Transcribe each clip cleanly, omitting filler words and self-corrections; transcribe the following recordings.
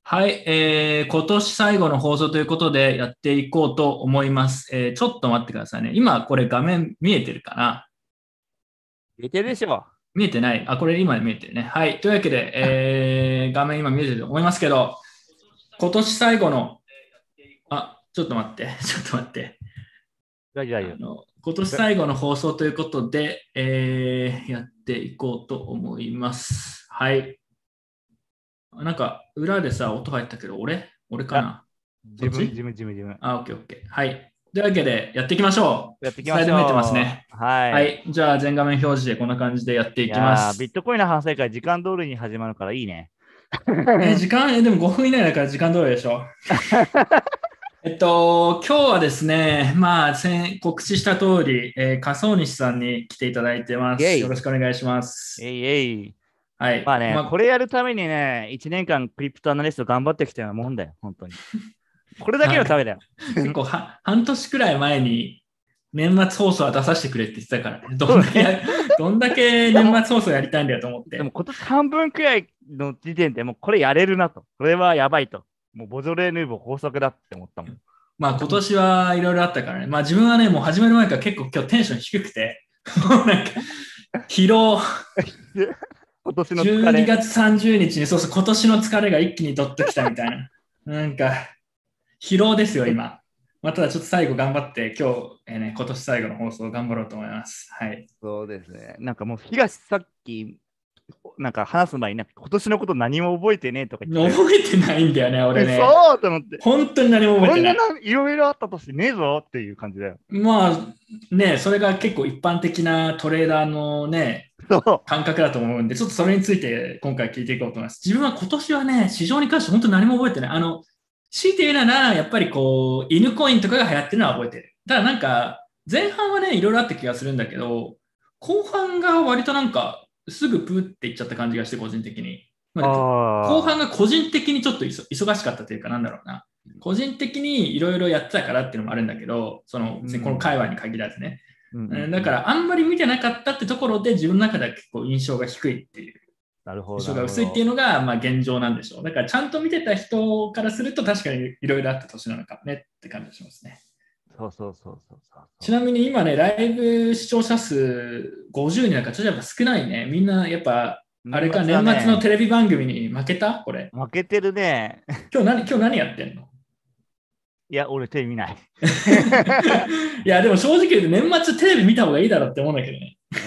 はい、今年最後の放送ということでやっていこうと思います。ちょっと待ってくださいね。今これ画面見えてるかな？ 出てるでしょ。 見えてない。あ、これ今見えてるね。はい。というわけで、画面今見えてると思いますけど、今年最後の、ちょっと待って、ちょっと待って。 大丈夫、大丈今年夫。 最後の放送ということで、やっていこうと思います。はい。なんか、裏でさ、音入ったけど、俺かあ、 な？そ自分、自っち？ 分、自分、自分。 オッケーオッケー。はい。というわけで、やっていきましょう。 やっていきましスライド見えてますね。 ょう。はい。 はい。じゃあ、全画面表示でこんな感じでやっていきまビッす。 トコインの反省会、時間通りに始まるからいいね。 時間、でも5分以内だから時間通りでしょ。今日はですね、告知した通り、仮想西さんに来ていただいてます。よろイェイ。 しくお願いします。 えいえい。 はい。 まあね、これやるためにね、1年間クリプトアナリスト頑張ってきたようなもんだよ、本当に。これだけなんかのためだよ。 結構半年くらい前に年末放送は出させてくれって言ってたからね。 そうだね。 どんだけいや、 年末放送やりたいんだよと思って。 でも今年半分くらいの時点でもうこれやれるなと。これはやばいと。もうボジョレ・ヌーボー法則だって思ったもん。 まあ今年はいろいろあったからね。まあ自分はね、もう始める前から結構今日テンション低くて、もうなんか疲労、 今年の疲 12 れ。 月30日にちにそうそう今年の疲れが一気にどっときたみたいな。なんか疲労ですよ、今。まあ、ただちょっと最後頑張って今日、今年最後の放送を頑張ろうと思います。はい。 そうですね。なんかもう東さっきなんか話す前になんか今年のこと何も覚えてねえとか言ってたよ。 覚えてないんだよね、俺ね。 そうと思って。 本当に何も覚えこんなてない。 いろいろあったとしてねえぞっていう感じだよ。 まあね、それが結構一般的なトレーダーのね、 そう。 感覚だと思うんで、ちょっとそれについて今回聞いていこうと思います。自分は今年はね、市場に関して本当に何も覚えてない。強いて言うなら、やっぱりこう、犬コインとかが流行ってるのは覚えてる。ただなんか、前半はね、いろいろあった気がするんだけど、後半が割となんか、すぐプーっていっちゃった感じがして、個人的に。まあ、後半ああ。 が個人的にちょっと忙しかったというか、なんだろうな。個人的にいろいろやってたからっていうのもあるんだけど、 う別にこの界ん。 隈に限らずね。 うんうんうん。 だからあんまり見てなかったってところで自分の中では結構印象が低いっていう、 なるほど、 印象なるほど。 が薄いっていうのがまあ現状なんでしょう。だからちゃんと見てた人からすると確かにいろいろあった年なのかもねって感じがしますね。 そうそうそうそうそうちなみに今ね、ライブ視聴者数50人なんかちょっとやっぱ少ないね。みんなやっぱ、あれか、 年末年はね、 末のテレビ番組に負けたこれ。 負けてるね。 今日何やってんの？ いや、俺手見ない。 いや、でも正直言うと年末テレビ見た方がいいだろうって思うんだけどね。 うん。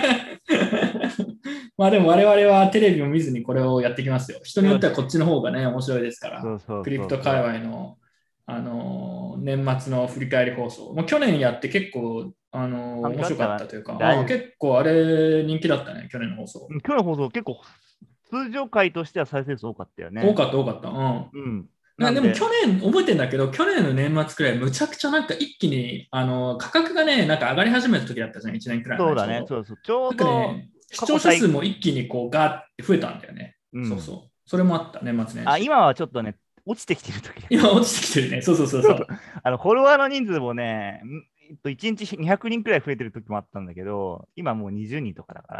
まあでも我々はテレビを見ずにこれをやってきますよ。人によっよし。 てはこっちの方がね、面白いですから、 そうそうクリプト界そうそ隈の、年末の振り返り放送。もう去年やって結構、 う。反面白かっ響あったらたというか、 大丈夫。 結構あれ人気だったね、去年の放送。 今日の放送結構通常回としては再生数多かったよね。 多かった、多かった。うん。 うん。なんで、 でも去年覚えてんだけど、去年の年末くらいむちゃくちゃなんか一気に、価格がね、なんか上がり始めた時だったじゃん、1年くらいそうだね、 前ちょうど。 そうそう。ちょうなんかどね、視聴者数過去最、 も一気にこうガーって増えたんだよね。 うん。 そうそう。それもあった、年末年始。 今はちょっとね、落ちてきてる時だから。 今落ちてきてるね。そうそうそうそうそう。 そう。 フォロワーの人数もね、1日200人くらい増えてる時もあったんだけど、今もう20人とかだから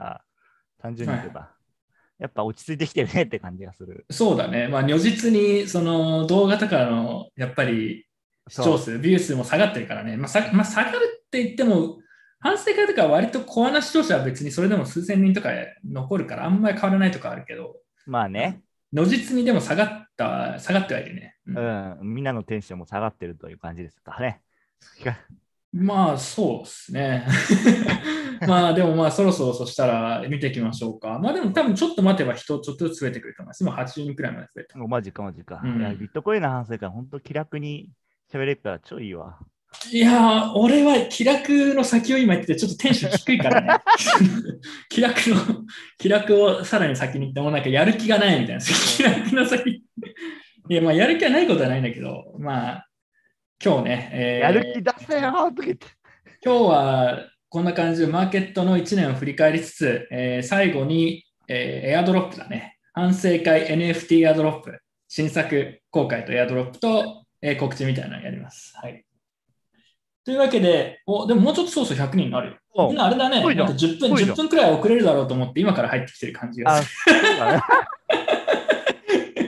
、30 はい。 人とか、やっぱ落ち着いてきてるねって感じがする。 そうだね。まあ、如実に、その動画とかの、やっぱり視聴そ数、ビュー数も下がってるからね。下がるって言っても、反省会とかは割とコアな視聴者は別にそれでも数千人とか残るからあんまり変わらないとかあるけど、 う。まあね、 如実にでも下がってはいるね。うん。 うん、みんなのテンションも下がってるという感じですかね。 まあ、そうですね。まあ、でもまあ、そろそろそしたら見ていきましょうか。まあでも多分ちょっと待てば人ちょっとずつ増えてくると思います。今80人くらいまで増えた。 マジかマジか。いや、 うん。 ビットコインの反省会、本当気楽に喋れるから超いいわ。 いやー、俺は気楽の先を今言ってて、ちょっとテンション低いからね。気楽の、気楽をさらに先に行ってもなんかやる気がないみたいな。気楽の先。いや、まあやる気はないことはないんだけど、まあ今日ね、 やる気出せよーとか言って。 今日はこんな感じでマーケットの1年を振り返りつつ、最後に、エアドロップだね。反省会 NFT エアドロップ、新作公開とエアドロップと、告知みたいなのをやります。はい。というわけで、でももうちょっとそうそう100人になるよ。みんなあれだね、なんかすごいじゃん。 10分、10 すごいじゃん。 分くらい遅れるだろうと思って今から入ってきてる感じがする。 そうだね。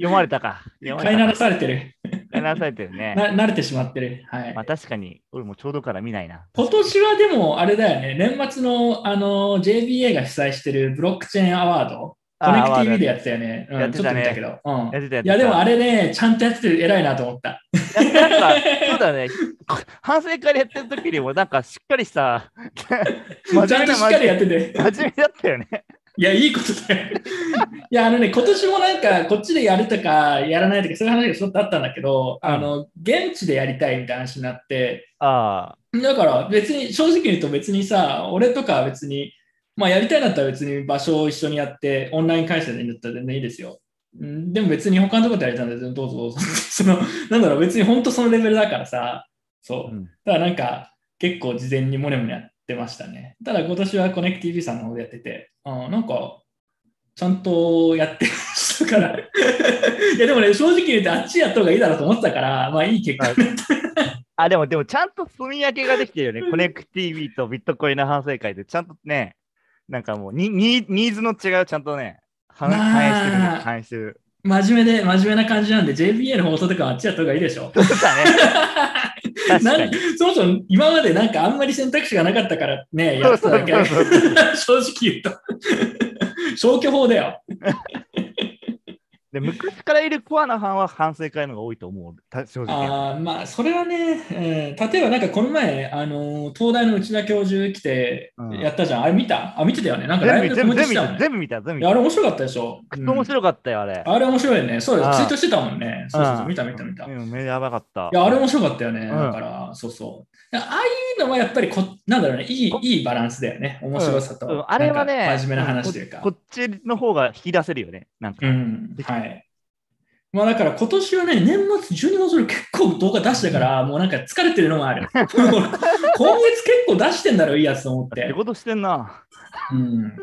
読まれたか。読ま飼い慣られたか。 されてる。 飼いなされてるね。 慣れてしまってる。はまあい。 確かに、俺もちょうどから見ないな。 今年はでも、あれだよね。年末の、JBA が主催してるブロックチェーンアワード、コネああ、まあ、 クティブでやってたよね。うん、ちょっやってたね。 と見たけど。うん。 やってた、やっいや、でもてた。 あれね、ちゃんとやってて偉いなと思った。 なんか、そうだね。反省会でやってる時にも、なんかしっかりした真ちゃん面目なとしっかりやってて。 真面目だったよね。 いや、いいことだよ。いや、今年もなんか、こっちでやるとか、やらないとか、そういう話がちょっとあったんだけど、 うん。 現地でやりたいみたいな話になって、 あだから別に、正直に言うと別にさ、俺とかは別に、まあやりたいんだったら別に場所を一緒にやって、オンライン会社でいいんだったら全然いいですよ。でも別に他のところでやりたいんだったらどうぞどうぞ。なんだろう、別に本当そのレベルだからさ、 あ、うそう。 ん。 だからなんか、結構事前にモネモネやってましたね。ただ今年はコネクティ v さんの方でやってて、なんか、ちゃんとやってましたから。いやでもね、正直言うとあっちやった方がいいだろうと思ってたから、まあいい結果。 でもちゃんと住み分けができてるよね。コネクティビとビットコインの反省会で、ちゃんとね、なんかもうニーズの違いをちゃんとね、反映してる。 まあ、 反映してる。 真面目な感じなんで、JBA の放送とかはあっちやった方がいいでしょ。 そうだね。確かに。 そもそも今までなんかあんまり選択肢がなかったからね、やそうそうってただけだけそうそう。 ど正直言うと消去法だよ。 で、昔からいるコアな班は反省会の方が多いと思う。正直やっぱ。 まあ、それはね、例えばなんかこの前、東大の内田教授来てうん。 やったじゃん。あれ見た？見てたよね。なんかライブでコメントしてたよね。 全部いや、あれ見た。 面白かったでしょ。 くそ面うん。 白かったよ、あれ。 あれ面白いよね。そうです。ツイートあしてたもんね。そうそうそう。 あ、 見た見た見た。 うん、やばかった。 いや、あれ面白かったよね。 うん。 だから、そうそう。ああいうのはやっぱりなんだろうね、 こいいバランスだよね。面白うん、うん、 さと、 あれはなんか真ね、 面目なうん、 話というか。 こっちの方が引き出せるよね。なんか。 うん、はい。まあだから今年はね、年末12月に結構動画出したから、もうなんか疲れてるのもある。今月結構出してんだろ、いいやつと思って。 仕事してんな。 うん。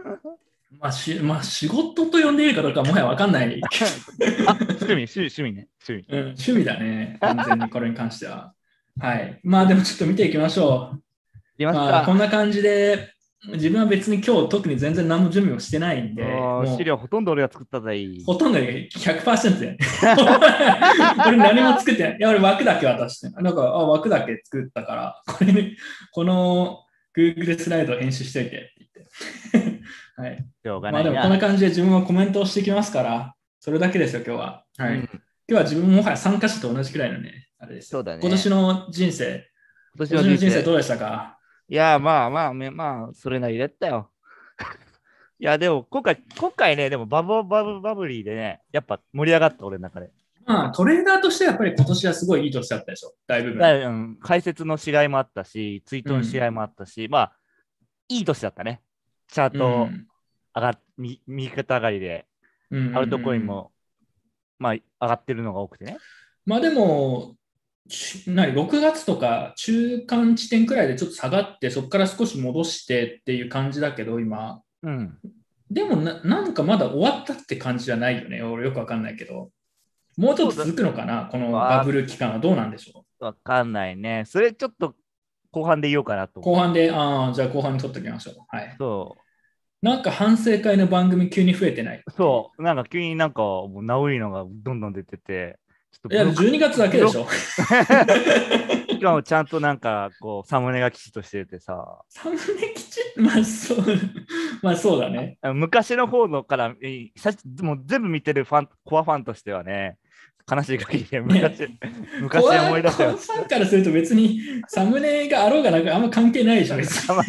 まあ仕事と呼んでいいかどうかもはやわかんないけ趣味ね。趣味。 ど、うん、趣味だね。完全にこれに関しては。はい。まあでもちょっと見ていきましょう。 いますまあ、こんか。 な感じで、自分は別に今日特に全然何も準備をしてないんで、 資もう料ほとんど俺が作ったぜい。 ほとんど100%で、俺何も作ってない。いや、俺枠だけ渡して。なんか、枠だけ作ったから、この Google スライドを編集しといてって言って。はい。 しょうがまあでもこんなないな。 感じで自分はコメントをしてきますから、それだけですよ、今日は。はい。今うん。 日は自分ももはや参加者と同じくらいのね、あれですよ。 そうだね。今年今年のの人生。 人生どうでしたか？ いや、まあ、それなりだったよ。いや、でも、今回ね、でもバブリーでね、やっぱ盛り上がった、俺の中で。 まあ、トレーダーとしてはやっぱり今年はすごいいい年だったでしょ。大部分。 うん、解説の試合もあったし、ツイートの試合うん。 もあったし、まあ、いい年だったね。チャーうトん。 右肩上がりで、 うん。うん。 アウトコインうん。 も、まあ、上がってるのが多くてね。 まあでも、6月とか中間地点くらいでちょっと下がって、そこから少し戻してっていう感じだけど、今。 うん。 でもなんかまだ終わったって感じじゃないよね。俺よくわかんないけど。もうちょっそうだ。 と続くのかなこのバわブル期間はどうなんでしょわかんないね。それちょっと後半で言おうかなとう。 思って。 後半で、じゃあ後半に取っておきましょう。はい。 そなんか反省会の番組急に増えてないっていう。 そう。なんか急になんかもうナウいのがどんどん出てて、ちょっといや、12月だけでしょ。 しかもちゃんとなんかこうサムネがきちっとしててさ、 サムネきちまあそう、まあそうだね。 昔の方のからもう全部見てるコアファンとしてはね、悲しい限りでね、 昔思い出せよ。 コアファンからすると別にサムネがあろうがなくあんま関係ないでしょ、別に。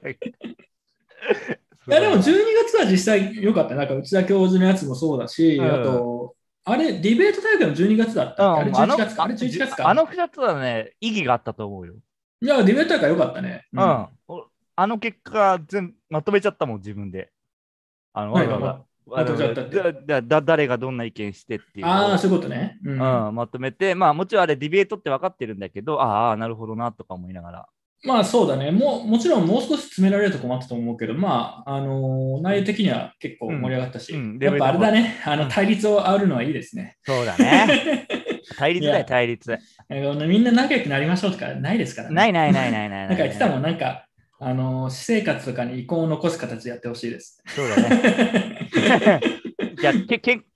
いや、でも12 そう。 月は実際良かった。なんか内田教授のやつもそうだし、あうん。 と、あれ、ディベート大会も12月だったっけ？あれ11月か？あれ11月か？ あの2つはね、意義があったと思うよ。 いや、ディベート大会良かったね。ううん。 ん。 あの結果まとめちゃったもん、自分で。わ何がざわざ。 まとめちゃったって。 誰がどんな意見してっていうのああ、 を、 そういうことね。ううん。 ん、まとめて、まあもちろんあれディベートって分かってるんだけど、ああ、なるほどなとか思いながら。 まあそうだね。もちろんもう少し詰められるとこもあったと思うけど、まあ、内容的には結構盛りうん、 上がったし、 うん、レやっぱあベルも、 れだね。 うん、 対立を煽るのはいいですね。 そうだね。対立だよ、 いや、 対立。 みんな仲良くなりましょうとかないですからね。 ないないないないないなんないない。 か言ってたもん、なんか、私生活とかに遺恨を残す形でやってほしいです。 そうだね。じゃあ、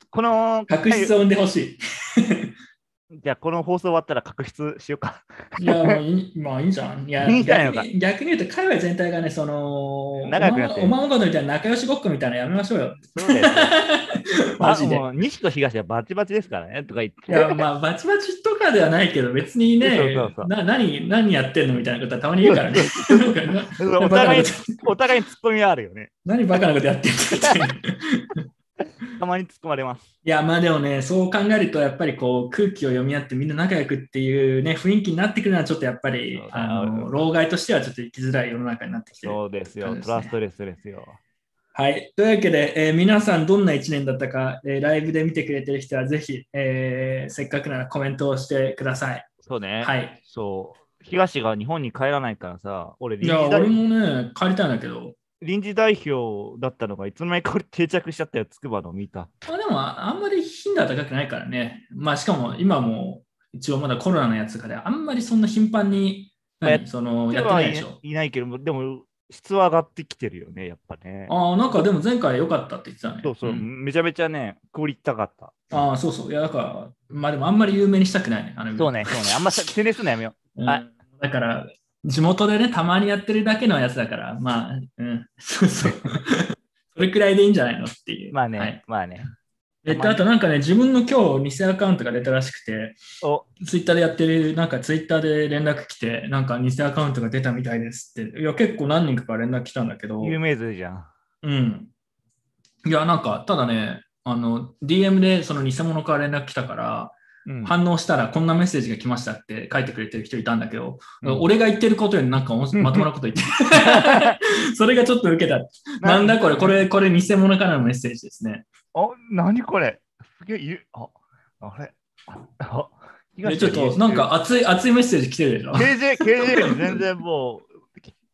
この、 確執を生んでほしい。 じゃあ、この放送終わったら確執しようか。 いや、もうまあいいじゃん。いや、 いいんじゃないのか。 逆に言うと、海外全体がね、 仲良くなってる。 おままごとみたいな仲良しごっこみたいなのやめましょうよ。 そうですよ。 マジで。 もう、西と東はバチバチですからね、とか言って。 いや、まあ、バチバチとかではないけど、別にそうね、 そうそう。 何やってんのみたいなことはたまに言うからね。 お互いにツッコミはあるよね。 何バカなことやってんのみたいな。 たまに突っ込まれます。 いや、まあでもね、そう考えると、やっぱりこう空気を読み合ってみんな仲良くっていうね、雰囲気になってくるのは、ちょっとやっぱり、老害としてはちょっと生きづらい世の中になってきてる、 そうですよ、トラストレスですよ。 はい。というわけで、皆さんどんな1年だったか、ライブで見てくれてる人はぜひ、せっかくならコメントをしてください。 そうね。 はい。 そう。東が日本に帰らないからさ、俺もね、帰りたいんだけど。 臨時代表だったのがいつの間にか定着しちゃったよ、筑波の見た。 でも、あんまり頻度は高くないからね。まあ、しかも今も一応まだコロナのやつとかで、あんまりそんな頻繁に、やってないでしょ。 いないけど、でも質は上がってきてるよね、やっぱね。 なんかでも前回良かったって言ってたね。 そう、めちゃめちゃね、クオリティ高かった。 そうそう。いや、だから、まあでもあんまり有名にしたくないね。 そうね、あんま宣伝するのやめよう。 だから、地元でね、たまにやってるだけのやつだから、まあ、そうそう。それくらいでいいんじゃないのっていう。 まあね、 はい、 まあね。 あとなんかね、自分の今日偽アカウントが出たらしくて、ツイッターでやってる、なんかツイッターで連絡来て、なんか偽アカウントが出たみたいですって。いや、結構何人かから連絡来たんだけど。 有名図じゃん。 うん。いや、なんか、ただね、DM でその偽物から連絡来たから、反応したらこんなメッセージが来ましたって書いてくれてる人いたんだけど、俺が言ってることよりなんかまともなこと言ってそれがちょっと受けた。なんだこれ偽物からのメッセージですね。 何これすげえ、あれちょっとなんか熱いメッセージ来てるでしょ。 KJ に全然もう、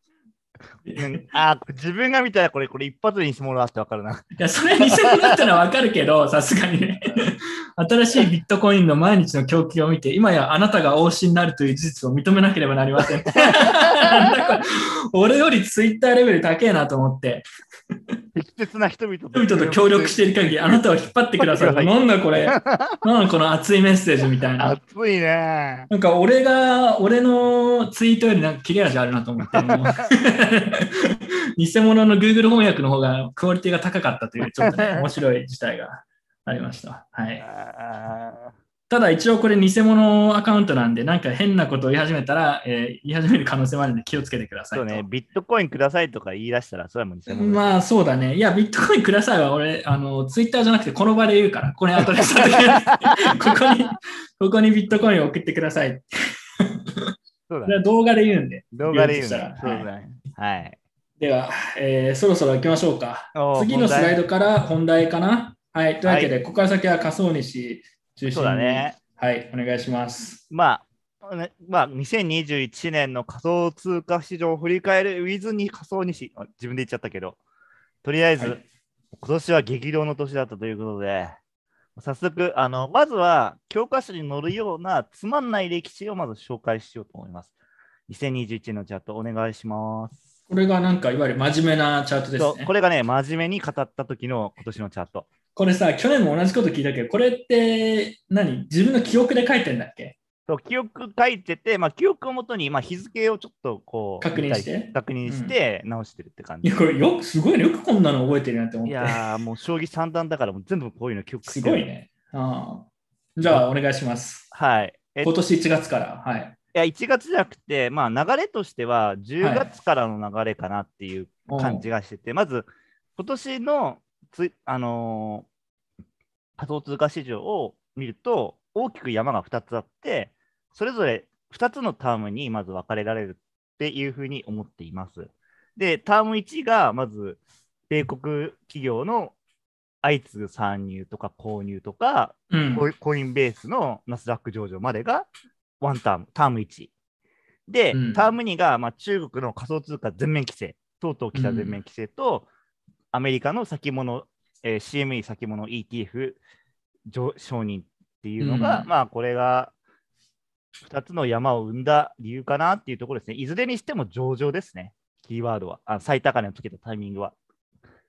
自分が見たらこれ一発で偽物だってわかるな。 いや、それは偽物ってのはわかるけど、さすがにね。新しいビットコインの毎日の供給を見て、今やあなたが王子になるという事実を認めなければなりません。俺よりツイッターレベル高えなと思って。 適切な人々 と協力している限り、あなたを引っ張ってください。なんだこれ。なんだこの熱いメッセージみたいな。 熱いね。 なんか俺のツイートよりなんか切れ味あるなと思って、偽物の Google 翻訳の方がクオリティが高かったという、ちょっとね、面白い事態がありました。はい。ただ一応これ偽物アカウントなんで、なんか変なことを言い始めたら、言い始める可能性もあるので気をつけてください。 そうね、ビットコインくださいとか言い出したら、それはもう偽物。 まあそうだね。いや、ビットコインくださいは俺、ツイッターじゃなくてこの場で言うから、これ後でここにビットコインを送ってください。 そうだね、 動画で言うんで。 動画で言うんで。そうだね。はい。 では、そろそろ行きましょうか。次のスライドから本題かな。はい。というわけで、ここから先は仮想西中心に。 そうだね。 はい。お願いします。 まあ、2021年の仮想通貨市場を振り返る With に仮想西、自分で言っちゃったけど、とりあえず、今年は激動の年だったということで、早速、まずは教科書に載るようなつまんない歴史をまず紹介しようと思います。2021年のチャートお願いします。 これがなんかいわゆる真面目なチャートですね。 これがね、真面目に語った時の今年のチャート。 これさ、去年も同じこと聞いたけど、これって自分の記憶で書いてんだっけ？ 記憶書いてて、記憶をもとに、日付をちょっとこう確認して直してるって感じ。 いや、これすごいね。よくこんなの覚えてるなって思って。 いやもう将棋三段だからもう全部こういうの記憶してる。すごいね。じゃあ、お願いします。 はい。 今年1月から。はい。 いや、1月じゃなくて、流れとしては10月からの流れかなっていう感じがしてて、まず、今年の仮想通貨市場を見ると、大きく山が2つあって、それぞれ2つのタームにまず分かれられるっていうふうに思っています。で、ターム1がまず、米国企業の相次ぐ参入とか購入とか、コインベースのナスダック上場までがワンターム、ターム1。で、ターム2が、中国の仮想通貨全面規制、とうとう来た全面規制と、アメリカの先物、CME 先物 ETF 承認っていうのが、これが2つの山を生んだ理由かなっていうところですね。いずれにしても上場ですね、キーワードは。最高値をつけたタイミングは。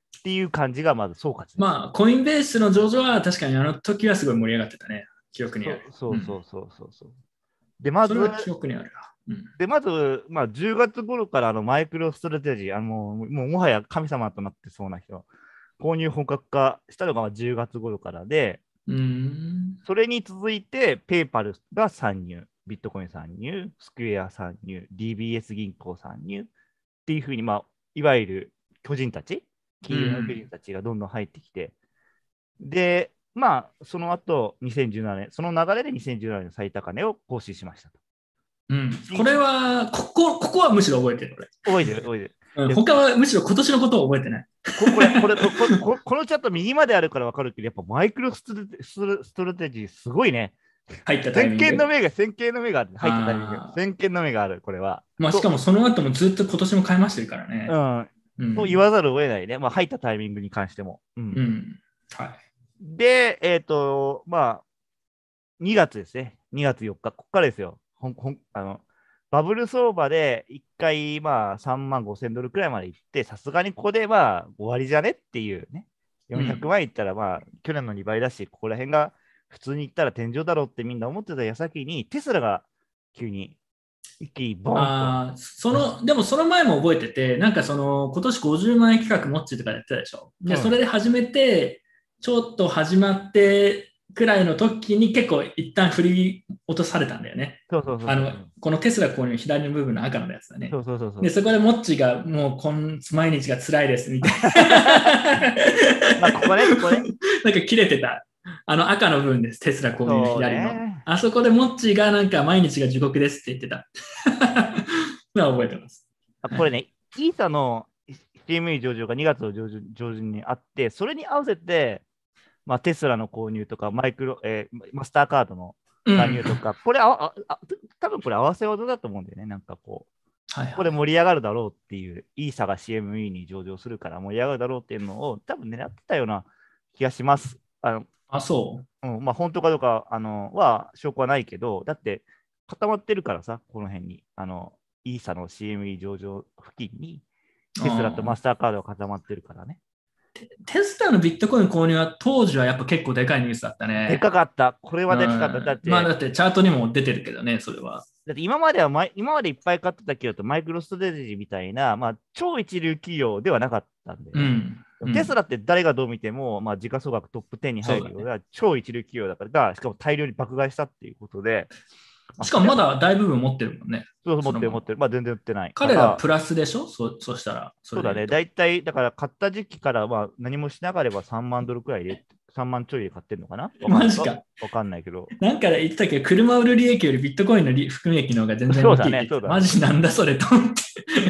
っていう感じがまず総括です。 まあ、コインベースの上場は確かにあの時はすごい盛り上がってたね。記憶にある。 そう。で、まず、 それは記憶にあるな。 まあ、10月頃からマイクロストラテジー、もはや神様となってそうな人、購入本格化したのが10月頃からで、それに続いて、ペイパルが参入、ビットコイン参入、スクエア参入、DBS 銀行参入っていうふうに、まあ、いわゆる巨人たち、金融の巨人たちがどんどん入ってきて、で、まあ、その後、2017年、その流れで2017年の最高値を更新しましたと。 これは、ここはむしろ覚えてる、 覚えてる。 他はむしろ今年のことを覚えてない。 このチャット右まであるから分かるけど、やっぱマイクロストラテジーすごいね。 入ったタイミング。 先見の目が入ったタイミング。先見の目がある、これは。 まあ、しかもその後もずっと今年も買いましてるからね。 と言わざるを得ないね。まあ、入ったタイミングに関しても。 はい。 で、まあ、2月ですね。2月4日。ここからですよ。バブル相場で1回まあ3万5千ドルくらいまで行って、さすがにここでまあ終わりじゃねっていうね。400万いったらまあ去年の2倍だし、ここら辺が普通に行ったら天井だろうってみんな思ってた矢先に、テスラが急に一気にボーンと。でもその前も覚えてて、なんかその今年50万円企画モッチーとかやってたでしょ。で、それで始めて、ちょっと始まってくらいの時に結構一旦振り落とされたんだよね。このテスラ購入左の部分の赤のやつだね。で、そこでモッチーがもう毎日が辛いですみたいな。 まあここね。 なんか切れてた。赤の部分です。テスラ購入左の。あそこでモッチーがなんか毎日が地獄ですって言ってた。覚えてます。 これね、イーサの CME 上場が2月の上旬にあって、それに合わせて、まあ、テスラの購入とか、マスターカードの参入とか、これ多分これ合わせ技だと思うんだよね。なんかここで盛り上がるだろうっていう、イーサが CME に上場するから盛り上がるだろうっていうのを多分狙ってたような気がします。 そう。 まあ、本当かどうかは証拠はないけど、だって固まってるからさ、この辺に。イーサの CME 上場付近にテスラとマスターカードが固まってるからね。 テスラのビットコイン購入は当時はやっぱ結構でかいニュースだったね。 でかかった。これはでかかった。だって、 まあだってチャートにも出てるけどね、それは。 だって今までいっぱい買ってた企業とマイクロストラテジーみたいな、まあ、超一流企業ではなかったんで、テスラって誰がどう見ても、まあ、時価総額トップ10に入るような超一流企業だからしかも大量に爆買いしたっていうことで、 しかもまだ大部分持ってるもんね。 そう持ってる。まあ全然売ってない。 彼らプラスでしょそしたら。 そうだね。大体、だから買った時期からまあ何もしなければ3万ドルくらいで、3万ちょいで買ってるのかなマジか。 わかんないけど。 なんか言ってたけど、車売る利益よりビットコインの含み益の方が全然大きい。そうだね。マジなんだそれと思って。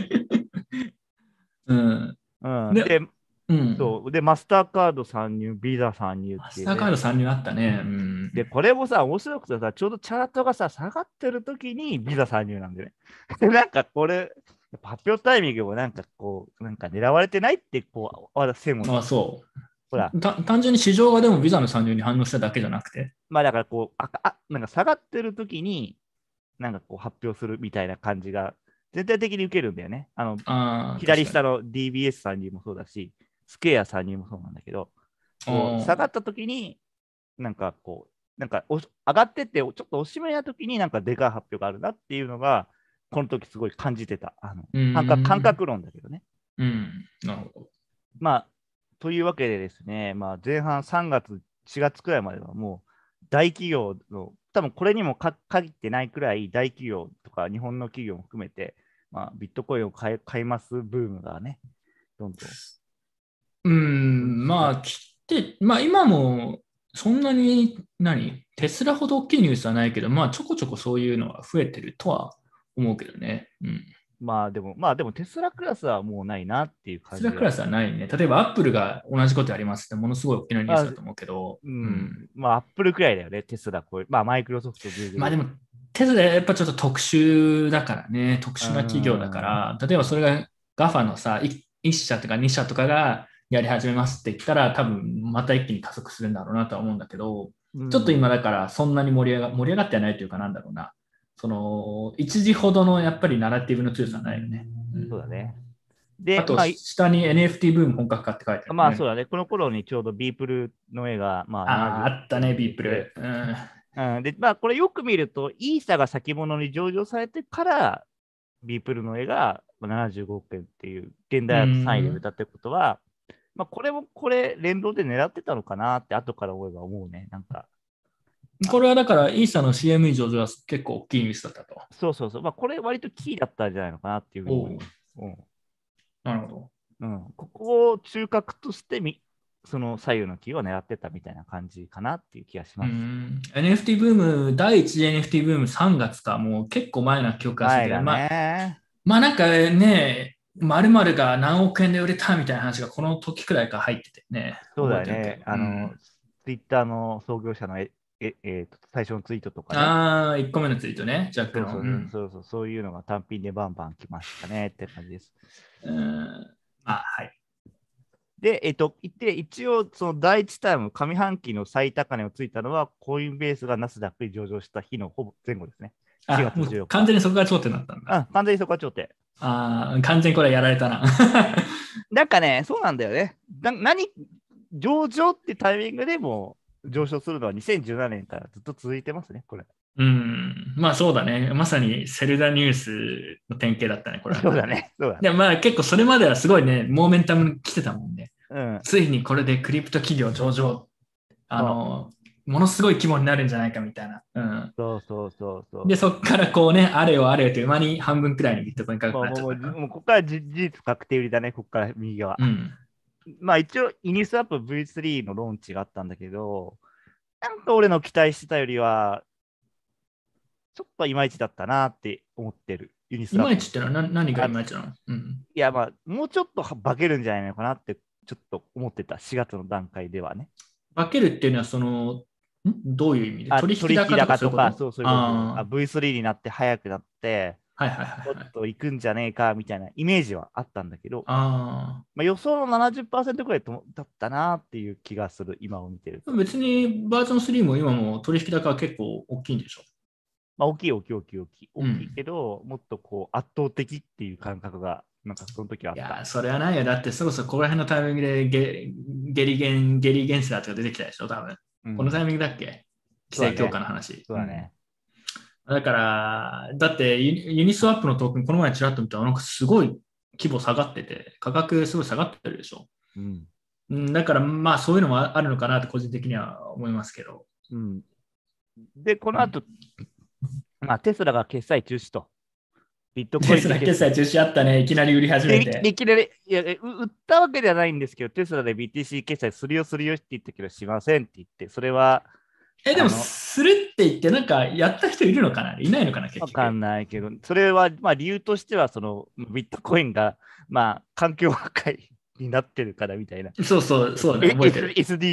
で、マスターカード参入、ビザ参入っていう、 マスターカード参入あったね。 で、これもさ、面白くてさ、ちょうどチャートがさ、下がってる時にビザ参入なんだよね。なんかこれ、発表タイミングもなんかなんか狙われてないって、私も。 そう。 ほら。 単純に市場がでもビザの参入に反応しただけじゃなくて。 まあだからなんか下がってる時に、なんか発表するみたいな感じが、全体的に受けるんだよね。左下の DBS 参入もそうだし、スケア参入もそうなんだけど、下がった時に、なんか上がってって、ちょっとおしめな時になんかでかい発表があるなっていうのが、この時すごい感じてた。感覚論だけどね。 なるほど。 まあ、というわけでですね、まあ、前半3月、4月くらいまではもう大企業の、多分これにも限ってないくらい大企業とか日本の企業も含めて、まあ、ビットコインを買いますブームがね、どんどん。 まあ今もそんなにテスラほど大きいニュースはないけど、まあちょこちょこそういうのは増えてるとは思うけどね。 まあでもテスラクラスはもうないなっていう感じ。 テスラクラスはないね。例えばアップルが同じことありますってものすごい大きなニュースだと思うけど。 まあアップルくらいだよね、テスラ。まあマイクロソフト、 まあでもテスラやっぱちょっと特殊だからね。特殊な企業だから、例えばそれが GAFA のさ、1社とか2社とかがやり始めますって言ったら多分また一気に加速するんだろうなとは思うんだけど、ちょっと今だからそんなに盛り上がってはないというかなんだろうな。一時ほどのやっぱりナラティブの強さはないよね。 そうだね。 で、 あと、下に NFT ブーム本格化って書いてあるね。 まあそうだね。この頃にちょうどビープルの絵が、まあああ、あったね、ビープで、 ル。うん。 で、まあこれよく見ると、イーサが先物に上場されてから、ビープルの絵が75億円っていう現代アート3位で売れたってことは、まあこれも連動で狙ってたのかなって後から思えば思うね。なんか。 これはだから、イーサの CM 以上では結構大きいミスだったと。 そうそうそう。まあこれ割とキーだったんじゃないのかなっていうふうに思います。 なるほど。 ここを中核としてその左右のキーを狙ってたみたいな感じかなっていう気がします。 NFT ブーム、第一次 NFT ブーム3月か、もう結構前な記憶がするけど、まあなんかね、〇〇が何億円で売れたみたいな話がこの時くらいから入っててね。 そうだよね。ツイッターの創業者の最初のツイートとかね。 ああ、1個目のツイートね、ジャックの。 そういうのが単品でバンバン来ましたねって感じです。 はい。 で、一応、その第一タイム、上半期の最高値をついたのは、コインベースがナスダックに上場した日のほぼ前後ですね。4月14日。 完全にそこが頂点だったんだ。 完全にそこが頂点。 完全にこれやられたな。 なんかね、そうなんだよね。上場ってタイミングでも上昇するのは2017年からずっと続いてますね、これ。 まあそうだね。まさにセルダニュースの典型だったね、これは。 そうだね。 でもまあ結構それまではすごいね、モーメンタム来てたもんね。 うん、 ついにこれでクリプト企業上場、ものすごい規模になるんじゃないかみたいな。 そう。 で、そこからこうね、あれよあれよという間に半分くらいにビットコイン価格になっちゃったもうここから事実確定売りだね、ここから右側。まあ一応、イニスアップ V3 のローンチがあったんだけど、なんか俺の期待してたよりは、ちょっといまいちだったなって思ってる。 いまいちってのは何がいまいちなの？ いや、まあ、もうちょっと化けるんじゃないのかなって、ちょっと思ってた、4月の段階ではね。 化けるっていうのは、どういう意味で取引高とか、そういうこと。V3 になって早くなって、ちょっと行くんじゃねえかみたいなイメージはあったんだけど、まあ、予想の 70% くらいだったなっていう気がする、今を見てると。 別にバージョン3も今も取引高は結構大きいんでしょ？ まあ、大きいけど、もっとこう圧倒的っていう感覚が、なんかその時はあった。 いや、それはないよ。だってそろそろここら辺のタイミングでゲリー・ゲンスラーとか出てきたでしょ、多分。このタイミングだっけ？規制強化の話。 そうだね。 だから、だってユニスワップのトークン、この前ちらっと見たら、なんかすごい規模下がってて、価格すごい下がってるでしょ。だから、まあそういうのもあるのかなと個人的には思いますけど。 で、この後、まあテスラが決済中止と。 ビットコインテスラ決済中止あったね。いきなり売り始めて。 いきなり、いや、売ったわけではないんですけど、テスラで BTC 決済するよって言ったけど、しませんって言って、それは、 でも、するって言って、なんか、やった人いるのかないないのかな、結局。 わかんないけど、それは、まあ、理由としては、その、ビットコインが、まあ、環境破壊になってるからみたいな。 そうね、覚えてる。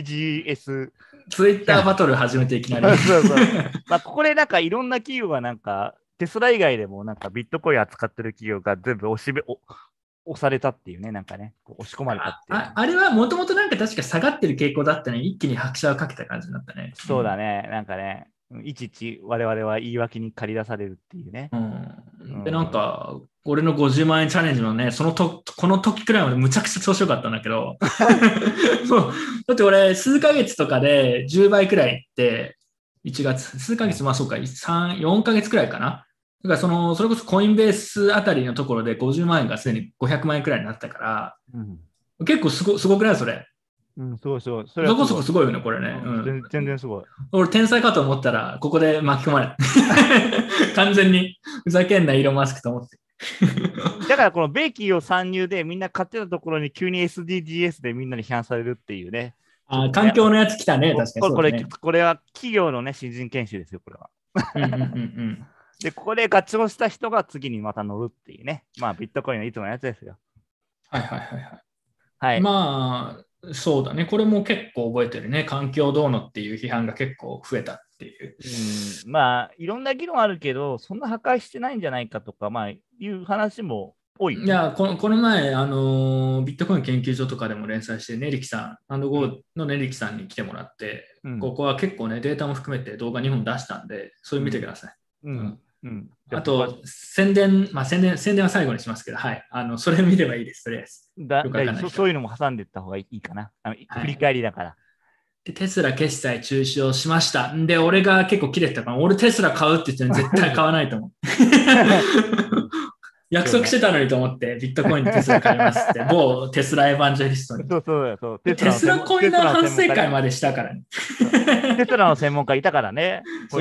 SDGs。 ツイッターバトル始めていきなり。 まあ、ここでなんか、いろんな企業がなんか、テスラ以外でも、なんか、ビットコイン扱ってる企業が全部押されたっていうね、なんかね、押し込まれたっていう、 あれはもともとなんか確か下がってる傾向だったね。一気に拍車をかけた感じになったね。 そうだね、なんかね、いちいち我々は言い訳に駆り出されるっていうね。 で、なんか、俺の50万円チャレンジのね、この時くらいまでむちゃくちゃ調子よかったんだけど、そうだって俺、数ヶ月とかで10倍くらいいって、1月、数ヶ月、まあそうか、3、4ヶ月くらいかな。だからそれこそコインベースあたりのところで50万円がすでに500万円くらいになったから、結構すごくないそれ。 すごい。そこそこすごいよね、これね。 全然すごい。 俺、天才かと思ったら、ここで巻き込まれ完全にふざけんな、イーロン・マスクと思って。 だから、この米企業参入でみんな買ってたところに急に SDGs でみんなに批判されるっていうね。 環境のやつ来たね、確かに。これは企業のね、新人研修ですよ、これは。で、ここでガチをした人が次にまた乗るっていうね。まあ、ビットコインのいつものやつですよ。 はい。まあ、そうだね。これも結構覚えてるね。環境どうのっていう批判が結構増えたっていう。 まあ、いろんな議論あるけど、そんな破壊してないんじゃないかとか、まあ、いう話も多い、 いや、この前、ビットコイン研究所とかでも連載して、ネリキさん、ゴーのネリキさんに来てもらって、ここは結構ね、データも含めて動画2本出したんで、それ見てください。 うん。じゃああ僕はと、宣伝は最後にしますけど、はい。それ見ればいいです、とりあえず。よくわかんない人は。 そういうのも挟んでいった方がいいかな。振りはい。 返りだから。 で、テスラ決済中止をしました。んで、俺が結構切れてたから、俺テスラ買うって言ってるのに絶対買わないと思う。約そうね。 束してたのにと思って、ビットコインでテスラ買いますって、某テスラエヴァンジェリストに。 そうそうだよそう。 テスラコイナー反省会ね。 までしたからね。 テスラの専門家いたからね。 そう。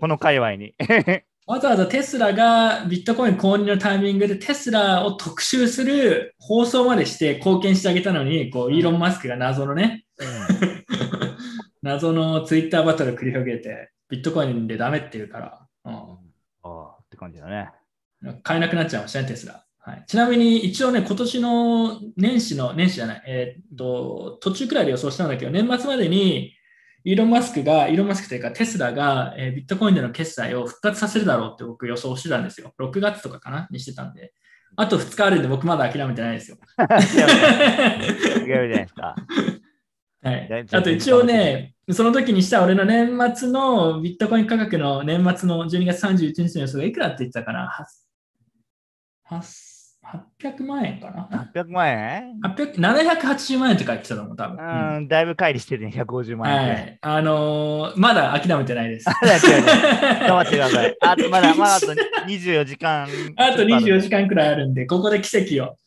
この界隈に。 わざわざテスラがビットコイン購入のタイミングでテスラを特集する放送までして貢献してあげたのに、こう、イーロン・マスクが謎のね、 うん。 謎のツイッターバトル繰り広げて、ビットコインでダメって言うから、 ああ、って感じだね。 買えなくなっちゃいましたね、テスラ。はい、ちなみに一応ね、今年の年始じゃない、途中くらいで予想したんだけど、年末までにイーロン・マスクというかテスラが、ビットコインでの決済を復活させるだろうって僕予想してたんですよ。6月とかかなにしてたんで。あと2日あるんで僕まだ諦めてないですよ。 諦めじゃないですか。 はい。 じゃああと一応ね、その時にした俺の年末のビットコイン価格の年末の12月31日の予想がいくらって言ってたかな800万円かな 800万円 780万円って書いてたと思う、多分。 うん、だいぶ乖離してるね、150万円くらい。 はい。まだ諦めてないです。 違う違う。頑張ってください。まだあと24時間。 あと24時間くらいあるんで、ここで奇跡を。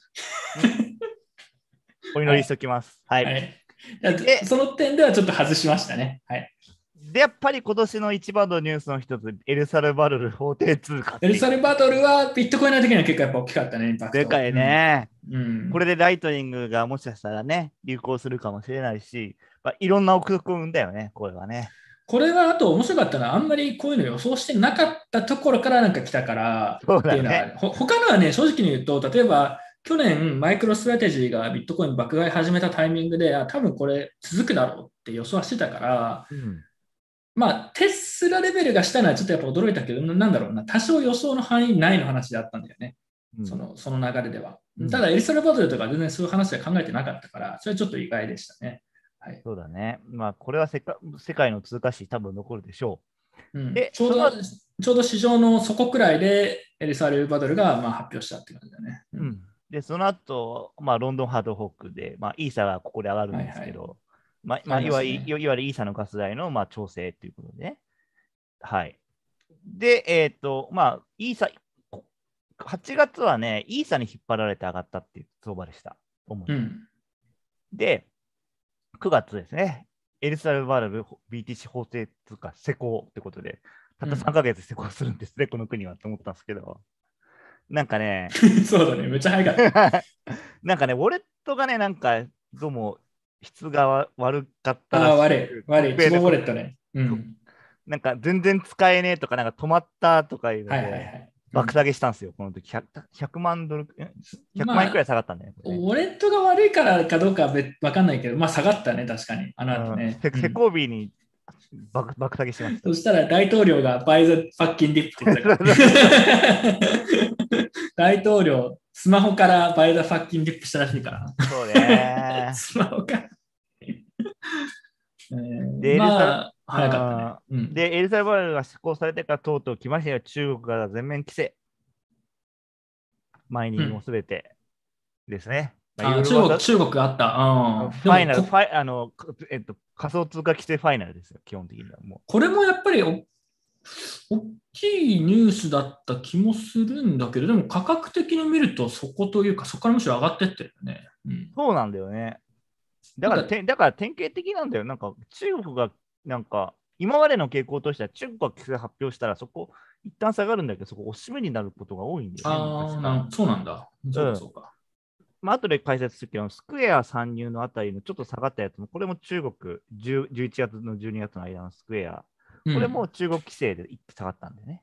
お祈りしておきます。はい。 はい。その点ではちょっと外しましたね。はい。 で、やっぱり今年の一番のニュースの一つ、エルサルバドル法定通貨。 エルサルバドルはビットコインの時には結構やっぱ大きかったね、インパクト。 でかいね、 うん。 これでライトニングがもしかしたらね、流行するかもしれないし、いろんな憶測を生んだよね、これはね。 これはあと面白かったのは、あんまりこういうの予想してなかったところからなんか来たからそうだっていうのは、 ね。 他のはね、正直に言うと、例えば去年マイクロストラテジーがビットコイン爆買い始めたタイミングで、多分これ続くだろうって予想はしてたから、 うん、 まあ、テスラレベルがしたのはちょっとやっぱ驚いたけど、なんだろうな、多少予想の範囲内の話だったんだよね。 うん、 その流れでは。 うん、 ただ、エルサルバドルとか全然そういう話は考えてなかったから、それはちょっと意外でしたね。はい、 そうだね。これは世界の通貨史多分残るでしょうん、 で、その、 ちょうど市場の底くらいでエルサルバドルがまあ発表したって感じだね。 うん。で、その後、ロンドンハードホックで、イーサがここで上がるんですけど、いわゆるイーサのガス代の調整ということでね。はい。で、イーサ、8月はね、イーサに引っ張られて上がったっていう相場でした。主に。で、9月ですね、エルサルバドル BTC 法定通貨施行ってことで、たった3ヶ月施行するんですね、この国はと思ったんですけど、なんかね、 そうだね、めっちゃ早かった。 なんかね、ウォレットがね、なんかどうも質が悪かったらしい。 悪い、自動ウォレットね。 なんか全然使えねえとか、なんか止まったとかいうので、 爆下げしたんですよ、この時。100万ドル、100万円くらい下がったんだよ、ね。 ウォレットが悪いからかどうかは分かんないけど、下がったね、確かに。あの後ね。 セコービーに爆下げしました。 そしたら大統領がバイザ・ファッキンディップって言ってたから。大統領、スマホからバイザ・ファッキンディップしたらしいから。 そうね。 スマホから。 で、 早かったね。 で、エルサルバドルが施行されてからとうとう来ましたよ、中国が全面規制。マイニングもすべてですね。 中国あった。 ファイナル、仮想通貨規制ファイナルですよ、基本的にはもう。 これもやっぱり大きいニュースだった気もするんだけど、でも価格的に見るとそこというか、そこからむしろ上がってってるよね。 そうなんだよね。だから典型的なんだよ。なんか中国が、なんか今までの傾向としては中国が規制発表したらそこ一旦下がるんだけど、そこおしめになることが多いんだよね。 そうなんだ。そうか。 後で解説するけど、スクエア参入のあたりのちょっと下がったやつも、これも中国、11月の12月の間のスクエア、これも中国規制で一気下がったんだよね。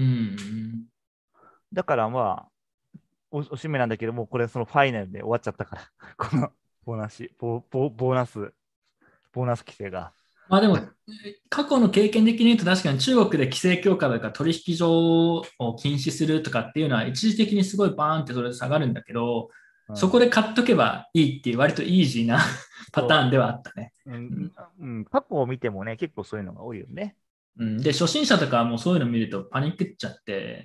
だからおしめなんだけども、これそのファイナルで終わっちゃったから、このボーナス規制が。 でも、過去の経験的に言うと確かに中国で規制強化とか取引所を禁止するとかっていうのは一時的にすごいバーンってそれで下がるんだけど、そこで買っとけばいいっていう割とイージーなパターンではあったね。 過去を見てもね、結構そういうのが多いよね。 うん、で、初心者とかはもうそういうの見るとパニックっちゃって、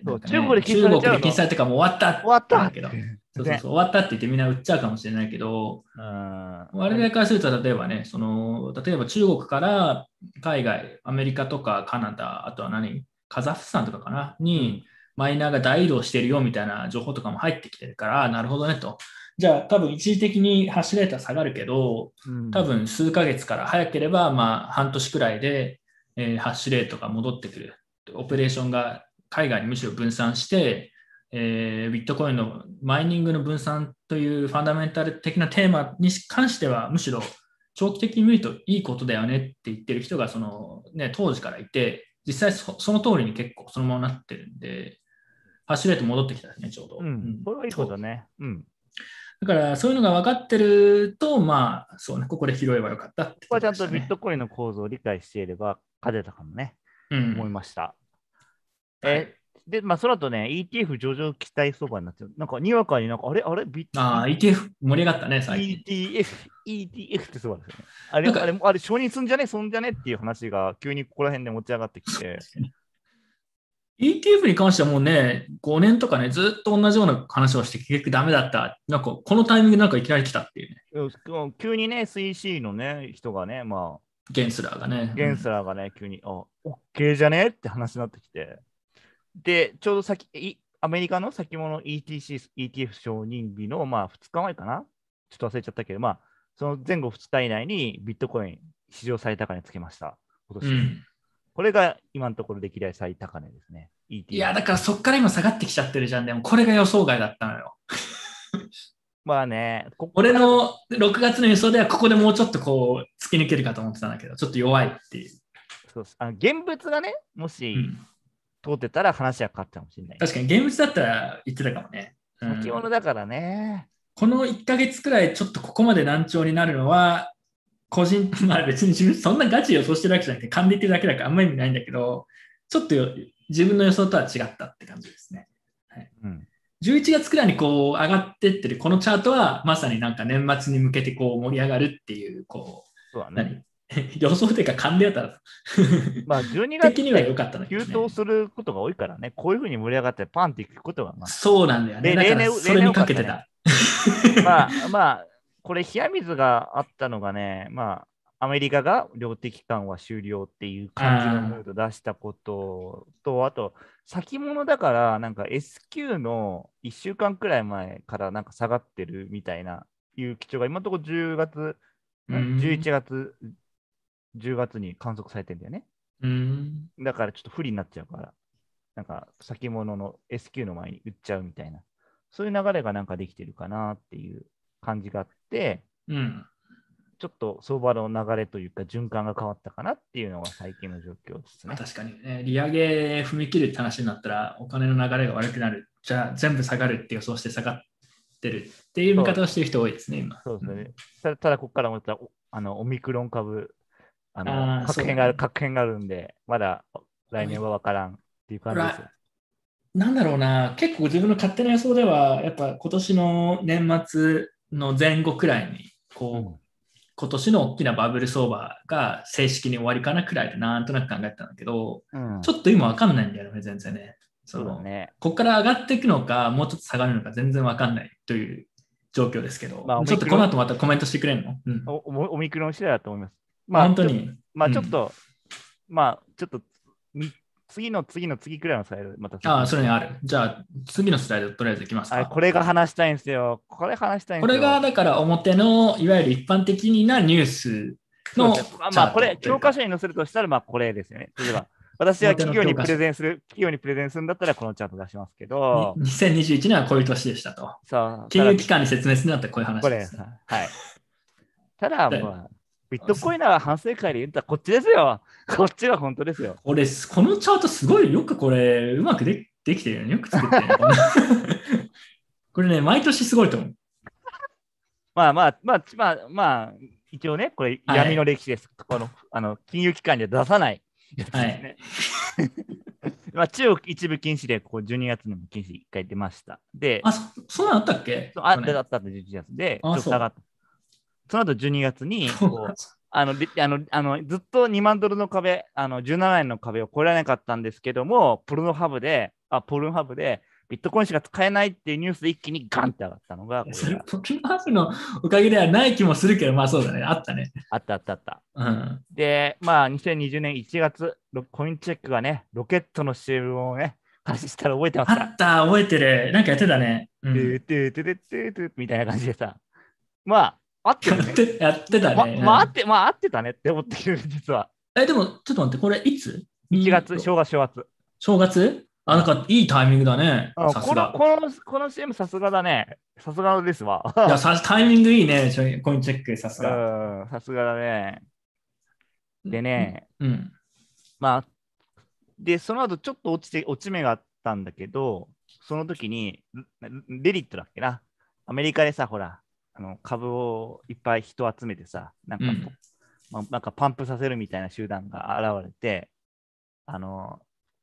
なんか中国でね、中国禁止されちゃうの。 で禁止されてからもう終わったって終わったって。 なるけど、そうそうね。 そう、終わったって言ってみんな売っちゃうかもしれないけど、 うん。 我々からすると、例えばね、例えば中国から海外、アメリカとかカナダ、あとはカザフスタンとかかな、にマイナーが大移動してるよみたいな情報とかも入ってきてるから、なるほどねと。じゃあ多分一時的にハッシュレートは下がるけど、 うん。 多分数ヶ月から早ければまあ半年くらいで、ハッシュレートが戻ってくる。オペレーションが海外にむしろ分散して、ビットコインのマイニングの分散というファンダメンタル的なテーマに関しては、むしろ長期的に見るといいことだよねって言ってる人が当時からいて、実際その通りに結構そのままなってるんで、ハッシュレート戻ってきたね、ちょうど。 うん。これはいいことね。うん。 だからそういうのが分かってると、まあ、そうね、ここで拾えばよかったってここはちゃんととこでしたね。 ビットコインの構造を理解していれば勝てたかもね。思いうん。 ました。 はい。 で、まあ、その後ね、ETF 上場期待相場になってる。なんか、にわかになんか、 ああ、ETF 盛り上がったね、最近。 ETF ってそうですよね。あれ、 なんか、 あれ、あれ、承認すんじゃねそんじゃねっていう話が急にここら辺で持ち上がってきて、 ETF に関してはもうね、5年とかね、ずっと同じような話をして結局ダメだった。なんか、このタイミングでなんかいきなり来たっていうね、 急にね、3C のね、人がね、まあ、 ゲンスラーがね。 ゲンスラーがね、急に、OK じゃねって話になってきて、で、ちょうどアメリカの先物 ETC、ETF 承認日の、まあ、2日前かなちょっと忘れちゃったけど、まあ、その前後2日以内にビットコイン史上最高値つけました、今年。 うん。 これが今のところ歴代最高値ですね。 いや、 ETF。 だからそっから今下がってきちゃってるじゃん。でもこれが予想外だったのよ。 まあね、ここからが、 俺の6月の予想ではここでもうちょっとこう突き抜けるかと思ってたんだけど、ちょっと弱いっていう。 そう現物がね、もしうん。 通ってたら話は変わったかもしれない。 確かに現物だったら言ってたかもね。う先物ん。 だからね。 この1ヶ月くらいちょっとここまで難聴になるのは、個人、まあ別に自分そんなガチ予想してるわけじゃなくて、勘で言ってるだけだからあんまり意味ないんだけど、ちょっと自分の予想とは違ったって感じですね。はい、 うん。 11月くらいにこう上がってってるこのチャートはまさになんか年末に向けてこう盛り上がるっていう、こそうだう、 ね。 予想というか勘でやったらまあ、12月的にはって良かったんだけど急騰ね。 することが多いからね、こういうふうに盛り上がってパンっていくことが、まあ、 そうなんだよね。だからそ例年れに多かったね。 かけてた。 まあ、これ、冷や水があったのがね、まあ、アメリカが量的緩和終了っていう感じのムーあド出したことと、あと、先物だから、なんか S q の1週間くらい前からなんか下がってるみたいな、いう基調が今のところ10月、 う 11 ん。 月、10月に観測されてるんだよね。 うん。 だからちょっと不利になっちゃうから、なんか先物の S q の前に売っちゃうみたいな、そういう流れがなんかできてるかなっていう感じがあって、 うん。 ちょっと相場の流れというか循環が変わったかなっていうのが最近の状況ですね。 確かにね、利上げ踏み切るって話になったら、お金の流れが悪くなる。じゃあ全部下がるって予想して下がってるっていう見そう方をしてる人多いですね、今。 そうですね。 うん、 ただここからまたオミクロン株、 ああ、そうだね。 確変があるんで、まだ来年は分からんっていう感じですよ。 なんだろうな、結構自分の勝手な予想では、やっぱ今年の年末の前後くらいに、こうん。 う、今年の大きなバブル相場が正式に終わりかなくらいでなんとなく考えてたんだけど、 うん。 ちょっと今わかんないんだよね、全然ね。 そうだね。 ここから上がっていくのか、もうちょっと下がるのか全然わかんないという状況ですけど、 まあ、 ちょっとこの後またコメントしてくれるの？うん。 オミクロン次第だと思います。 あ、 まあ、 本当に。 まあ、 うん。 ちょっと、次の次の次くらいのスタイル、またああ、 説明します。 それにある。じゃあ、次のスライドとりあえずいきますか。 これが話したいんですよ。これ話したいんこれが、 ですよ。 だから表の、いわゆる一般的なニュースのそうですね。まあ、 チャーこれ、 トというか、 教科書に載せるとしたら、まあ、これですよね。例えば、私は表の教科書。 企業にプレゼンするんだったら、このチャート出しますけど、 2021年はこういう年でしたと。 さあ、 金融機関に説明するんだったらこういう話ですね。 これさ、はい。ただ、まであ、ビットコインなら反省会で言ったらこっちですよ。こっちが本当ですよ。 これ、このチャートすごいよくこれ、うまくできてるよね。よく作ってるね。こんなこれね、毎年すごいと思う。 一応ね、これ闇のはい。 歴史です。金融機関で出さないやつはい。 ですね。まあ、中国一部禁止で、ここ12月にも禁止1回出ました。で、 あ、そんなのあったっけそう去年。 だったんで11月で、ちあ、そょっと下がった。その後12月に、 う。そうなんです。 ずっと2万ドルの壁、17年の壁を越えられなかったんですけども、ポルノハブで、ビットコインしか使えないっていうニュースで一気にガンって上がったのが、こそれ、 れがポケモンハブのおかげではない気もするけど、まあそうだね。あったね。 あったあったあった。 うん。 で、まあ、2020年1月、コインチェックがね、ロケットの CM をね、開始したら覚えてますか？ あった、覚えてる。なんかやってたね。うん。 トゥトゥトゥトゥトゥトゥみたいな感じでさ、まあ、合ってるね。 やってたね。 まあ、合ってたねって思ってる、実は。 でも、ちょっと待って、これいつ 1月、 に正月。 正月あ、なんうん。 かいいタイミングだね。 うん、 さすが。 この CM さすがだね。さすがですわ。 いや、タイミングいいね。コインチェック、さすうが。 ん、さすがだね。でね、 うん。 まあ、で、その後ちょっと落ち目があったんだけど、その時に、レディットだっけな。アメリカでさ、ほら、株をいっぱい人集めてさ、 うん。 なんかパンプさせるみたいな集団が現れて、あの、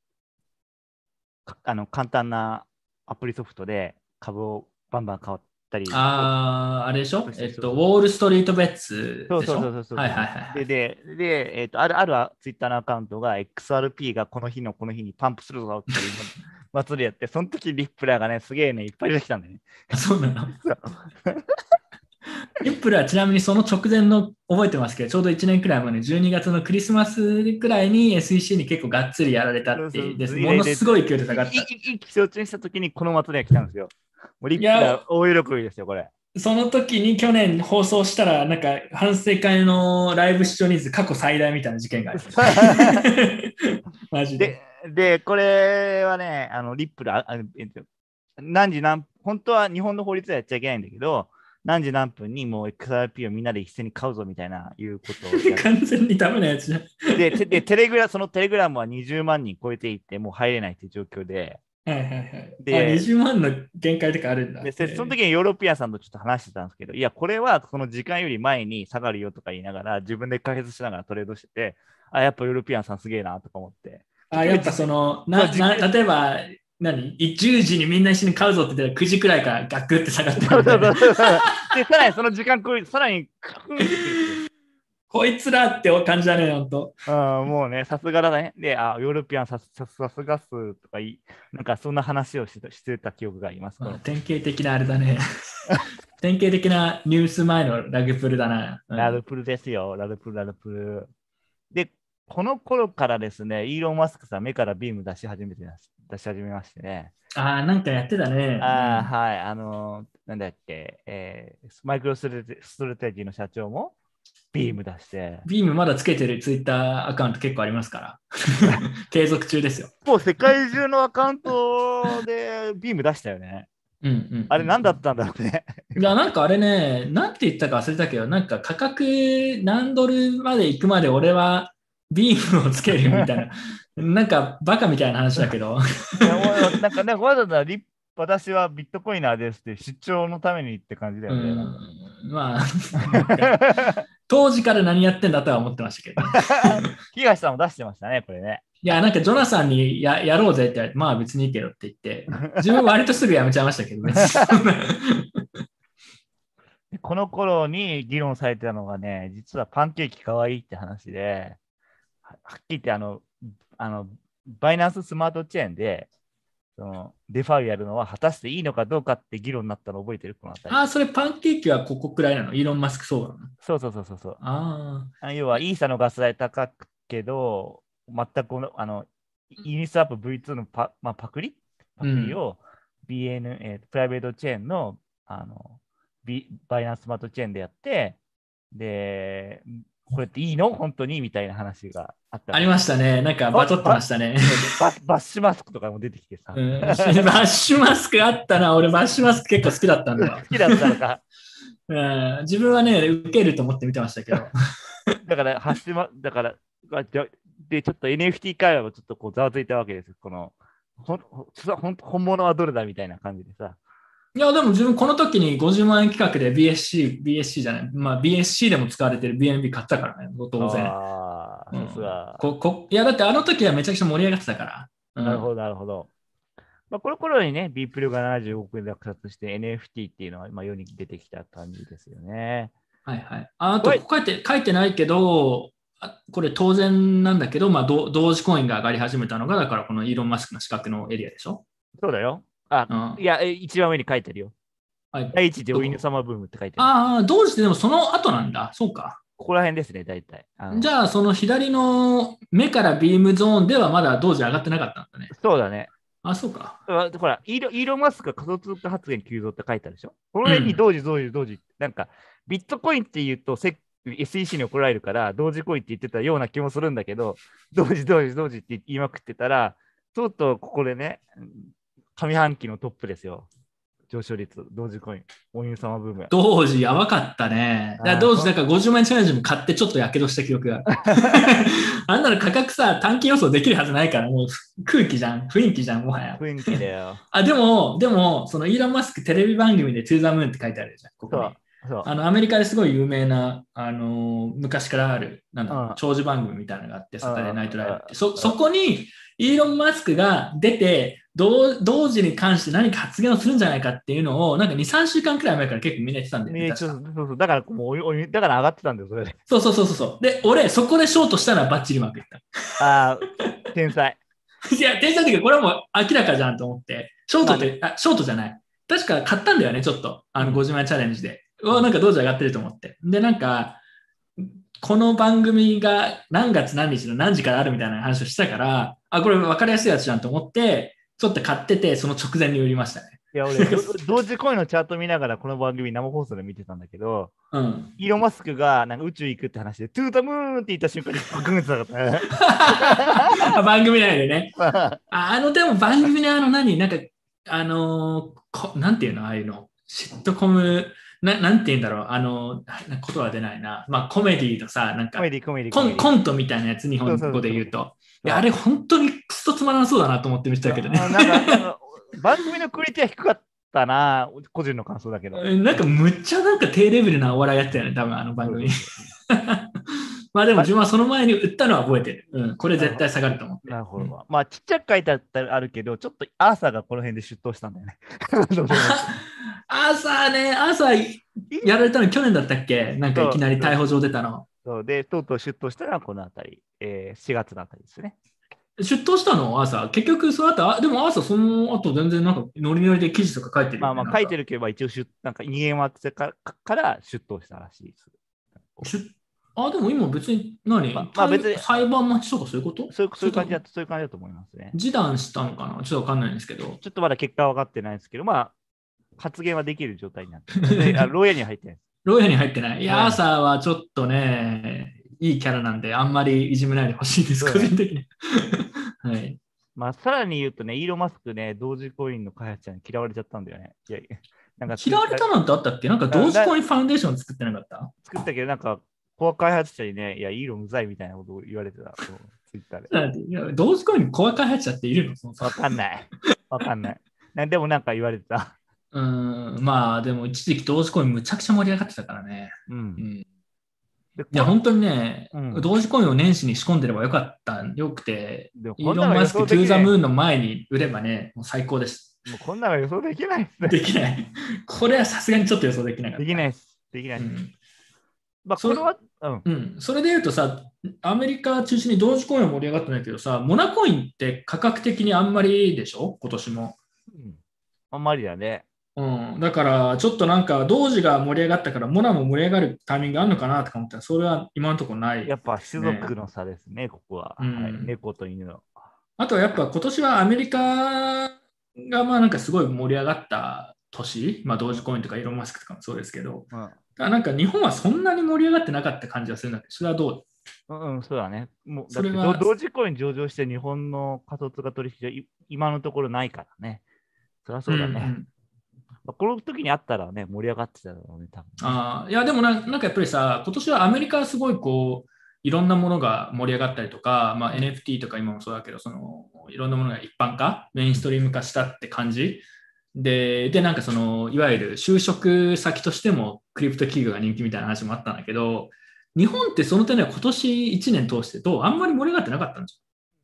簡単なアプリソフトで株をバンバン買ったり、 あれでしょそうそうウォールストリートベッツでしょそうはいそうそう。 はいはいはい。 あるツイッターのアカウントが XRP がこの日のこの日にパンプするぞっていう祭りやって、その時リップラーがね、すげえね、いっぱい出てきたんだよね。 あ、そうなの。リップルはちなみにその直前の覚えてますけど、ちょうど1年くらい前の12月のクリスマスくらいに SEC に結構がっつりやられたそうそうってです。ものですごい勢いで下がった。 意気消沈した時にこの祭りが来たんですよ。もうリップいや、 ラー大喜びですよ、これ。 その時に去年放送したら、なんか反省会のライブ視聴人数過去最大みたいな事件がありました。マジで。 これはね、リップル、本当は日本の法律ではやっちゃいけないんだけど、何時何分にもう XRP をみんなで一斉に買うぞみたいないうことをやる。 完全にダメなやつじゃん。 そのテレグラムは20万人超えていって、もう入れないっていう状況で、 はいはいはい。あ、 で、 20万の限界とかあるんだ。 その時にヨーロピアンさんとちょっと話してたんですけど、いや、これはその時間より前に下がるよとか言いながら、自分で解説しながらトレードしてて、あ、やっぱヨーロピアンさんすげえなとか思って。 あ、やっぱその、 そうじ例えば、10時にみんな一緒に買うぞって言ったら9時くらいからガクって下がってるそうそうみたいな。 そうそう。で、さらにその時間超え、さらにカクンってくるっていう。 こいつらって感じだね、ほんと。 もうね、さすがだね。で、ヨーロピアンさすがっすとかなんかそんな話をしてた記憶があります。こまあ、 の典型的なあれだね。典型的なニュース前のラグプルだな。うん。 ラルプルですよ、ラルプル。で、この頃からですね、イーロン・マスクさん、目からビーム出し始めましてね。 なんかやってたね。うん。 はい、なんだっけ、マイクロストラテジーの社長もビーム出して、 ビームまだつけてるツイッターアカウント結構ありますから。継続中ですよ。 もう世界中のアカウントでビーム出したよね。 うんうんあれ何だっうんたんだろうね。 うん。いや、なんかあれね、なんて言ったか忘れたけど、なんか価格何ドルまで行くまで俺はビームをつけるみたいな、なんかバカみたいな話だけど。 いや、なんかわざわざ私はビットコイナーですって出張のためにって感じだうよね。なんかん、まあ、なんか、当時から何やってんだとは思ってましたけどね。 東さんも出してましたね、これね。 いや、なんかジョナサンにやろうぜって言われて、まあ別にいいけどって言って、自分割とすぐやめちゃいましたけど、別にそんな。 この頃に議論されてたのがね、実はパンケーキかわいいって話で、はっきり言ってあのバイナンススマートチェーンで、そのデファイやるのは果たしていいのかどうかって議論になったの覚えてるこのあたり。 それパンケーキはここくらいなのイーロン・マスクそうなのそう。 あ要は、イーサのガス代高くけど、全くイニスワップ V2 のパうん。 クリを プライベートチェーンの、バイナンススマートチェーンでやって、で、これっていいの本当にみたいな話があったありわけです。 ましたね。なんかバトってましたね。 バッシュマスクとかも出てきてさ。 うん、バッシュマスクあったな。俺バッシュマスク結構好きだったんだわ。 好きだったのか。 うん、自分はね、受けると思って見てましたけど。 だから、だから、ちょっと NFT 界隈もちょっとこうざわついたわけです。本物はどれだみたいな感じでさ。 いや、でも自分この時に50万円企画で BSC じゃない、まあ BSC でも使われてる BNB 買ったからね、当然。 ああ、さすうん。 が。 いや、だってあの時はめちゃくちゃ盛り上がってたから。うん。 なるほど。まあ、この頃にね、B プルが75億円で落札して NFT っていうのは、まあ、世に出てきた感じですよね。 はいはい。あと、 これ、 ここ書いてないけど、これ当然なんだけど、まあ、同時コインが上がり始めたのが、だからこのイーロン・マスクの資格のエリアでしょ。 そうだよ。あ、 うん。 いや、一番上に書いてあるよ。 はい。 第一次お犬どこ様ブームって書いてある。 ああ、同時ででもその後なんだ。そうか。 ここら辺ですね、大体。 じゃあ、その左の目からビームゾーンではまだ同時上がってなかったんだね。 そうだね。 あ、そうか。 ほら、イーロン・マスクが仮想通貨発言急増って書いてあるでしょ。このうん。 辺に同時、同時、同時。なんか、ビットコインって言うとSEC に怒られるから、同時コインって言ってたような気もするんだけど、同時、同時、同時って言いまくってたら、とうとうここでね、上半期のトップですよ。上昇率、同時コイン、お犬様ブーム。 同時やばかったね。だから同時だから50万円チャレンジも買ってちょっとやけどした記憶が。あんなの価格さ、短期予想できるはずないから、もう空気じゃん。雰囲気じゃん、もはや。 雰囲気だよ。 あ、でも、そのイーロン・マスクテレビ番組で To the Moon って書いてあるじゃん、ここに。 そう、そう。 アメリカですごい有名な、昔からある、なんだろう、 うん、 長寿番組みたいなのがあって、 うん、 サタデーナイトライブって。そうん。 こに、イーロン・マスクが出て、同時に関して何か発言をするんじゃないかっていうのを、なんか2、3週間くらい前から結構みんな言ってたんだよね、確か。 そうそうそう。だからもうだから上がってたんだよ、それで。 そう。で、俺、そこでショートしたらバッチリうまくいった。 ああ、天才。 いや、天才的にこれはもう明らかじゃんと思って、ショーまあね。 トって、ショートじゃない。確か買ったんだよね、ちょっと。 うん。 50万円チャレンジで。うわ、 うん。 なんか同時上がってると思って。で、なんか、この番組が何月何日の何時からあるみたいな話をしたから、あ、これ分かりやすいやつじゃんと思って、ちょっと買ってて、その直前に売りましたね。 いや、俺、同時コインのチャート見ながらこの番組生放送で見てたんだけど、 うん。 イーロン・マスクがなんか宇宙行くって話で、トゥータムーンって言った瞬間にバクンってなかったね。 番組内でね。でも番組のなんか、なんていうの、ああいうの。シットコム、なんていうんだろう。言葉出ないな。まあ、コメディとさ、なんか、 コメディ、コメディ、コメディ。 コントみたいなやつ、日そう本語そうそうそう。 で言うと。いや、あそうれ本当にクソつまらなそうだなと思って見てたけどね。 なんか、番組のクオリティは低かったな、個人の感想だけど。 なんかむっちゃなんか低レベルなお笑いやったよね、多分あの番組。 そうそうそう。 まあでもあ、 自分はその前に売ったのは覚えてる。うん、これなるほど。 絶対下がると思って。うん、 なるほど。まあ、ちっちゃく書いてあったらあるけど、ちょっとアーサーがこの辺で出頭したんだよね。どうでもいい。 朝やられたの去年だったっけなんかいきなりそう、 逮捕状出たの。 そうで、とうとう出頭したのはこのあたり、4月のあたりですね。 出頭したの朝。結局その後、でも朝その後全然なんかノリノリで記事とか書いてるよね。 まあまあ、書いてなんか。 るけど、一応なんか逃げ回ってから出頭したらしいです。 出でも今別にまあ別に、 裁判待ちとかそういうことそういう感じだそれともそういう感じだと思いますね。 示談したのかなちょっとわかんないんですけど。 ちょっとまだ結果は分かってないんですけど、まあ、発言はできる状態になってる。で、牢屋には入ってないです。 牢屋に入ってない。いや、 牢屋に入って朝はちょっとね、いいキャラなんで、あんまりいじめないでほしいです、 そうね。 個人的に。はい。 まあ、さらに言うとね、イーロン・マスクね、同時コインの開発者に嫌われちゃったんだよね。いや、なんかツイッター、 嫌われたなんてあったっけなんか同時コインファウンデーション作ってなかった？ 作ったけど、なんか、コア開発者にね、いや、イーロンうざいみたいなことを言われてた、ツイッターで。 なんていや同時コインコア開発者っているのわかんない。わかんない。でもなんか言われてた。 まあでも一時期同時コインむちゃくちゃ盛り上がってたからね。 うん。 うん。いで、 や、本当にね、 うん。 同時コインを年始に仕込んでればよくて、 でも、 イーこんなの予ロンマスク、トゥー想できない。 ザムーンの前に売ればね、もう最高です。 もうこんなの予想できないですね。 できない。これはさすがにちょっと予想できなかった。 できないです。できないです。 うん。 まあ、これは、うん。 それで言うとさ、アメリカ中心に同時コインは盛り上がってないけどさ、モナコインって価格的にあんまりでしょ今年も。 うん、あんまりだね。 うん。だから、ちょっとなんか、同時が盛り上がったから、モナも盛り上がるタイミングあるのかなとか思ったら、それは今のところないやっぱですね。 種族の差ですね、ここは。 うはい。 ん。 猫と犬の。 あとはやっぱ今年はアメリカがまあなんかすごい盛り上がった年、まあ同時コインとかイーロン・マスクとかもそうですけど、 うん。 ただなんか日本はそんなに盛り上がってなかった感じがするんだけど、それはどう？ うん、そうだね。もうだってそれは、 同時コイン上場して日本の仮想通貨取引所今のところないからね。そりゃうんうそうだね。 ん。 まあ、この時にあったらね、盛り上がってただろうね、多分ね。 いやでもなんかやっぱりさ、今年はアメリカはすごいこう、いろんなものが盛り上がったりとか、まあ、 うん。 NFT とか今もそうだけど、いろんなものが一般化、メインストリーム化したって感じで、なんかいわゆる就職先としてもクリプト企業が人気みたいな話もあったんだけど、日本ってその点では今年1年通してあんまり盛り上がってなかったんです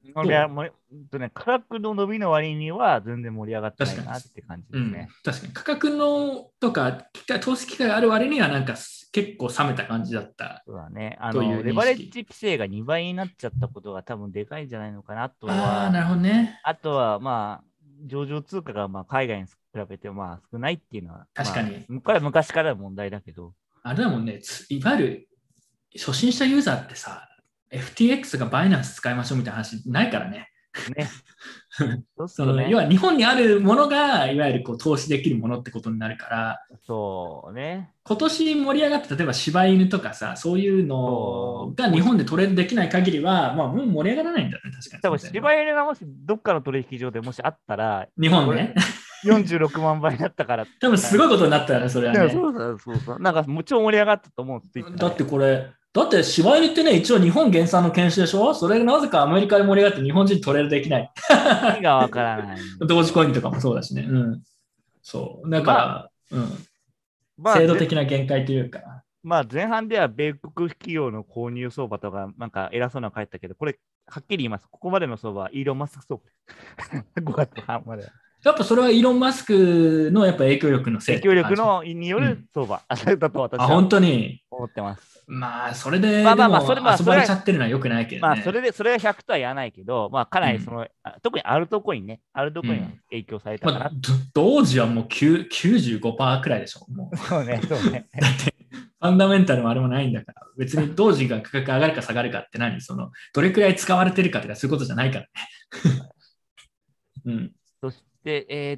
盛り上がも価格の伸びの割には全然盛り上がってないなって感じですね。 確かに価格のとか投資機会がある割にはなんか結構冷めた感じだったそうだね。 という認識。 レバレッジ規制が2倍になっちゃったことが多分でかいんじゃないのかなとは。 なるほどね。 あとは、まあ、上場通貨がまあ海外に比べてまあ少ないっていうのは、 確かに。 これは昔からの問題だけど。 あれだもんね、いわゆる初心者ユーザーってさ、FTX がバイナンス使いましょうみたいな話ないからね。 ね。 要は日本にあるものがいわゆるこう投資できるものってことになるから、 そうね。 今年盛り上がって例えば柴犬とかさ、そういうのが日本でトレードできない限りは、まあ、もう盛り上がらないんだよね、確かに。 多分柴犬がもしどっかの取引所でもしあったら、 日本ね。 46万倍だったから。 多分すごいことになったよね、それはね。 そう。なんかもちろん盛り上がったと思う。 だってこれ、だって柴犬ってね、一応日本原産の犬種でしょ。それがなぜかアメリカで盛り上がって日本人トレードできない。 意味がわからない。 同時コインとかもそうだしね。うん。そう。だから、制度的な限界というか。 まあ前半では米国企業の購入相場とかなんか偉そうなの書いたけど、これはっきり言います。ここまでの相場はイーロン・マスク相場。5月半まで。 やっぱそれはイーロン・マスクのやっぱ影響力のせい。 影響力のによる相場。だと私は本当に思ってます。 まあ、それで、遊ばれちゃってるのはよくないけどね。 まあ、それは100とは言わないけど、まあ、かなり特にアルトコインね、アルトコインは影響されたから。 同時はもう95%くらいでしょ。もうそうね。だって、 ファンダメンタルもあれもないんだから、別に同時が価格上がるか下がるかってどれくらい使われてるかとかそういうことじゃないからね。 そして、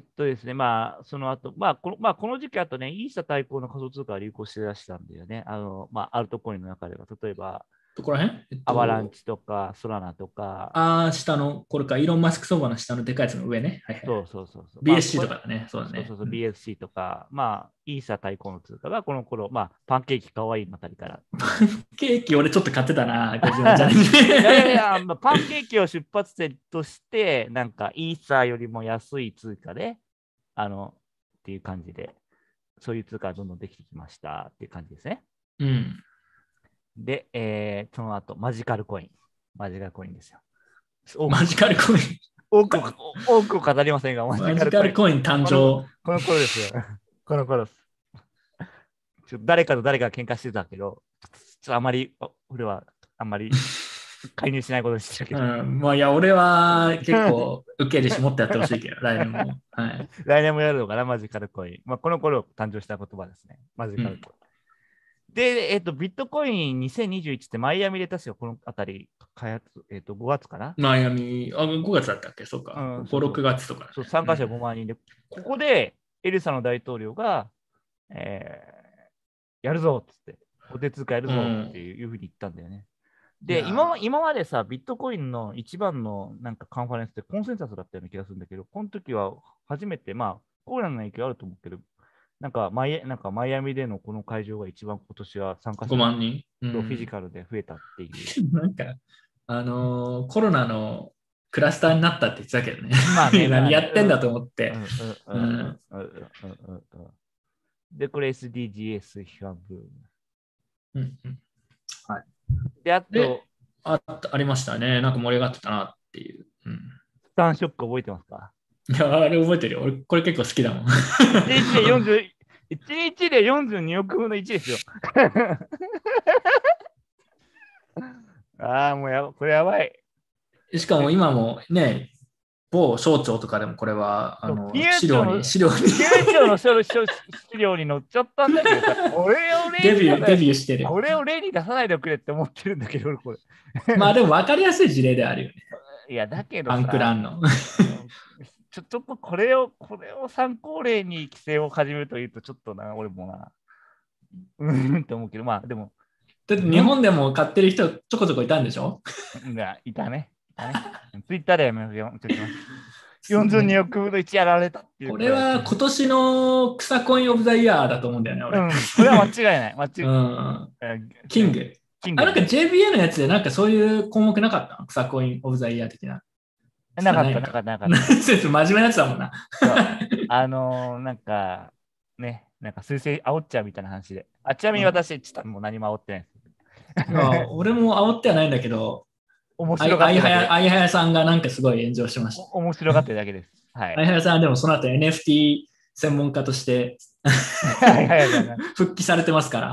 ですね、まあ、その後、この時期あとね、イーサ対抗の仮想通貨が流行してらしたんだよね。アルトコインの中では、例えば、 どこら辺アバランチとか、ソラナとか。 下の、これか、イーロン・マスク相場の下のでかいやつの上ね。 そう。 BSC とかだね。そうだね。 BSC とか、まあ、イーサ対抗の通貨がこの頃、まあ、パンケーキかわいいあたりから。 パンケーキ俺ちょっパンケーキを出発点として、なんか、イーサよりも安い通貨で、っていう感じで、そういう通貨がどんどんできてきましたっていう感じですね。 うん。 で、その後、マジカルコイン。マジカルコインですよ。 マジカルコイン。 多く語りませんが、 マジカルコイン誕生。 この頃ですよ。この頃です。誰かと誰かが喧嘩してたけど、あまり、俺はあんまり介入しないことにしてるけど。 まあいや、俺は結構受けるし、もっとやってほしいけど、来年も。はい。 来年もやるのかな、マジカルコイン。まあ、この頃誕生した言葉ですね。マジカルコイン。で、ビットコイン2021ってマイアミで確かこのあたり開発、5月かな。 マイアミ、5月だったっけそうか。5、6月とか、 そう、参加者5万人で、ここでエルサの大統領が、やるぞっつって、お手通貨やるぞっていうふうに言ったんだよね。で、今までさ、ビットコインの一番のなんかカンファレンスってコンセンサスだったような気がするんだけど、この時は初めて、まあ、コロナの影響あると思うけど、なんかマイアミでのこの会場が一番今年は参加者 5万人、 フィジカルで増えたっていう。 なんか、コロナのクラスターになったって言ってたけどね。 まあね何やってんだと思って。 で、これ SDGs 批判部。 はい。 で、あとありましたね。なんか盛り上がってたなっていう。 スタンショック覚えてますか？ いや、あれ覚えてるよ。俺、これ結構好きだもん。 1日で42億分の1ですよ。ああ、もうこれやばい。 しかも今もね、某省庁とかでもこれは、資料に。 資料に載っちゃったんだけどさ、俺をデビューしてる。 俺を例に出さないでくれって思ってるんだけど、これ。 まあでも分かりやすい事例であるよね。 いや、だけどさ、アンクランの。 ちょっとこれを参考例に規制を始めるというと、ちょっとな、俺もな、って思うけど、まあでも。 だって日本でも買ってる人ちょこちょこいたんでしょ？ いたね。ツイッターでやめよう。42億分の1やられたっていう。 これは今年の草コインオブザイヤーだと思うんだよね、俺。 これは間違いない。 キング。なんか JBA のやつでなんかそういう項目なかったの？草コインオブザイヤー的な。 なかった。 真面目なやつだもんな。 なんか、ね、なんか彗星煽っちゃうみたいな話で。ちなみに私、もう何も煽ってないです。 俺も煽ってはないんだけど、 面白がってるだけです。 あいはやさんがなんかすごい炎上しました。 面白がってるだけです。はい。 あいはやさんはでもその後 NFT 専門家としてはいはいはいはい。 復帰されてますから。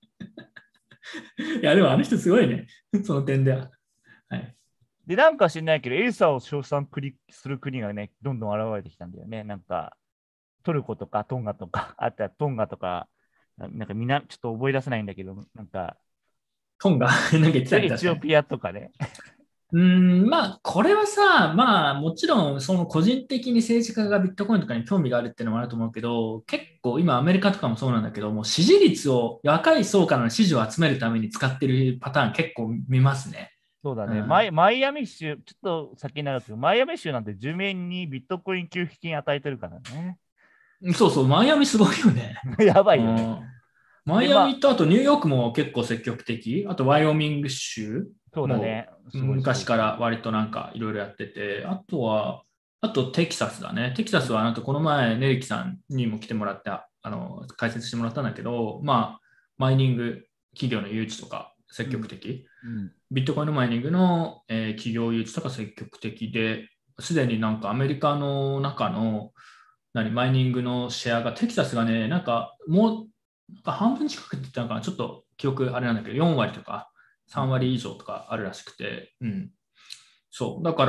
いや、でもあの人すごいね。その点では。はい。 で、なんか知んないけど、エルサを称賛する国がね、どんどん現れてきたんだよね。なんか、トルコとかトンガとか、あとはトンガとか、なんかみんなちょっと覚え出せないんだけど、なんか、 トンガなんか言ってたね、確かに。 エチオピアとかね。 まあ、これはさ、まあ、もちろん、その個人的に政治家がビットコインとかに興味があるっていうのもあると思うけど、結構今アメリカとかもそうなんだけども、支持率を、若い層からの支持を集めるために使ってるパターン結構見ますね。 そうだね。 うん。 マイアミ州、ちょっと先になるけど、マイアミ州なんて住民にビットコイン給付金与えてるからね。 そうそう、マイアミすごいよね。 やばういよね。 ん。マで、 イアミとあとニューヨークも結構積極的。あとワイオミング州もそうだね。すごいすごいすごい。 昔から割となんかいろいろやってて、あとは、あとテキサスだね。テキサスはなんかこの前、ネリキさんにも来てもらって、解説してもらったんだけど、まあ、マイニング企業の誘致とか積極うん。 的。 うん。 ビットコインのマイニングの、企業誘致とか積極的で、すでになんかアメリカの中のマイニングのシェアが、テキサスがね、なんかもうなんか半分近くって言ったのかな、ちょっと記憶あれなんだけど、4割とか3 うん。 割以上とかあるらしくて、うん。そう。だから、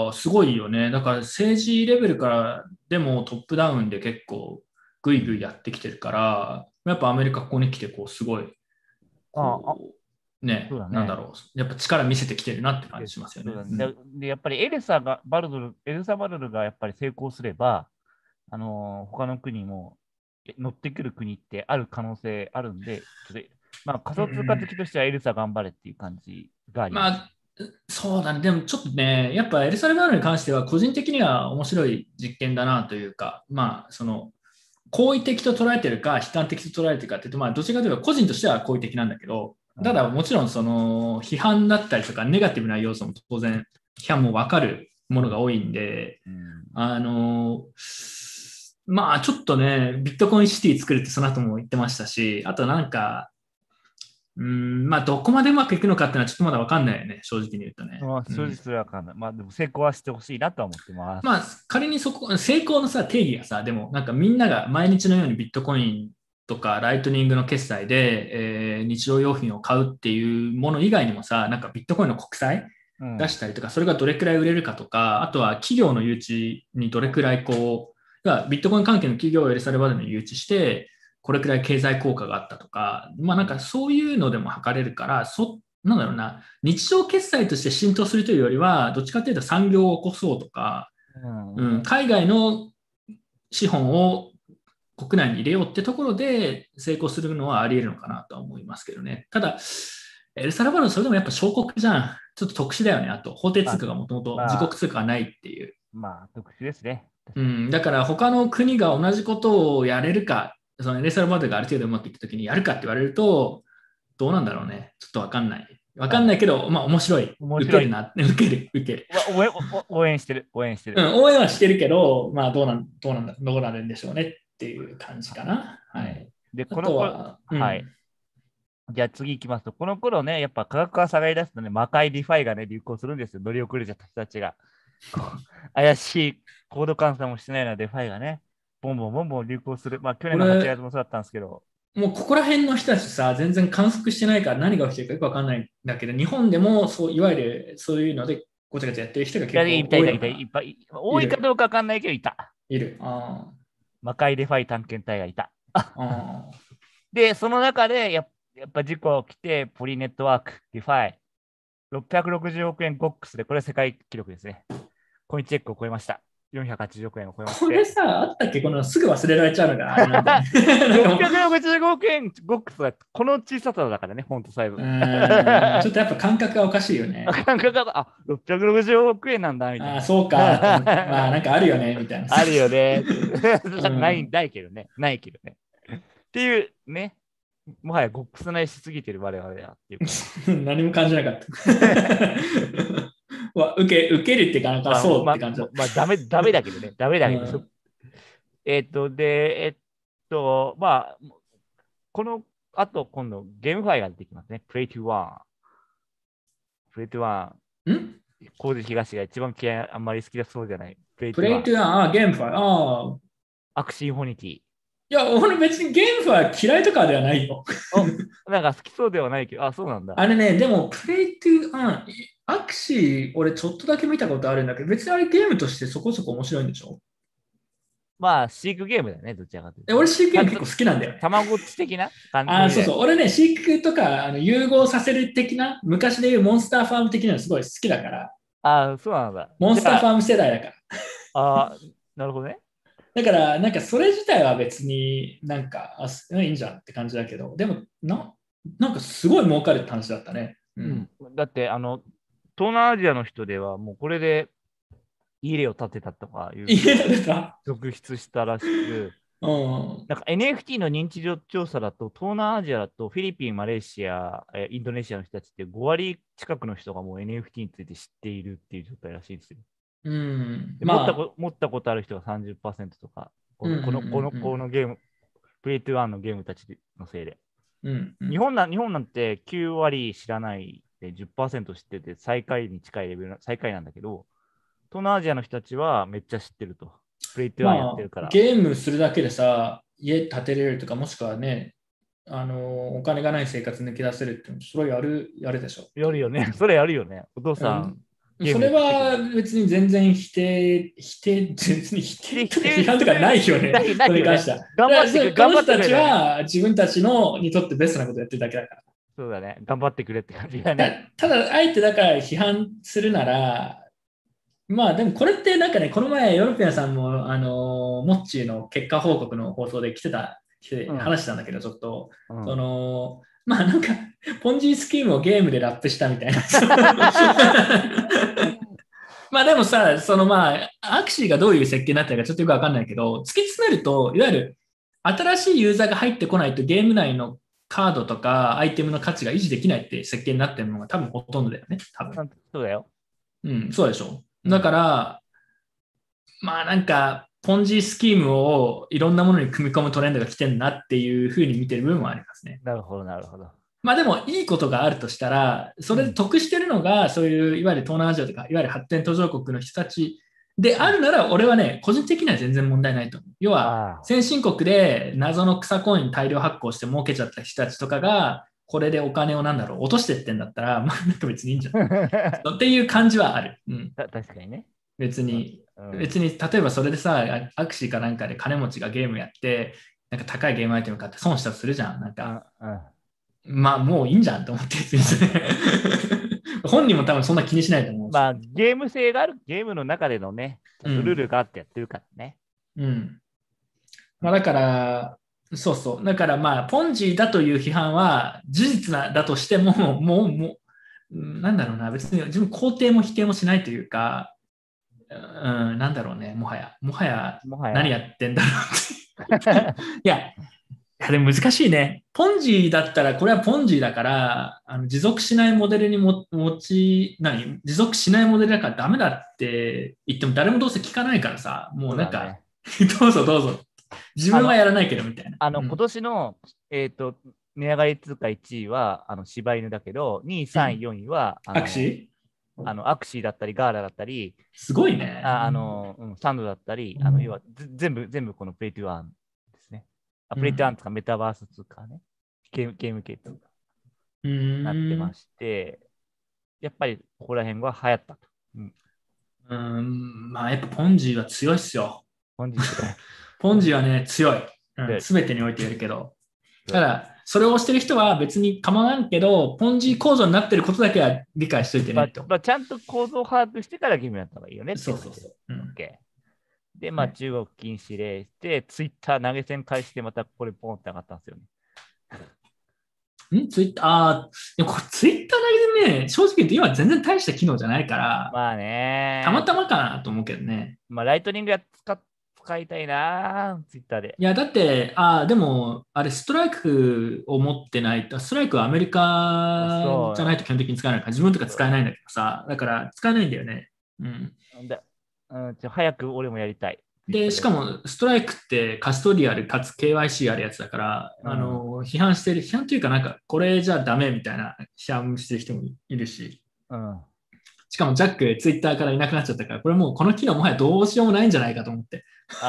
すごいよね。だから政治レベルからでもトップダウンで結構グイグイやってきてるから、やっぱアメリカここに来て、こう、すごい、 あ、 こう、ね、 そうだね。 なんだろう。やっぱ力見せてきてるなって感でじしますよね。 そうだね。 うん。 で、やっぱりエルサバルルがやっぱり成功すれば、他の国も乗ってくる国ってある可能性あるんで、ちょっと、まあ、仮うんう想通貨ん。 好きとしてはエルサ頑張れっていう感じがあります。 まあ、そうだね。でもちょっとね、やっぱエルサルバドルに関しては個人的には面白い実験だなというか、まあ、その、好意的と捉えてるか、悲観的と捉えてるかっていうと、まあ、どちらかというと個人としては好意的なんだけど、 うん。 ただもちろんその批判だったりとかネガティブな要素も当然批判も分かるものが多いんで、 うん。 あのまあちょっとね、ビットコインシティ作るってその後も言ってましたし、あとなんか、まあどこまでうまくいくのかっていうのはちょっとまだ分かんないよね、正直に言うとね。 まあ、正直それはわかんない。まあ、でも成功はしてほしいなとは思ってます。 まあ仮にそこ、成功のさ、定義がさ、でもなんかみんなが毎日のようにビットコインとかライトニングの決済で、日常用品を買うっていうもの以外にもさ、なんかビットコインの国債うん。 出したりとか、それがどれくらい売れるかとか、あとは企業の誘致にどれくらいこう、ビットコイン関係の企業をエルサルバドルに誘致して、これくらい経済効果があったとか、まあなんかそういうのでも測れるから、なんだろうな、日常決済として浸透するというよりは、どっちかというと産業を起こそうとか、 うん。 海外の資本を国内に入れようってところで成功するのはあり得るのかなとは思いますけどね。ただ、エルサルバドルそれでもやっぱ小国じゃん。ちょっと特殊だよね。あと、法定まあ、 通貨がもともと自まあ、 国通貨がないっていう。 まあ、特殊ですね。確かに。 うん、だから他の国が同じことをやれるか、そのエルサルバドルがある程度うまくいったときにやるかって言われると、どうなんだろうね。ちょっとわかんない。わかんまあ、 ないけど、まあ面白い。 面白い。 受けるな。受ける、受ける。 応援してる。応援してる。 うん、応援はしてるけど、まあどうなるんでしょうねっていう感じかな。 うん。 はい。 で、 あこの頃、 とは、うはい。 ん。 じゃあ次行きますと、この頃ね、やっぱ価格が下がり出すとね、魔界リファイがね、流行するんですよ。乗り遅れちゃった人たちが。こう怪しいコード換算もしてないようなデファイがね、ボンボンボンボン流行する。まあ去年の8月これ、 もそうだったんですけど、 もうここら辺の人たちさ、全然観測してないから何が起きてるかよくわかんないんだけど、日本でもそう、いわゆるそういうのでごちゃごちゃやってる人がいや、 結構多いのかな。 いっぱい、多いかいる、 どうかわかんないけど、いた。 いる。あ魔界デファイ探検隊がいた。 あ、あで、その中でやっぱ事故が起きて、ポリネットワーク、ディファイ、660億円ゴックスで、これは世界記録ですね。コインチェックを超えました。480億円を超えまして。 これさ、あったっけこのすぐ忘れられちゃうのがあれなんだよね。なんかもう、 665億円ゴックスはこの小ささだからね、フォントサイズ。 ちょっとやっぱ感覚がおかしいよね。 感覚が、あ、660億円なんだ、みたいああ、 な。 そうか、と思って。まあなんかあるよね、みたいなさ。 あるよね。 うん。 ないけどね。ないけどね。っていうね、もはやゴックス内しすぎてる我々はっていうか。 何も感じなかった。受けるって感じか、そうって感じだ。 ダメだけどね。ダメだけど。 うん。 まあ、この後、今度、ゲームファイが出てきますね。プレイトゥワン。プレイトゥワン。 ん工事東が一番嫌い、あんまり好きだそうじゃない。プレイプレイトゥーアン、ゲームファイ。 アクシーンフォニティ。 いや、俺別にゲームファイ嫌いとかではないよ。 なんか好きそうではないけど、そうなんだ。 あれね、でも、プレイトゥーアン、アクシー、俺ちょっとだけ見たことあるんだけど、別にあれゲームとしてそこそこ面白いんでしょ？ まあ、飼育ゲームだね、どちらかというと。 俺、飼育ゲーム結構好きなんだよね。 たまごっち的な感じで。 そうそう。俺ね、飼育とか融合させる的な、昔でいうモンスターファーム的なのすごい好きだから、 そうなんだ。 モンスターファーム世代だから。 なるほどね。 だから、なんかそれ自体は別になんか、いいんじゃんって感じだけど、でもなんかすごい儲かるって話だったね。 だって、東南アジアの人では、もうこれで家を建てたとかいう。 家建てた。 続出したらしく、 なんか NFT の認知度調査だと、東南アジアだとフィリピン、マレーシア、インドネシアの人たちって5割近くの人がもう NFT について知っているっていう状態らしいですよ。持ったことある人が 30% とか、このゲーム、プレイトゥワンのゲームたちのせいで。日本なんて9割知らないで 10% 知ってて最下位に近いレベル、最下位なんだけど、東南アジアの人たちはめっちゃ知ってると。プレイトゥワンやってるから。 ゲームするだけでさ、家建てれるとか、もしくはね、お金がない生活抜け出せるって、それやるでしょ。 やるよね。それやるよね。お父さん。 それは別に全然否定とか批判とかないよね。それに関しては。頑張って彼女たちは自分たちのにとってベストなことやってるだけだから。 そうだね。頑張ってくれって感じだね。 ただ、あえてだから批判するなら、まあでもこれってなんかね、この前ヨーロピアンさんも、モッチーの結果報告の放送で来て話したんだけど、ちょっと、まあなんか、ポンジースキームをゲームでラップしたみたいな。まあでもさ、アクシーがどういう設計になってるかちょっとよくわかんないけど、突き詰めると、いわゆる新しいユーザーが入ってこないとゲーム内のカードとかアイテムの価値が維持できないって設計になってるのが多分ほとんどだよね、多分。 そうだよ。 そうでしょ。だから、まあなんか、ポンジースキームをいろんなものに組み込むトレンドが来てるなっていうふうに見てる部分もありますね。 なるほど、なるほど。 まあでもいいことがあるとしたら、それで得してるのが、そういういわゆる東南アジアとか、いわゆる発展途上国の人たちであるなら、俺はね、個人的には全然問題ないと思う。要は、先進国で謎の草コイン大量発行して儲けちゃった人たちとかが、これでお金を落としてってんだったら、まあなんか別にいいんじゃないっていう感じはある。 確かにね。 別に、例えばそれでさ、アクシーかなんかで金持ちがゲームやって、なんか高いゲームアイテム買って損したとするじゃん。なんか、まあもういいんじゃんと思って、本人も多分そんな気にしないと思う。 まあゲーム性がある、ゲームの中でのね、ルールがあってやってるからね。 まあだから、そうそう。だからまあ、ポンジーだという批判は事実だとしても、なんだろうな、別に自分肯定も否定もしないというか、なんだろうね、もはや何やってんだろうって。いや、でも難しいね。ポンジーだったら、これはポンジーだから、持続しないモデルに持続しないモデルだからダメだって言っても誰もどうせ聞かないからさ、もうなんか、どうぞどうぞ。自分はやらないけどみたいな。 今年の、値上がり通貨1位は柴犬だけど、2位、3位、4位はアクシーだったり、ガーラだったり、 すごいね。 サンドだったり、要は全部このプレイトゥワンですね。プレイトゥワンとかメタバース通貨ね。ゲーム系とかなってまして、やっぱりここら辺は流行ったと。 まあやっぱポンジーは強いっすよ。ポンジーはね、強い。すべてにおいてやるけど。ただ、それをしてる人は別に構わんけど、ポンジー構造になってることだけは理解しといてねと。 ちゃんと構造を把握してからゲームやった方がいいよね。 そうそうそう。 で、中国禁止令して、ツイッター投げ銭返して、またこれポンって上がったんですよね。ツイッター、でもこれツイッター投げ銭ね、正直言うと今全然大した機能じゃないから、 まあね。 たまたまかなと思うけどね。 ライトニング使いたいな、ツイッターで。 いや、だって、でも、あれ、ストライクを持ってないと、ストライクはアメリカじゃないと基本的に使えないから、自分とか使えないんだけどさ、だから使えないんだよね。 早く俺もやりたい。 で、しかも、ストライクってカストリアルかつ KYC あるやつだから、批判というか、なんか、これじゃダメみたいな批判してる人もいるし。 しかもジャック、ツイッターからいなくなっちゃったから、これもうこの機能もはやどうしようもないんじゃないかと思って。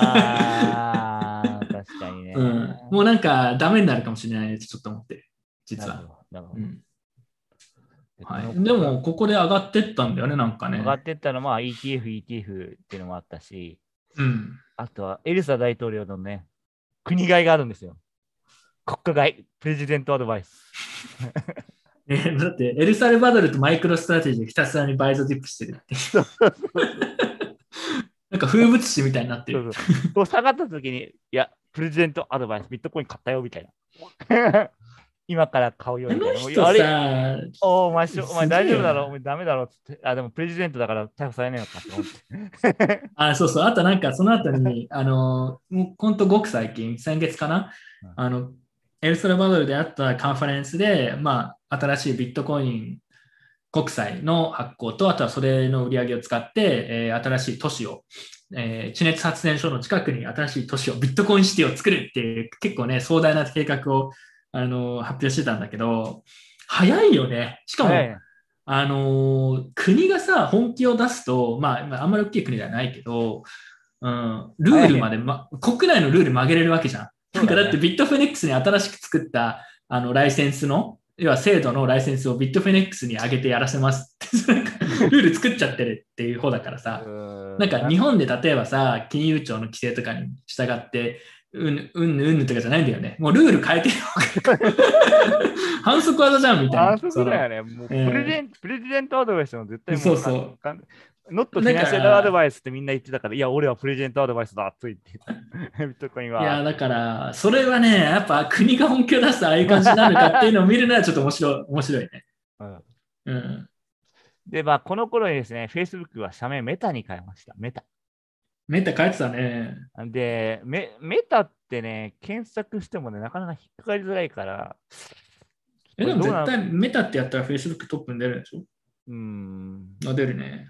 ああ、確かにね。 うん。もうなんかダメになるかもしれないねってちょっと思ってる。実は。 なるほど。なるほど。 うん。はい。 でこの、 でこのも、ここで上がってったんだよね、なんか上がね。 ってったのは、まあ、ETF、ETF っていうのもあったし、 うん。 あとはエルサ大統領のね、国替えがあるんですよ。国家外、プレジデントアドバイス。 だって、エルサルバドルとマイクロストラテジーひたすらにバイゾディップしてるって。 そうそうそうなんか風物詩みたいになってる。 そうそう。こう下がった時に、いや、プレジデントアドバイス、ビットコイン買ったよみたいな。今から買うよあみたいな。 の人あれ、 さ、 お前お前すげ大丈夫だろおえよな。 前ダメだろっつって。あ、でもプレジデントだから逮捕されないのかと思って。 あ、そうそう。あとなんかその後に、もう本当ごく最近、先月かな、あの、エルサルバドルであったカンファレンスで、まあ、新しいビットコイン国債の発行と、あとはそれの売り上げを使って、新しい都市を、地熱発電所の近くに新しい都市を、ビットコインシティを作るっていう、結構ね、壮大な計画を、発表してたんだけど、早いよね。しかも、 早いね。 国がさ、本気を出すと、まあ、あんまり大きい国ではないけど、うん、ル早いね。 ールまで、国内のルール曲げれるわけじゃん。なんかだってそうだね。 ビットフェネックスに新しく作ったライセンスの、要は制度のライセンスをビットフェネックスに上げてやらせますって、なんかルール作っちゃってるっていう方だからうさ、 ーん。 なんか日本で例えばさ、金融庁の規制とかに従って、うんぬとかじゃないんだよね。もうルール変えてる反則技じゃんみたいな。 反則だよね。もうプレジデントアドバイスも絶対もそううそノットう。だフィナンシャルアドから、 バイスってみんな言ってたから、いや、俺はプレジデントアドバイスだついて言った。ビットコインは。 いや、だから、それはね、やっぱ国が本気を出すとああいう感じになるかっていうのを見るのはちょっと面白いね。 うん、 うん。 で、まあ、この頃にですね、Facebook は社名メタに変えました。メタ。 メタ書いてたね。 で、メタってね、検索してもね、なかなか引っかかりづらいから、こでも絶れどうなの。 対メタってやったら Facebook トップに出るでしょ？ うーん、 あ、出るね。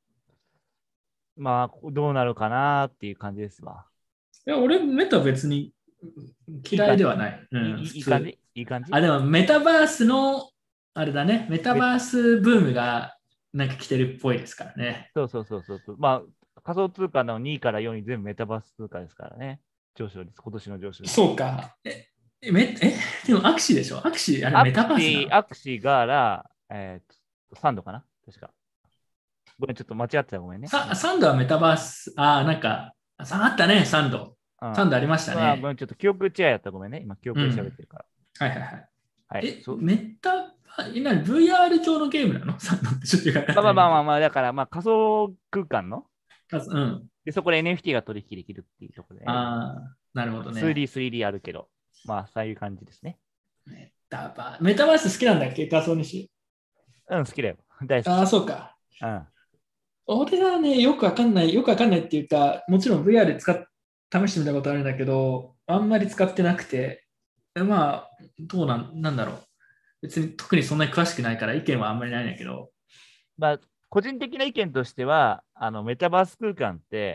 まあ、どうなるかなっていう感じですわ。 いや、俺、メタ別に嫌いいい感じ、 ではない。うん、普通。 いい感じいい感じ。 あ、でもメタバースの、あれだね、メタめバースブームがなんか来てるっぽいですからね。 そうそうそうそうそう。まあ、仮想通貨の2位から4位全部メタバース通貨ですからね。上昇率、今年の上昇率。 そうか。でもアクシでしょ？アクシ、あれメタバースなの？ アクシがら、サンドかな確か。ごめん、ちょっと間違ってたらごめんね。 サンドはメタバース、なんか、あったね、サンド。 うん。 サンドありましたまあ、ごね。 めん、ちょっと記憶違いやったらごめんね。今、記憶で喋っうん。 てるから。 はいはいはい。 はい。 メタバ、VR 上のゲームなの？サンドってちょっとよくわかまあまあってないんだけど。 まあまあまあ、だから、まあ、仮想空間の、 うん。 で、そこで NFT が取引できるっていうところで、ね、 ああ、なるほどね。 2D、3D あるけど、まあ、そういう感じですね。 メタバース好きなんだっけ？画像にし。 うん、好きだよ。大好ああ、 き。 そうか。 うん。 俺はね、よくわかんないっていうか、もちろん VR 試してみたことあるんだけど、あんまり使ってなくて、まあ、なんだろう。別に特にそんなに詳しくないから意見はあんまりないんだけど、 まあ、個人的な意見としては、メタバース空間って、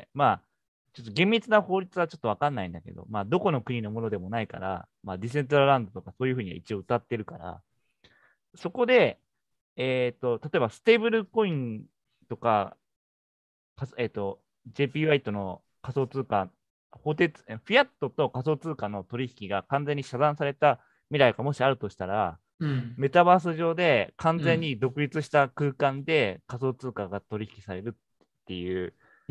まあ、ちょっと厳密な法律はちょっとわかんないんだけど、まあ、どこの国のものでもないから、まあ、ディセントラランドとかそういうふうには一応歌ってるから、そこで、例えばステーブルコインとか、JPY との仮想通貨、フィアットと仮想通貨の取引が完全に遮断された未来がもしあるとしたら、 うん。 メタバース上で完全うん。 に独立した空間で仮想通貨が取引されるっていううん。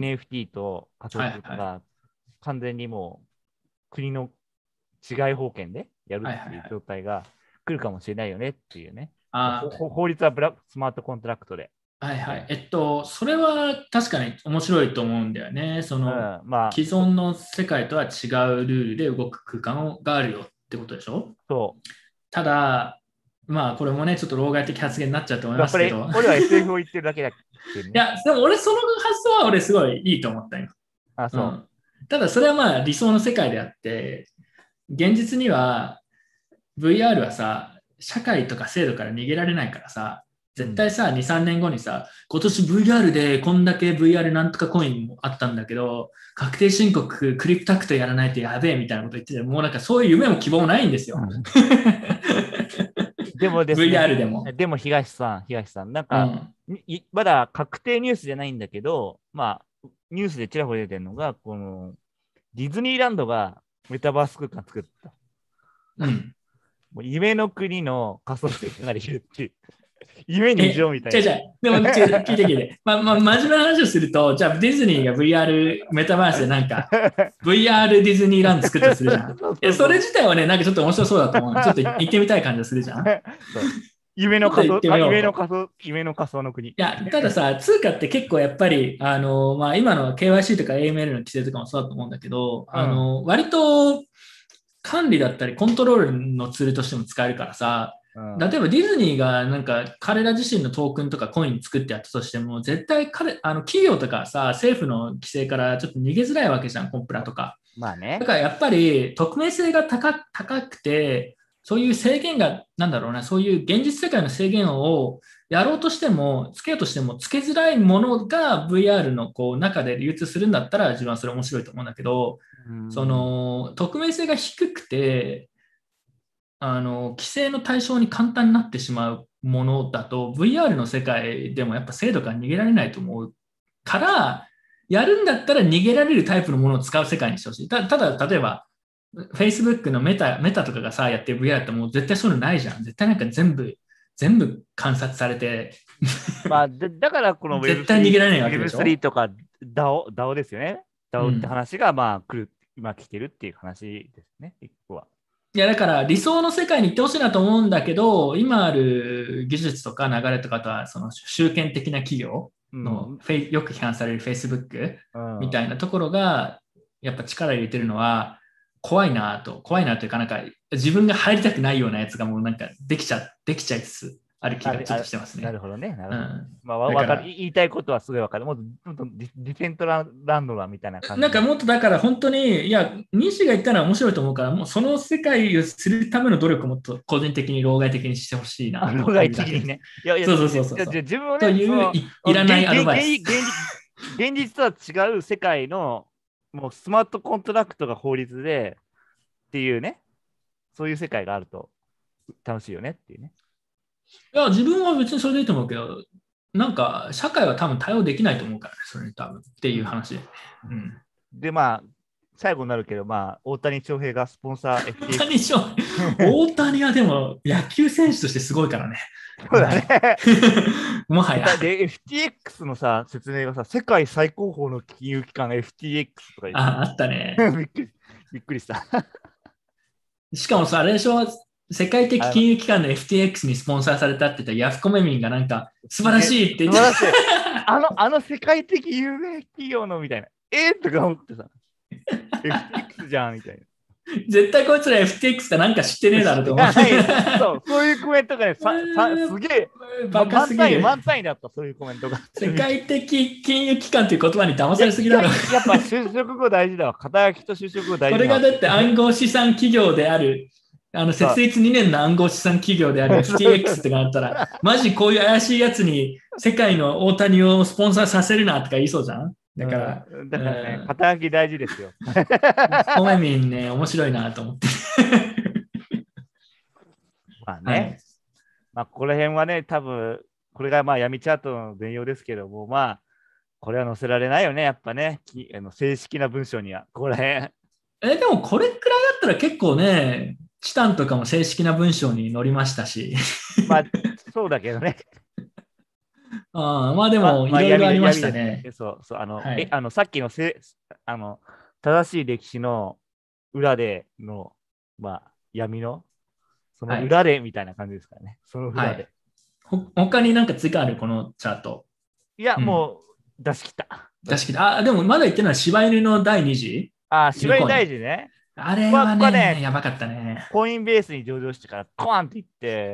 NFT と仮想はいはい。 通貨が完全にもう国の違い保険でやるっていうはいはいはい。 状態が来るかもしれないよねっていうね。 あ法律はスマートコントラクトで。 はいはい。それは確かに面白いと思うんだよね。そうん、 の、 まあ、 既存の世界とは違うルールで動く空間があるよってことでしょ？ そただ、まあ、これもね、ちょっと老害的発言になっちゃうと思いう。これ、 ますけど、 俺は SF を言ってるだけだけどね。 いや、でも俺、その発想は俺すごいいいと思ったよ。 あ、そうん。ただ、それはまあ理想の世界であって、現実には VR はさ、社会とか制度から逃げられないからさ、 う。うん。 絶対さ、2、3年後にさ、今年 VR でこんだけ VR なんとかコインもあったんだけど、確定申告、クリプタクトやらないとやべえみたいなこと言ってて、もうなんかそういう夢も希望もないんですよ。 でもですね、 VR でも。 でも東さん、なんか、 うん。 まだ確定ニュースじゃないんだけど、まあ、ニュースでちらほら出てるのが、この、ディズニーランドがメタバース空間作った。 うん。 もう夢の国の仮想世界ができるっていう。夢に異常みたいな。 じゃでも聞いて聞いて。真面目な話をすると、じゃあディズニーが VR メタバースでなんか VR ディズニーランド作ったとするじゃん。それ自体はね、なんかちょっと面白そうだと思う。ちょっと行ってみたい感じがするじゃん。 そう夢の仮想、 ちょっと行ってみよう夢の仮想の国。 いや、たださ、通貨って結構やっぱり、今の KYC とか AML の規制とかもそうだと思うんだけど、 うん、 割と管理だったりコントロールのツールとしても使えるからさ、 うん、 例えばディズニーがなんか彼ら自身のトークンとかコイン作ってやったとしても、絶対企業とかさ、政府の規制からちょっと逃げづらいわけじゃん、コンプラとか。 まあね。 だからやっぱり匿名性が高くて、そういう制限が、なんだろうな、そういう現実世界の制限をやろうとしても、つけようとしても、つけづらいものが VR のこう中で流通するんだったら、自分はそれ面白いと思うんだけど、 うそん、 の匿名性が低くて、規制の対象に簡単になってしまうものだと、VR の世界でもやっぱ精度から逃げられないと思うから、やるんだったら逃げられるタイプのものを使う世界にしてほしい。ただ、例えば、Facebook のメタとかがさ、やってる VR ってもう絶対そういうのないじゃん。絶対なんか全部観察されて、 まあ、だからこの絶対逃げられないわけでし Web3 ょ。 とか DAO ですよね。 う DAO ってん。 話が、まあ、今来てるっていう話ですね、一個は。 いや、だから理想の世界に行ってほしいなと思うんだけど、今ある技術とか流れとかとは、その集権的な企業うのん。 よく批判される Facebook うん。 みたいなところが、やっぱ力入れてるのは、怖いなというか、なんか自分が入りたくないようなやつがもうなんかできちゃいつつある気がちょっとしてますね。 なるほどね。なるほど。 うん。 まあ、 だから、 言いたいことはすごいわかる。もっとディセントランドラみたいな感なんかじの。 もっとだから本当に、いや、西が言ったら面白いと思うから、もうその世界をするための努力をもっと個人的に、老害的にしてほしいな老というだけです。 害的にね。いやいや、 そうそうそうそうそう。 自分をね、 といういらないアドバイス。 現実とは違う世界の、もうスマートコントラクトが法律でっていうね、そういう世界があると楽しいよねっていうね。 いや、自分は別にそれでいいと思うけど、なんか社会は多分対応できないと思うからね、それに多分ってうん。 いう話で。うん。 で、まあ、最後になるけど、まあ、大谷翔平がスポンサー大谷 FTX。 翔、大谷はでも野球選手としてすごいからね。 そうだもはや。 ね。 もはや。 で、FTX のさ、説明がさ、世界最高峰の金融機関 FTX とか言ってあったた。 ね。 びっくりした。 しかもさ、あれでしょ、世界的あの、 金融機関の FTX にスポンサーされたって言ったヤフコメ民がなんか素晴らね、 しいって言って、 素晴らしい。あの世界的有名企業のみたいな。とか思ってさ、FTX じゃんみたいな。 絶対こいつら FTX かなんか知ってねえだろうと思う。 知らない。そういうコメントがね、すげえ、 バカすぎる。 満単位だった、そういうコメントが。 世界的金融機関っていう言葉に騙されすぎだろ。 やっぱ就職後大事だわ。肩書きと就職後大こ事だわ。 れがだって暗号資産企業である、設立2年の暗号資産企業である FTX ってなったら、マジこういう怪しいやつに世界の大谷をスポンサーさせるなとか言いそうじゃん。だから、 だからね、肩書き大事ですよ。 コメミンね、面白いなと思って。 まあね、 はい。 まあ、この辺はね、多分これがまあ闇チャートの全容ですけども、まあ、これは載せられないよね、やっぱね、正式な文章には。これ。 でもこれくらいだったら結構ね、チタンとかも正式な文章に載りましたし。 まあ、そうだけどね。 まあでもいろいろありまし闇ですね。 たね。はい。 さっきのあの、正しい歴史の裏での、まあ、闇の、そのはい。 裏でみたいな感じですからね。その裏で。 はい。他になんか追加あるこのチャート。 いや、 うん。 もう出し切った。出し確かに。 切った。 でもまだ言ってるのは柴犬の第2次芝居犬コイン。 大事ね。 あれはね、 ここはね、 やばかったね。 コインベースに上場してからコーンっていって、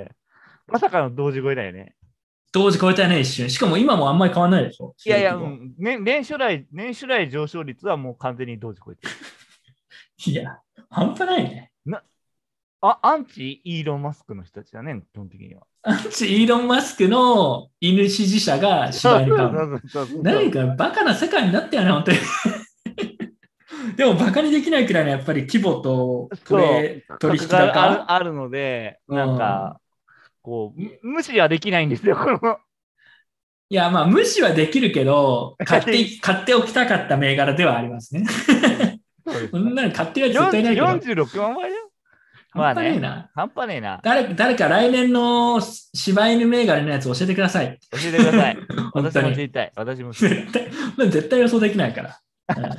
まさかの同時超えだよね。 当時超えたね、一瞬。しかも今もあんまり変わんないでしょ、 いやいや、 収益後。 年初来上昇率はもう完全に同時超えてる。 いや、半端ないね。 アンチイーロン・マスクの人たちだね、基本的には。 アンチイーロン・マスクの犬支持者がそう柴犬買うの。 そうそうそうそう。 何かバカな世界になったよね、本当に。でもバカにできないくらいのやっぱり規模とそう、 取引価格が高。 あるので、 うん。 こう、無視はできないんですよ、この。 いや、まあ、無視はできるけど、買っておきたかった銘柄ではありますね。 そうですそんなの買ってるやつ絶対ないけど、 46万倍だよ。ま半あね。 端ねえな。 半端ねえな。 誰か来年の柴犬銘柄のやつ教えてください。 教えてください。 本私当に。 も知りたい。私も知りたい。 絶対予想できないから。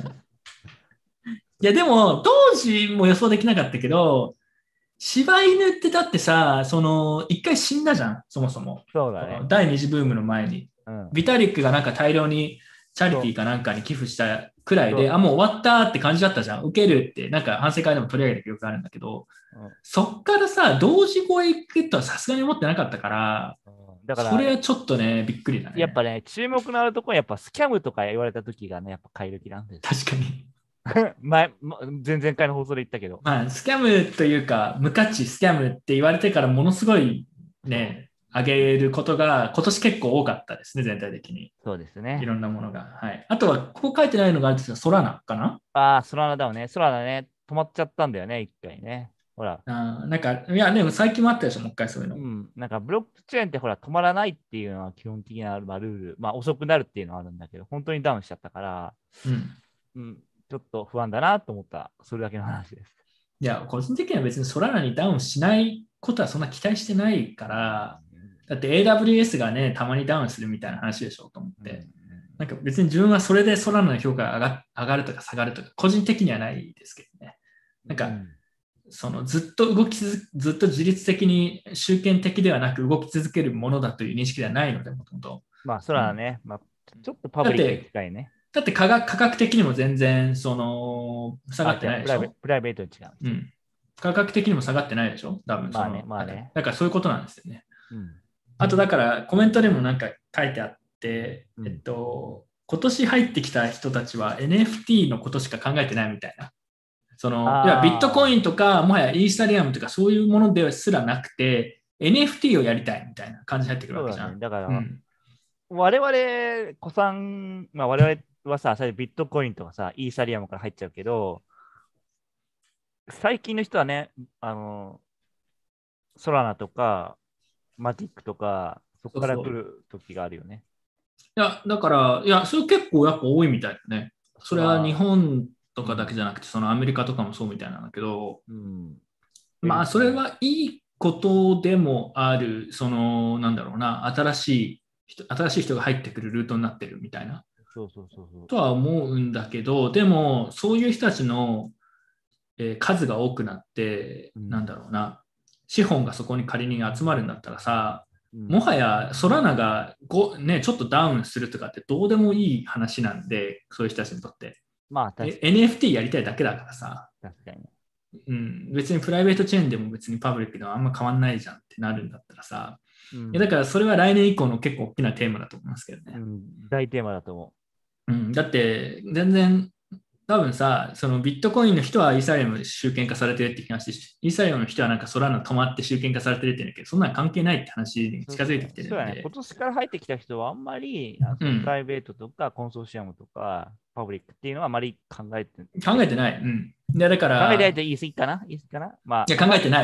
いや、でも、当時も予想できなかったけど、柴犬ってだってさ、一回死んだじゃん、そもそも。 そうだね。 第二次ブームの前に。 うん。 ビタリックがなんか大量にチャリティーかなんかに寄付したくらいで、もう終わったって感じだったじゃん。受けるって、なんか反省会でも取り上げた記憶があるんだけど、そっからさ、同時超え行くとはさすがに思ってなかったから、 だから、 それはちょっとね、びっくりだね。 やっぱね、注目のあるところはやっぱスキャムとか言われた時がね、やっぱ買い時なんです。 確かに。 前々回の放送で言ったけど。 まあ、スキャムというか、無価値スキャムって言われてからものすごいね、上げることが今年結構多かったですね、全体的に。 そうですね。 いろんなものが。はい。あとは、ここ書いてないのがあるんですが、ソラナかな。 ああ、ソラナだよね。ソラナね、止まっちゃったんだよね、一回ね。ほら。 なんか、いや、でも最近もあったでしょ、もう一回そういうの。 うん。なんかブロックチェーンってほら、止まらないっていうのは基本的な、ルール。まあ、遅くなるっていうのはあるんだけど、本当にダウンしちゃったから、うん、ちょっと不安だなと思った。それだけの話です。 いや、個人的には別にソラナにダウンしないことはそんな期待してないから、だって AWS がね、たまにダウンするみたいな話でしょと思って。なんか別に自分はそれでソラナの評価が上がるとか下がるとか、個人的にはないですけどね。なんか、ずっとずっと自律的に集権的ではなく動き続けるものだという認識ではないので、もともと。 まあ、ソラナね、まあ、ちょっとパブリックに近いね。 だって価格的にも全然、下がってないでしょ。 プライベートに違う。 うん。価格的にも下がってないでしょ多分まあね、まあね。 だからそういうことなんですよね。 うん、 あとだからコメントでもなんか書いてあって、今年入ってきた人たちは NFT のことしか考えてないみたいな。いやビットコインとか、もはやイーサリアムとかそういうものですらなくて、NFT をやりたいみたいな感じで入ってくるわけじゃん。 だから、我々、子さん、まあ我々はさ、最初ビットコインとかさ、イーサリアムから入っちゃうけど、最近の人はね、ソラナとか、マティックとか、そこから来る時があるよね。 いや、だから、いや、それ結構やっぱ多いみたいだね。それは日本とかだけじゃなくて、そのアメリカとかもそうみたいなんだけど、まあ、それはいいことでもある、なんだろうな、新しい人が入ってくるルートになってるみたいな。とは思うんだけど、でも、そういう人たちの、数が多くなって、なんだろうな、資本がそこに仮に集まるんだったらさ、もはやソラナがちょっとダウンするとかってどうでもいい話なんで、そういう人たちにとって。 まあ、 NFT やりたいだけだからさ。 確かに。 別にプライベートチェーンでも別にパブリックでもあんま変わんないじゃんってなるんだったらさ。だからそれは来年以降の結構大きなテーマだと思いますけどね。 大テーマだと思う。だって全然多分さ、そのビットコインの人はイーサリアム集権化されてるって話し、イーサリアムの人はなんかソラナ止まって集権化されてるって言うんだけど、そんなの関係ないって話に近づいてきてるんで。 そうね。今年から入ってきた人はあんまり、プライベートとかコンソーシアムとかパブリックっていうのはあまり考えてない。で、だから。 考えてないと言い過ぎかなまあ。 いや、考えてない。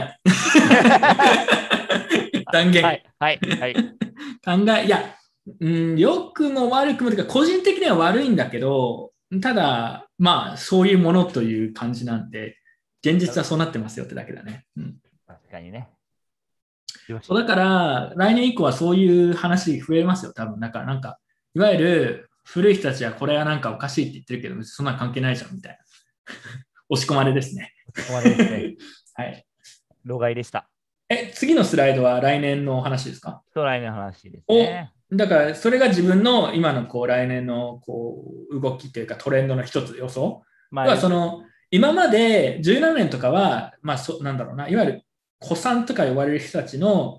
断言。 はい。 いや、良くも悪くもというか、個人的には悪いんだけど、ただ、まあ、そういうものという感じなんで、現実はそうなってますよってだけだね。 確かにね。 そうだから、来年以降はそういう話増えますよ、多分。なんか、いわゆる古い人たちはこれはなんかおかしいって言ってるけど、そんな関係ないじゃんみたいな。押し込まれですね。 押し込まれですね。 はい。 老害でした。 次のスライドは来年の話ですか？ そう、来年の話ですね。 だから、それが自分の今の来年の動きというかトレンドの一つ予想。今まで17年とかは、なんだろうな、いわゆる古参とか呼ばれる人たちの、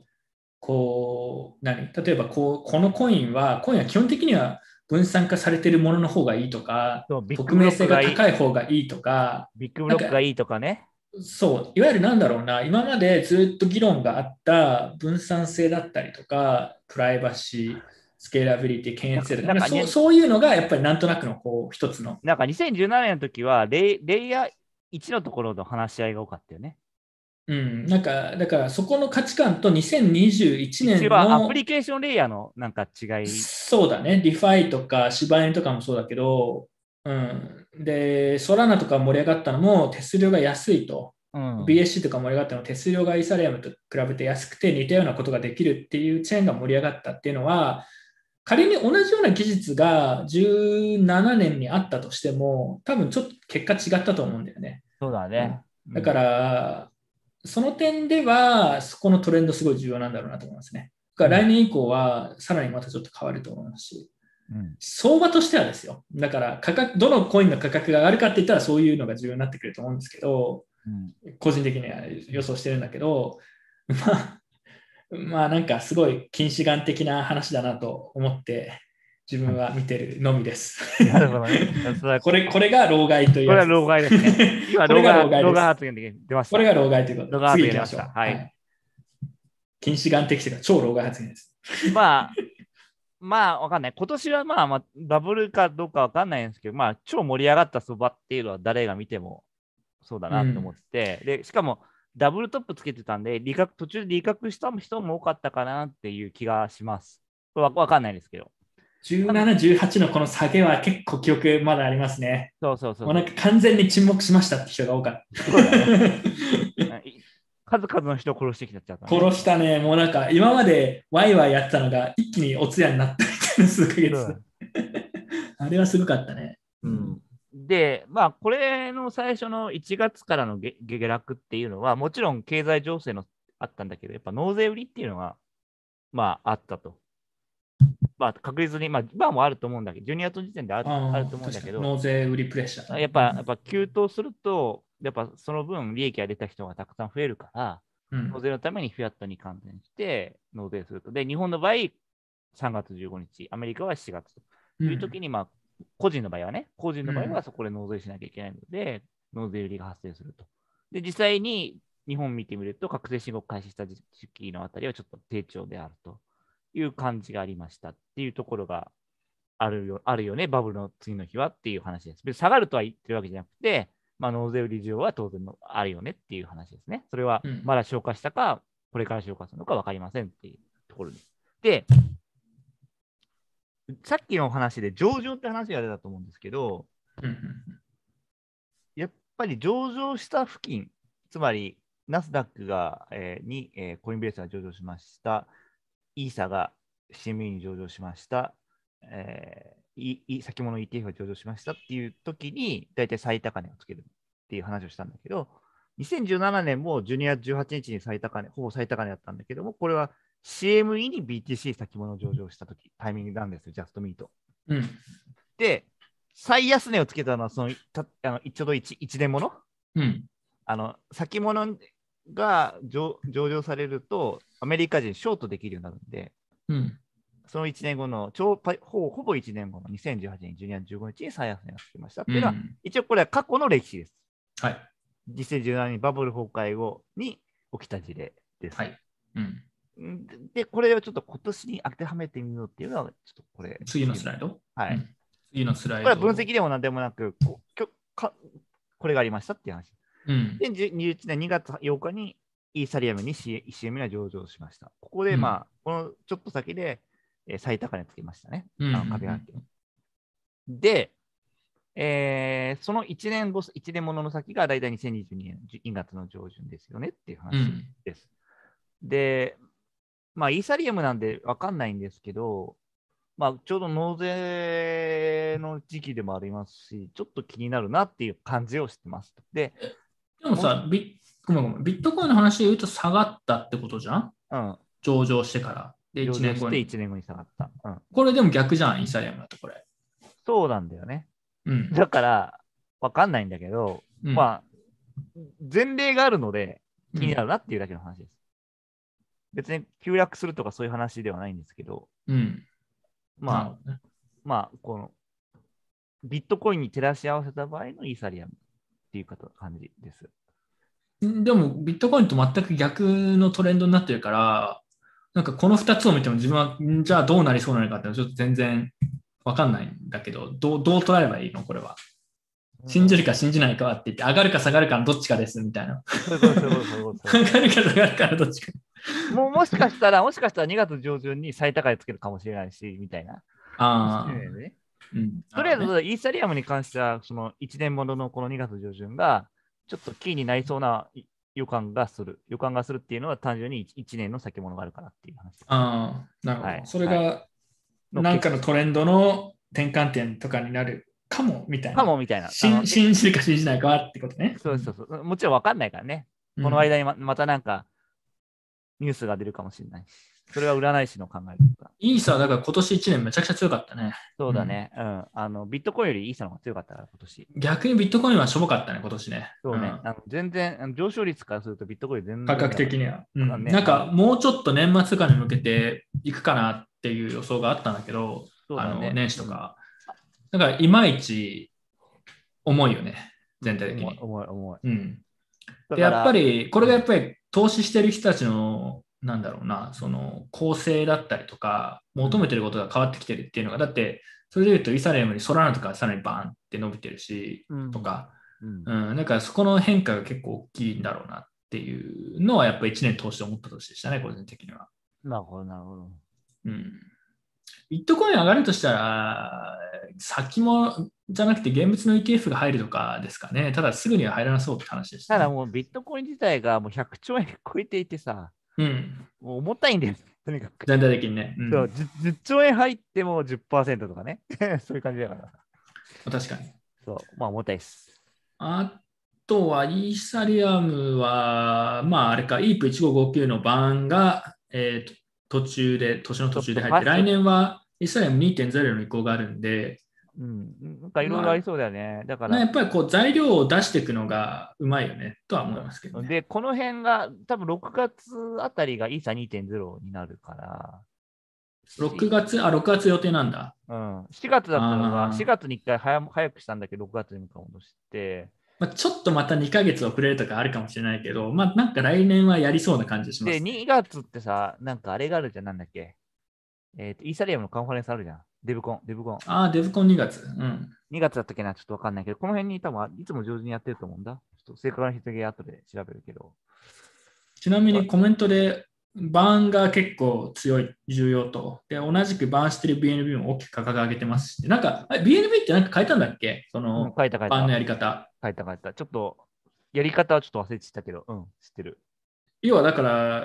例えばこのコインは基本的には分散化されているものの方がいいとか、匿名性が高い方がいいとか、 ビッグブロックがいいとかね。 そう、いわゆるなんだろうな、今までずっと議論があった分散性だったりとか、プライバシー、スケーラビリティ、検閲性とか、そういうのがやっぱりなんとなくの一つの。 なんか2017年の時はレイヤー1のところの話し合いが多かったよね。 うん、なんか、だからそこの価値観と2021 一年応アプの、 リケーションレイヤーのなんか違い。 そうだね、ディファイとか柴犬とかもそうだけど、うん、で、ソラナとか盛り上がったのも手数料が安いと。 うん。 BSC とか盛り上がったのも手数料がイーサリアムと比べて安くて似たようなことができるっていうチェーンが盛り上がったっていうのは、仮に同じような技術が17年にあったとしても、多分ちょっと結果違ったと思うんだよね。 そうだうん、 ね。うだかん。 ら、その点では、そこのトレンドすごい重要なんだろうなと思いますね。だから来うん。 年以降は、さらにまたちょっと変わると思いますし、 うん。 相場としてはですよ。だから価格、どのコインの価格が上がるかって言ったらそういうのが重要になってくると思うんですけど、 うん。 個人的には予想してるんだけど、まあ、まあなんかすごい近視眼的な話だなと思って自分は見てるのみです。 なるほどね。それはこれが老害というこれは老やつです。 害ですね。今、 これが老害老です。 害発言で出ましこれた。 が老害ということで、 老害発次行言出ました。 きましょう。 はい。 はい。近視眼的というか超老害発言です。 まあ、まあ、わかんない。今年はまあ、バブルかどうかわかんないんですけど、まあ、超盛り上がった相場っていうのは誰が見てもそうだなと思っうん。 て、で、しかも、ダブルトップつけてたんで、途中で利確した人も多かったかなっていう気がします。これわかんないですけど。 17、18のこの下げは結構記憶まだありますね。 そうそうそうもうそう。 なんか完全に沈黙しましたって人が多かった。 そうだね。数々の人を殺してきたっちゃったね。 殺したね。もうなんか今までワイワイやってたのが一気にお通夜になったみたいな数ヶ月で。 そうだね。 あれはすごかったね。うん。 うん。で、まあ、これの最初の1月からの下落っていうのは、もちろん経済情勢のあったんだけど、やっぱ納税売りっていうのが、まあ、あったと。まあ、確実に、まあ、今もあると思うんだけど、12月の時点であるとああ、確かに。 思うんだけど、 納税売りプレッシャーだね。 やっぱ急騰すると、やっぱその分利益が出た人がたくさん増えるから、 うん。 納税のためにフィアットに関連して納税すると。で、日本の場合、3月15日、アメリカは7月とうん。 いう時に、まあ、個人の場合はね、個人の場合はうん。 そこで納税しなきゃいけないので、納税売りが発生すると。で、実際に日本見てみると、確定申告開始した時期のあたりはちょっと低調であるという感じがありましたっていうところがあるよね、バブルの次の日はっていう話です。別に下がるとは言ってるわけじゃなくて、まあ、納税売り需要は当然のあるよねっていう話ですね。それはうん。 まだ消化したか、これから消化するのか分かりませんっていうところです。で、さっきの話で上場って話が出たと思うんですけど、 うん。 やっぱり上場した付近、つまりナスダックが、コインベースが上場しました、イーサが CME に上場しました、先物 ETF が上場しましたっていう時に、大体最高値をつけるっていう話をしたんだけど、2017年も12月18日に最高値、ほぼ最高値だったんだけども、これは CME に BTC 先物上場した時、タイミングなんですよ、ジャストミート。 うん。 で、最安値をつけたのは、ちょうど 1年もの、 うん。 先物が上場されると、アメリカ人ショートできるようになるんで、 うん。 その1年後のほぼ1年後の2018年12月15日に最安値がつきましたっていうのは、 うん。 一応これは過去の歴史です。 はい。 2017年バブル崩壊後に起きた事例です。 はい。うん。 で、これをちょっと今年に当てはめてみようっていうのは、ちょっとこれ。 次のスライド。 はい。 うん。次のスラこれは分イド。 析でも何でもなく、これがありましたっていう話。 うん。 で、2021年2月8日にイーサリアムに CM が上場しました。ここで、 うん。 このちょっと先で、最高値つけましたね。 うん。 壁当てを。で、その1年後、1年ものの先が大体2022年2月の上旬ですよねっていう話です。で、イーサリアムなんで分かんないんですけど、ちょうど納税の時期でもありますし、ちょっと気になるなっていう感じをしてます。で、 でもさ、ごめんごめん。ビットコインの話で言うと下がったってことじゃん。 うん、 上場してから。で、1 上場して年後に。 1年後に下がった。うん、 これでも逆じゃん、イーサリアムだとこれ。 そうなんだよね。 うん。 だから、分かんないんだけど、 うん。 前例があるのでうん。 気になるなっていうだけの話です。別に急落するとかそういう話ではないんですけど、 うん。なるまあ、 ほどね。 このビットコインに照らし合わせた場合のイーサリアムっていう感じです。 でも、ビットコインと全く逆のトレンドになってるから、なんかこの2つを見ても自分は、じゃあどうなりそうなのかっていうのはちょっと全然わかんないんだけど、どう捉えればいいのこれは。 信じるか信じないかはって言って、上がるか下がるかのどっちかですみたいな。 そうそうそうそうそう。 上がるか下がるかのどっちか。 もしかしたら2月上旬に最高値つけるかもしれないし、みたいな。 ああ、 ね、 うん。 とりあえず、 ね、 イーサリアムに関しては、その1年もののこの2月上旬が、ちょっとキーになりそうな予感がする。予感がするっていうのは単純に1年の先物があるからっていう話。 ああ、なるほど。 はい、 それはい、 が、なんかのトレンドの転換点とかになるかもみたいな。 かもみたいな。 信じるか信じないかはってことね。 そうそうそう。もちろん分かんないからね。 うん、 この間にまたなんかニュースが出るかもしれない。それは占い師の考え方。 イーサーだから今年1年めちゃくちゃ強かったね。 そうだね。うん。ビットコインよりイーサの方が強かったから、今年。 逆にビットコインはしょぼかったね、今年ね。 そうね。全然、上昇率からするとビットコイン全然。 価格的には。 ね、 なんかもうちょっと年末とかに向けていくかなっていう予想があったんだけど、 そうだね、 年始とか。だからいまいち重いよね、全体的に。 重い。 で、やっぱり、これがやっぱり投資してる人たちの、なんだろうな、その構成だったりとか、求めてることが変わってきてるっていうのが、だって、それで言うと、イサレムにソラナとかさらにバーンって伸びてるし、とか、だからそこの変化が結構大きいんだろうなっていうのは、やっぱり1年通して思った年でしたね、個人的には。 なるほど、なるほど。 ビットコイン上がるとしたら、先もじゃなくて現物の ETF が入るとかですかね。ただすぐには入らなそうって話でした、 ね。ただもうビットコイン自体がもう100兆円超えていてさ、もう重たいんです、とにかく。 全体的にね。 そう 10兆円入っても 10% とかね。そういう感じだから。 確かに。 そう、まあ重たいです。 あとは、イーサリアムは、まああれか、EEP1559の版が、年の途中で入って、来年はイーサリアム2.0の移行があるんで、 なんかいろいろありそうだよね。だから。 やっぱりこう材料を出していくのがうまいよね、とは思いますけどね。 で、この辺が多分6月あたりがイーサ2.0になるから、 6月予定なんだ。 4月だったのが、4月に1回早くしたんだけど、6月に戻して。 ちょっとまた2ヶ月遅れるとかあるかもしれないけど、なんか来年はやりそうな感じします、 ね。で、2月ってさ、なんかあれがあるじゃん、なんだっけ。イーサリアムのカンファレンスあるじゃん。デブコン。 デブコン2月。 2月だったっけな、ちょっとわかんないけど、この辺に多分いつも上手にやってると思うんだ。ちょっと正確な日付後で調べるけど。 ちなみにコメントで、バーンが結構重要と。で、同じくバーンしてる BNB も大きく価格上げてますし。なんか、BNB ってなんか変えたんだっけその、 書いた。バーンのやり方。 書いた。ちょっと、やり方はちょっと忘れてたけど、知ってる。 要はだから、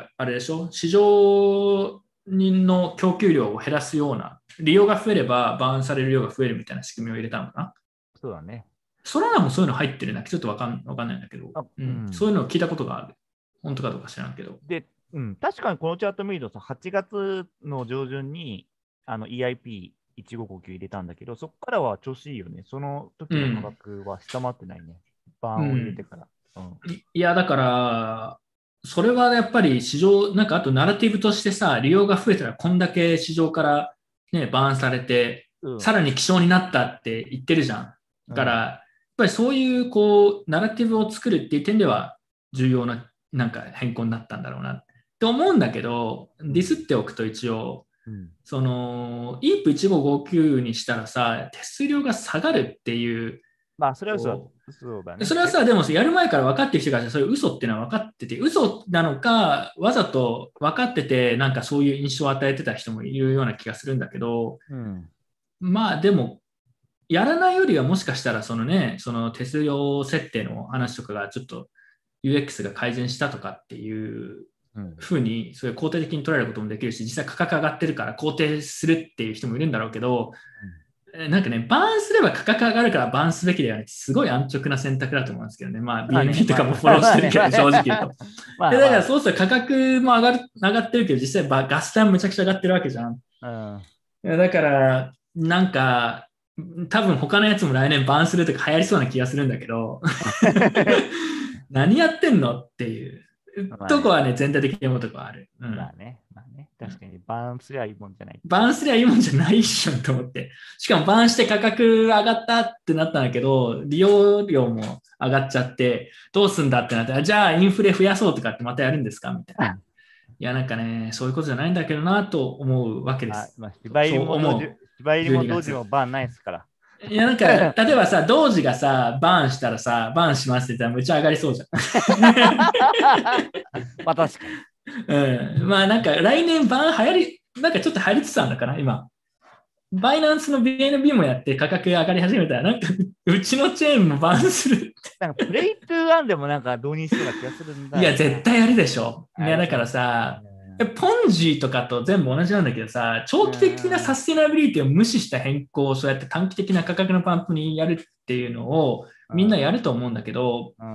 あれでしょ市場の供給量を減らすような、利用が増えればバーンされる量が増えるみたいな仕組みを入れたのかな。 そうだね。 ソラナもそういうの入ってるな。ちょっとわかんないんだけど、そういうのを聞いたことがある。本当かどうか知らんけど。 で、確かにこのチャート見るとさ、8月の上旬にEIP1559 入れたんだけど、そこからは調子いいよね。その時の価格は下回ってないね。バーンを入れてから。 いや、だから、それはやっぱり市場、なんかあとナラティブとしてさ、利用が増えたらこんだけ市場から、ね、バーンされて、さらに希少になったって言ってるじゃん。だから、やっぱりそういうこう、ナラティブを作るっていう点では重要ななんか変更になったんだろうなって思うんだけど、ディスっておくと一応、その、EIP1559 にしたらさ、手数料が下がるっていう、 まあ、それはそうだね。 それはさ、でもやる前から分かってきてから、それ嘘っていうのは分かってて、嘘なのか、わざと分かってて、なんかそういう印象を与えてた人もいるような気がするんだけど、まあでも、やらないよりはもしかしたら、そのね、その手数料設定の話とかがちょっと UX が改善したとかっていうふうに、それ肯定的に捉えることもできるし、実際価格上がってるから肯定するっていう人もいるんだろうけど、なんかね、バーンすれば価格上がるからバーンすべきではない。すごい安直な選択だと思うんですけどね。まあ、BNB とかもフォローしてるけど、正直言うと。だからそうすると価格も上がってるけど、実際ガス代むちゃくちゃ上がってるわけじゃん。だから、なんか、多分他のやつも来年バーンするとか流行りそうな気がするんだけど、何やってんのっていうとこはね、全体的に思うとこはある。 まあね。確かにバーンすりゃいいもんじゃない。 バーンすりゃいいもんじゃないっしょと思って。しかもバーンして価格上がったってなったんだけど、利用料も上がっちゃって、どうすんだってなったら、じゃあインフレ増やそうとかってまたやるんですかみたいな。いや、なんかね、そういうことじゃないんだけどなと思うわけです。 芝入りも同時もバーンないですから。 いや、なんか、例えばさ、同時がさ、バーンしたらさ、バーンしますって言ったらむちゃ上がりそうじゃん。 まあ確かに。 うん。まあなんか来年バーン流行り、なんかちょっと流行りつつあるのかな、今。バイナンスの BNB もやって価格上がり始めたら、なんかうちのチェーンもバーンする。 なんかプレイトゥーワンでもなんか導入しそうな気がするんだよな。 いや、絶対やるでしょ。いや、だからありそう。 さ、ポンジとかと全部同じなんだけどさ、長期的なサステナビリティを無視した変更をそうやって短期的な価格のパンプにやるっていうのをみんなやると思うんだけど、 うん。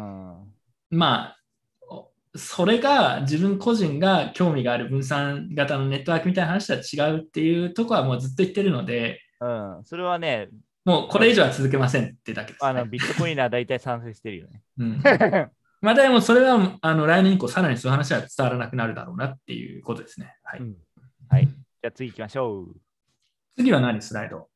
まあ、それが自分個人が興味がある分散型のネットワークみたいな話とは違うっていうところはもうずっと言ってるので、 うん。それはね、 もうこれ以上は続けませんってだけですね。 ビットコインは大体賛成してるよね。 うん。まあでもそれは来年以降さらにそういう話は伝わらなくなるだろうなっていうことですね。はい。 うん、はい。じゃあ次行きましょう。 次は何スライド。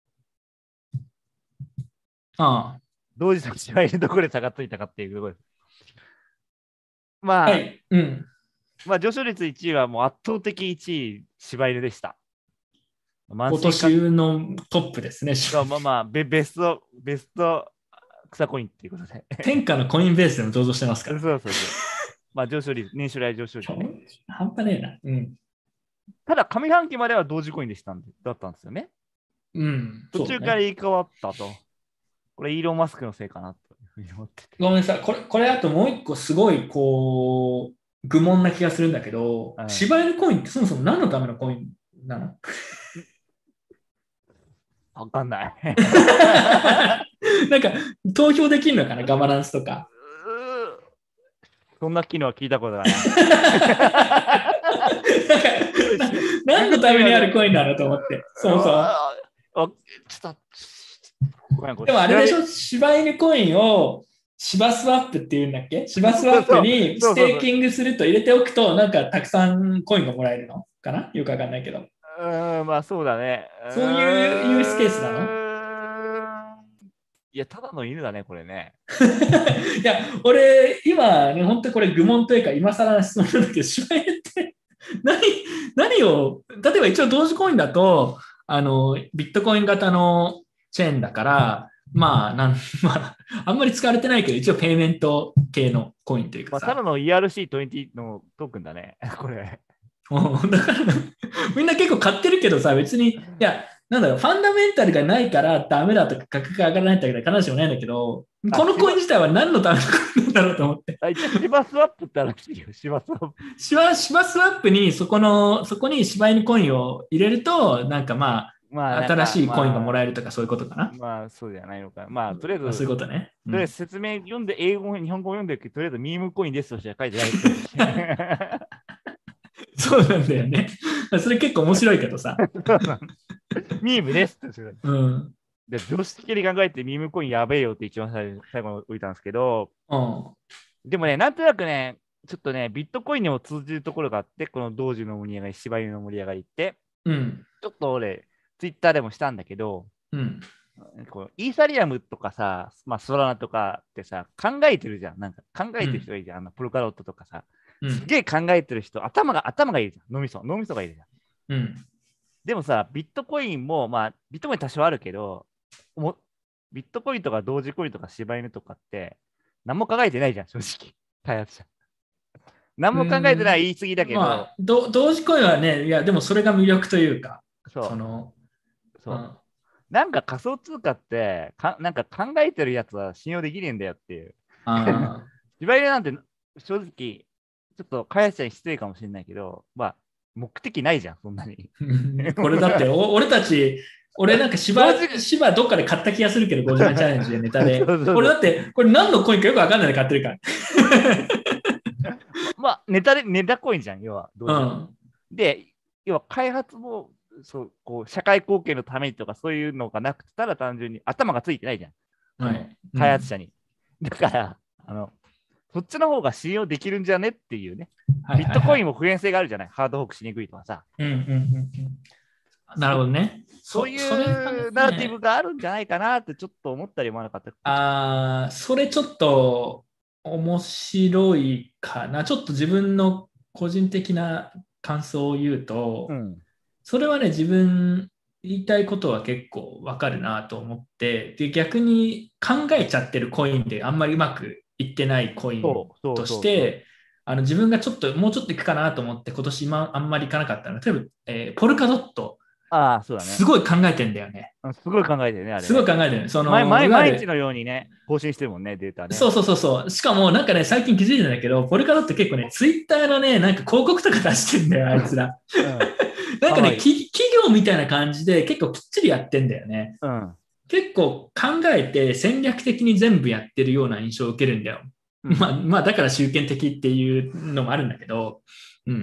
あ同時の芝居でどこで差がついたかっていうところです。 あ。 まあ、 はい。うん。 まあ、上昇率1位はもう圧倒的1位、柴犬でした。 今年のトップですね。 まあまあベスト草コインっていうことで。 天下のコインベースでも上場してますから。 そう。まあ上昇率、年初来上昇率、ね。 半端ねえな。うん。 ただ、上半期までは同時コインだったんですよね。 うん。 途中から言い換わったと。これ、イーロン・マスクのせいかなというふうに思ってて。 ごめんなさい。これあともう一個すごい、こう、愚問な気がするんだけど、柴犬コインってそもそも何のためのコインなの？ わかんない。 なんか、投票できるのかなガバナンスとか。 そんな機能は聞いたことがない。 何のためにあるコインなのと思って。そうそう。 ちょっと、 でもあれでしょ、柴犬コインを柴スワップっていうんだっけ？柴スワップにステーキングすると入れておくと、なんかたくさんコインがもらえるのかな？よくわかんないけど。 まあそうだね。 そういうユースケースなの？ いや、ただの犬だね、これね。 いや、俺、今ね、本当にこれ愚問というか、今更な質問なんだけど、柴犬って何を、例えば一応同時コインだと、ビットコイン型のチェーンだから、まあ、まあ、あんまり使われてないけど、一応ペイメント系のコインというかさ。 ただの ERC20 のトークンだね、これ。 だから、みんな結構買ってるけどさ、別に、いや、なんだろう、ファンダメンタルがないからダメだとか価格が上がらないってわけで必ずしもないんだけど、このコイン自体は何のためのコインなんだろうと思って。 一応、シバスワップってあるらしいよ、シバスワップ。 シバスワップにそこに柴犬コインを入れると、なんかまあ、新しいコインがもらえるとかそういうことかな。 まあ、そうじゃないのか。まあ、とりあえず、 そういうことね。 とりあえず説明読んで、日本語読んでるけど、とりあえずミームコインですとしか書いてない。 そうなんだよね。それ結構面白いけどさ。 ミームですって。 うん。 で、常識的に考えてミームコインやべえよって一番最後に置いたんですけど、 うん、 でもね、なんとなくね、ちょっとね、ビットコインにも通じるところがあって、この同時の盛り上がり、柴犬の盛り上がりって、 うん、 ちょっと俺、ツイッターでもしたんだけど、 うん、 こうイーサリアムとかさ、まあ、ソラナとかってさ、考えてるじゃん。なんか考えてる人がいるじゃん。プロカロットとかさ。すげえ考えてる人、頭がいるじゃん。脳みそがいるじゃん。 うん。 でもさ、ビットコインも、まあ、ビットコイン多少あるけど、ビットコインとか同時コインとか柴犬とかって、何も考えてないじゃん、正直。開発者。何も考えてない言い過ぎだけど。まあ、 同時コインはね、いや、でもそれが魅力というか、 そう。 うん、 なんか仮想通貨ってなんか考えてるやつは信用できねえんだよっていう。柴犬なんて正直、ちょっと開発者に失礼かもしれないけど、まあ、目的ないじゃん、そんなに。 これだって、俺なんか芝どっかで買った気がするけど、50万チャレンジでネタで。俺だって、これ何のコインかよくわかんないで買ってるから。 まあ、ネタコインじゃん、要は。 うん、 で、要は開発も、こう社会貢献のためにとかそういうのがなくたら単純に頭がついてないじゃん。はい、開発者に。だから、そっちの方が信用できるんじゃねっていうね。ビットコインも普遍性があるじゃない。ハードフォークしにくいとかさ。 なるほどね。 そういうナラティブがあるんじゃないかなってちょっと思ったりもなかった。 それちょっと面白いかな。ちょっと自分の個人的な感想を言うと、それはね、自分言いたいことは結構わかるなと思って、で、逆に考えちゃってるコインであんまりうまくいってないコインそうそうとしそうそう。 て、自分がもうちょっといくかなと思って今年あんまりいかなかったの。例えば、ポルカドット、 ああ、そうだね。 すごい考えてんだよね。 すごい考えてるね、あれすごいね。 考えてる。いわゆる、 毎日のようにね、更新してるもんね、データね。 そうそうそうそう。しかもなんかね、最近気づいたんだけど、ポルカドット結構ね、ツイッターのね、なんか広告とか出してんだよ、あいつら。 うん。 なんかね、 かわいい。 企業みたいな感じで結構きっちりやってんだよね。 うん。 結構考えて戦略的に全部やってるような印象を受けるんだよ。 うん。 まあ、だから集権的っていうのもあるんだけど、うん。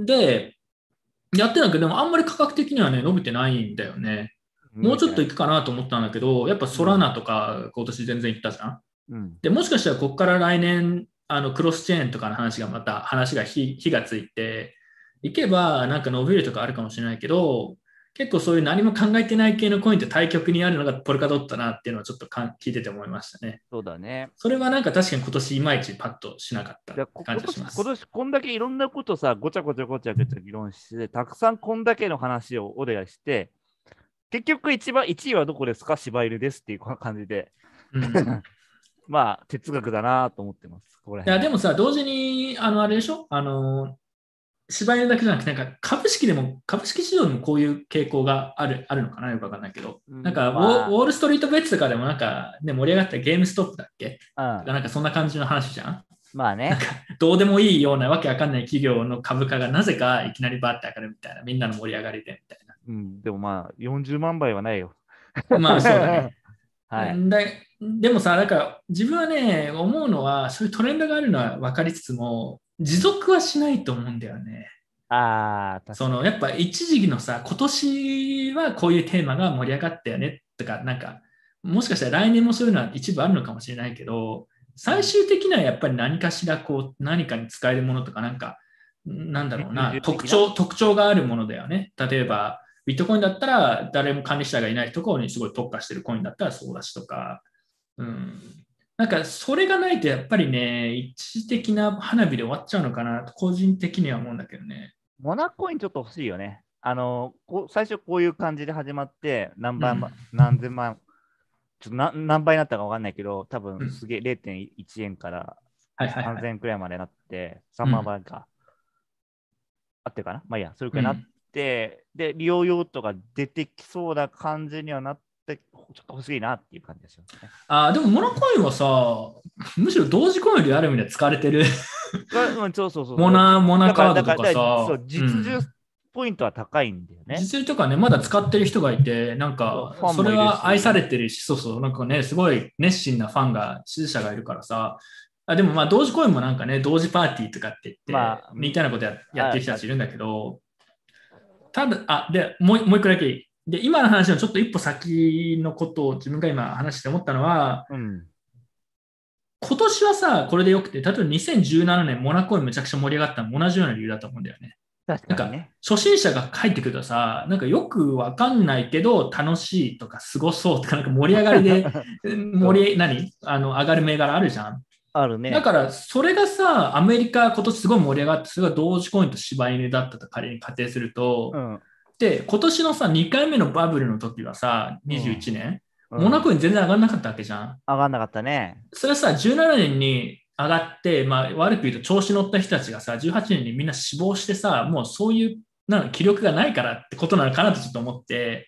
で、やってんだけど、でもあんまり価格的にはね、伸びてないんだよね。もうちょっと伸びてない。 いくかなと思ったんだけど、やっぱうん。 ソラナとか今年全然いったじゃん。 うん。 で、もしかしたらここから来年、クロスチェーンとかの話がまた話が火がついて、いけばなんか伸びるとかあるかもしれないけど、結構そういう何も考えてない系のコインって対極にあるのがポルカドットだなっていうのをちょっと聞いてて思いましたね。 そうだね。 それはなんか確かに今年いまいちパッとしなかったっで、 て感じがします。 今年こんだけいろんなことさ、ごちゃごちゃごちゃごちゃ議論して、たくさんこんだけの話をお願いして、結局1位はどこですか柴犬ですっていう感じで。 うん。 まあ、哲学だなと思ってます。ここらいや、 辺は。 でもさ、同時に、あれでしょ柴犬だけじゃなくて、なんか株式市場でもこういう傾向があるのかなよくわかんないけど。 うん、 なんかウまォールストリートベッツとかでもなんかね、盛り上がったゲームストップだっけとか、 あ、 なんかそんな感じの話じゃん。 まあね。 どうでもいいようなわけわかんない企業の株価がなぜかいきなりバーって上がるみたいな、みんなの盛り上がりでみたいな。 うん、でもまあ、40万倍はないよ。 まあそうだね。 はい。 でもさ、だから自分はね、思うのは、そういうトレンドがあるのは分かりつつも、持続はしないと思うんだよね。 ああ、確かに。 やっぱ一時期のさ、今年はこういうテーマが盛り上がったよねとか、なんか、もしかしたら来年もそういうのは一部あるのかもしれないけど、 うん。 最終的にはやっぱり何かしら何かに使えるものとか、なんか、なんだろう優な、 柔的な。 特徴があるものだよね。例えば、ビットコインだったら誰も管理者がいないところにすごい特化してるコインだったらそうだしとか、うん。なんか、それがないとやっぱりね、一時的な花火で終わっちゃうのかなと、個人的には思うんだけどね。 モナコインちょっと欲しいよね。最初こういう感じで始まって、 うん。 何千万、ちょっと何倍になったかわかんないけど、多分うん。 すげえ0.1円からはいはいはい。 3000円くらいまでなって、3万うん。 倍か。あってるかなまあいいや、それくらいなっうん。 て、で、利用用途が出てきそうな感じにはなって、ちょっと欲しいなっていう感じですよね。 でもモノコインはさ、むしろ同時コインよりある意味で使われてる。 うん、そうそうそうそう。 モナカードとかそう、 さ、う実需ん。 ポイントは高いんだよね。 実利とかね、まだ使ってる人がいて、なんか、 そうファンそれもいるし、 は愛されてるし、そうそう、なんかね、すごい熱心なファンが、支持者がいるからさ、でもまあ、同時コインもなんかね、同時パーティーとかって言って、 まあ、 似たようなことやってる人たあ、 ちいるんだけど、ただ、で、もう一個だけいい。で、今の話のちょっと一歩先のことを自分が今話して思ったのは、 うん。 今年はさ、これでよくて、例えば2017年モナコインめちゃくちゃ盛り上がったのも同じような理由だと思うんだよね。なんか、 確かにね。 初心者が入ってくるとさ、なんかよくわかんないけど、楽しいとか、すごそうとか、なんか盛り上がりで、 そう、 上がる銘柄あるじゃん。 あるね。 だから、それがさ、アメリカ今年すごい盛り上がって、それが同時コインと柴犬だったと仮に仮定すると、 うん、 で、今年のさ、2回目のバブルの時はさ、21 うん、 年、モナうん。 コイン全然上がんなかったわけじゃん。 上がんなかったね。 それさ、17年に上がって、まあ、悪く言うと調子乗った人たちがさ、18年にみんな死亡してさ、もうそういう気力がないからってことなのかなとちょっと思って、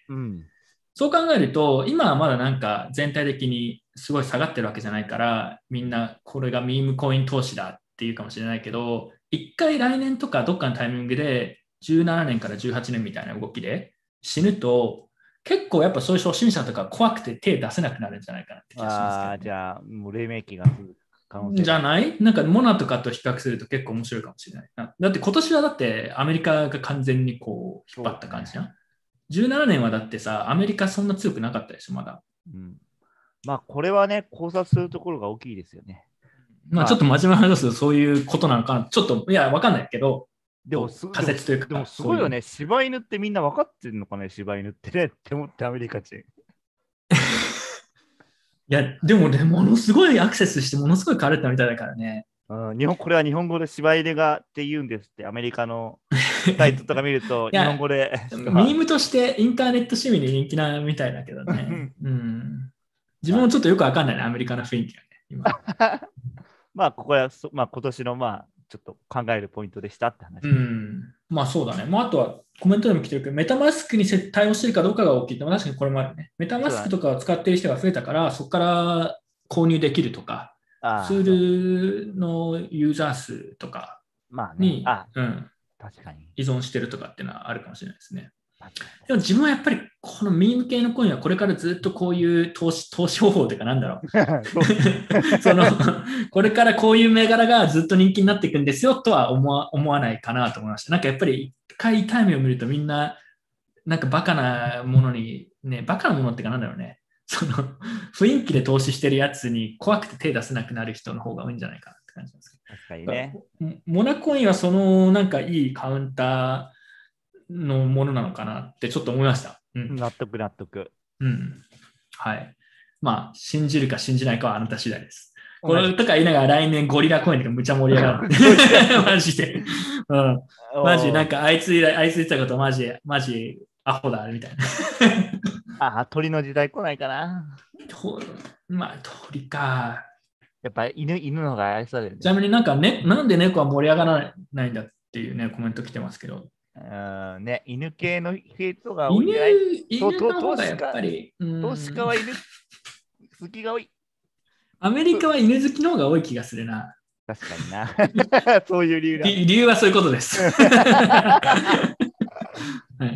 うん。 そう考えると、今はまだなんか全体的にすごい下がってるわけじゃないから、みんなこれがミームコイン投資だっていうかもしれないけど、一回来年とかどっかのタイミングで17年から18年みたいな動きで死ぬと、結構やっぱそういう初心者とか怖くて手出せなくなるんじゃないかなって気がしますけどね。 じゃあ、もう黎明期が来る可能性じゃが。 ないなんかモナとかと比較すると結構面白いかもしれないな。だって今年はだってアメリカが完全にこう引っ張ったそうだね。 感じじゃん。17年はだってさ、アメリカそんな強くなかったでしょ、まだ。 うん。まあ、これはね、考察するところが大きいですよね。 まあちょっまあ、 と真面目な話するとそういうことなのかな。ちょっと、いや、わかんないけど、仮説というでもか、そういう。 すごいよね。柴犬ってみんな分かってるのかね、柴犬ってねって思って、アメリカ人。 いや、でもね、ものすごいアクセスして、ものすごい変われたみたいだからね。 これは日本語で柴犬がって言うんですって、アメリカのサイトとか見ると、 いや日本語でしか。 ミームとしてインターネット市民に人気なみたいだけどね。うん。自分もちょっとよくわかんないね、アメリカの雰囲気がね、今。 まあ、ここはまあ、今年の、まあ、ちょっと考えるポイントでしたって話。 うん。まあそうだね。まああとはコメントでも来てるけど、メタマスクに対応してるかどうかが大きいって、確かにこれもあるね。メタマスクとかを使っている人が増えたから、そこから購入できるとか、ツールのユーザー数とかに、 確かに依存してるとかっていうのはあるかもしれないですね。でも自分はやっぱりこのミーム系のコインはこれからずっとこういう投資方法というかなんだろうこれからこういう銘柄がずっと人気になっていくんですよとは思わないかなと思いました。なんかやっぱり一回タイムを見るとみんななんかバカなものにね、バカなものっていうかなんだろうね、その雰囲気で投資してるやつに怖くて手出せなくなる人の方が多いんじゃないかなって感じなんですけど。 確かにね。 モナコインはそのなんかいいカウンターのものなのかなってちょっと思いました。 納得。 うん。はい。まあ、信じるか信じないかはあなた次第です。これとか言いながら来年ゴリラコインとかむちゃ盛り上がる。マジで。うん。マジなんかあいつ言ってたことマジアホだみたいな。鳥の時代来ないかな。 まあ、鳥か。 やっぱ犬の方が愛される、ね。 ちなみになんかね、なんで猫は盛り上がらないんだっていうね、コメント来てますけど。 ね、犬系の人が多いんじゃない？ 犬の方がやっぱり。 投資家は犬好きが多い。 アメリカは犬好きの方が多い気がするな。 確かにな。そういう理由だ。 理由はそういうことです。はい。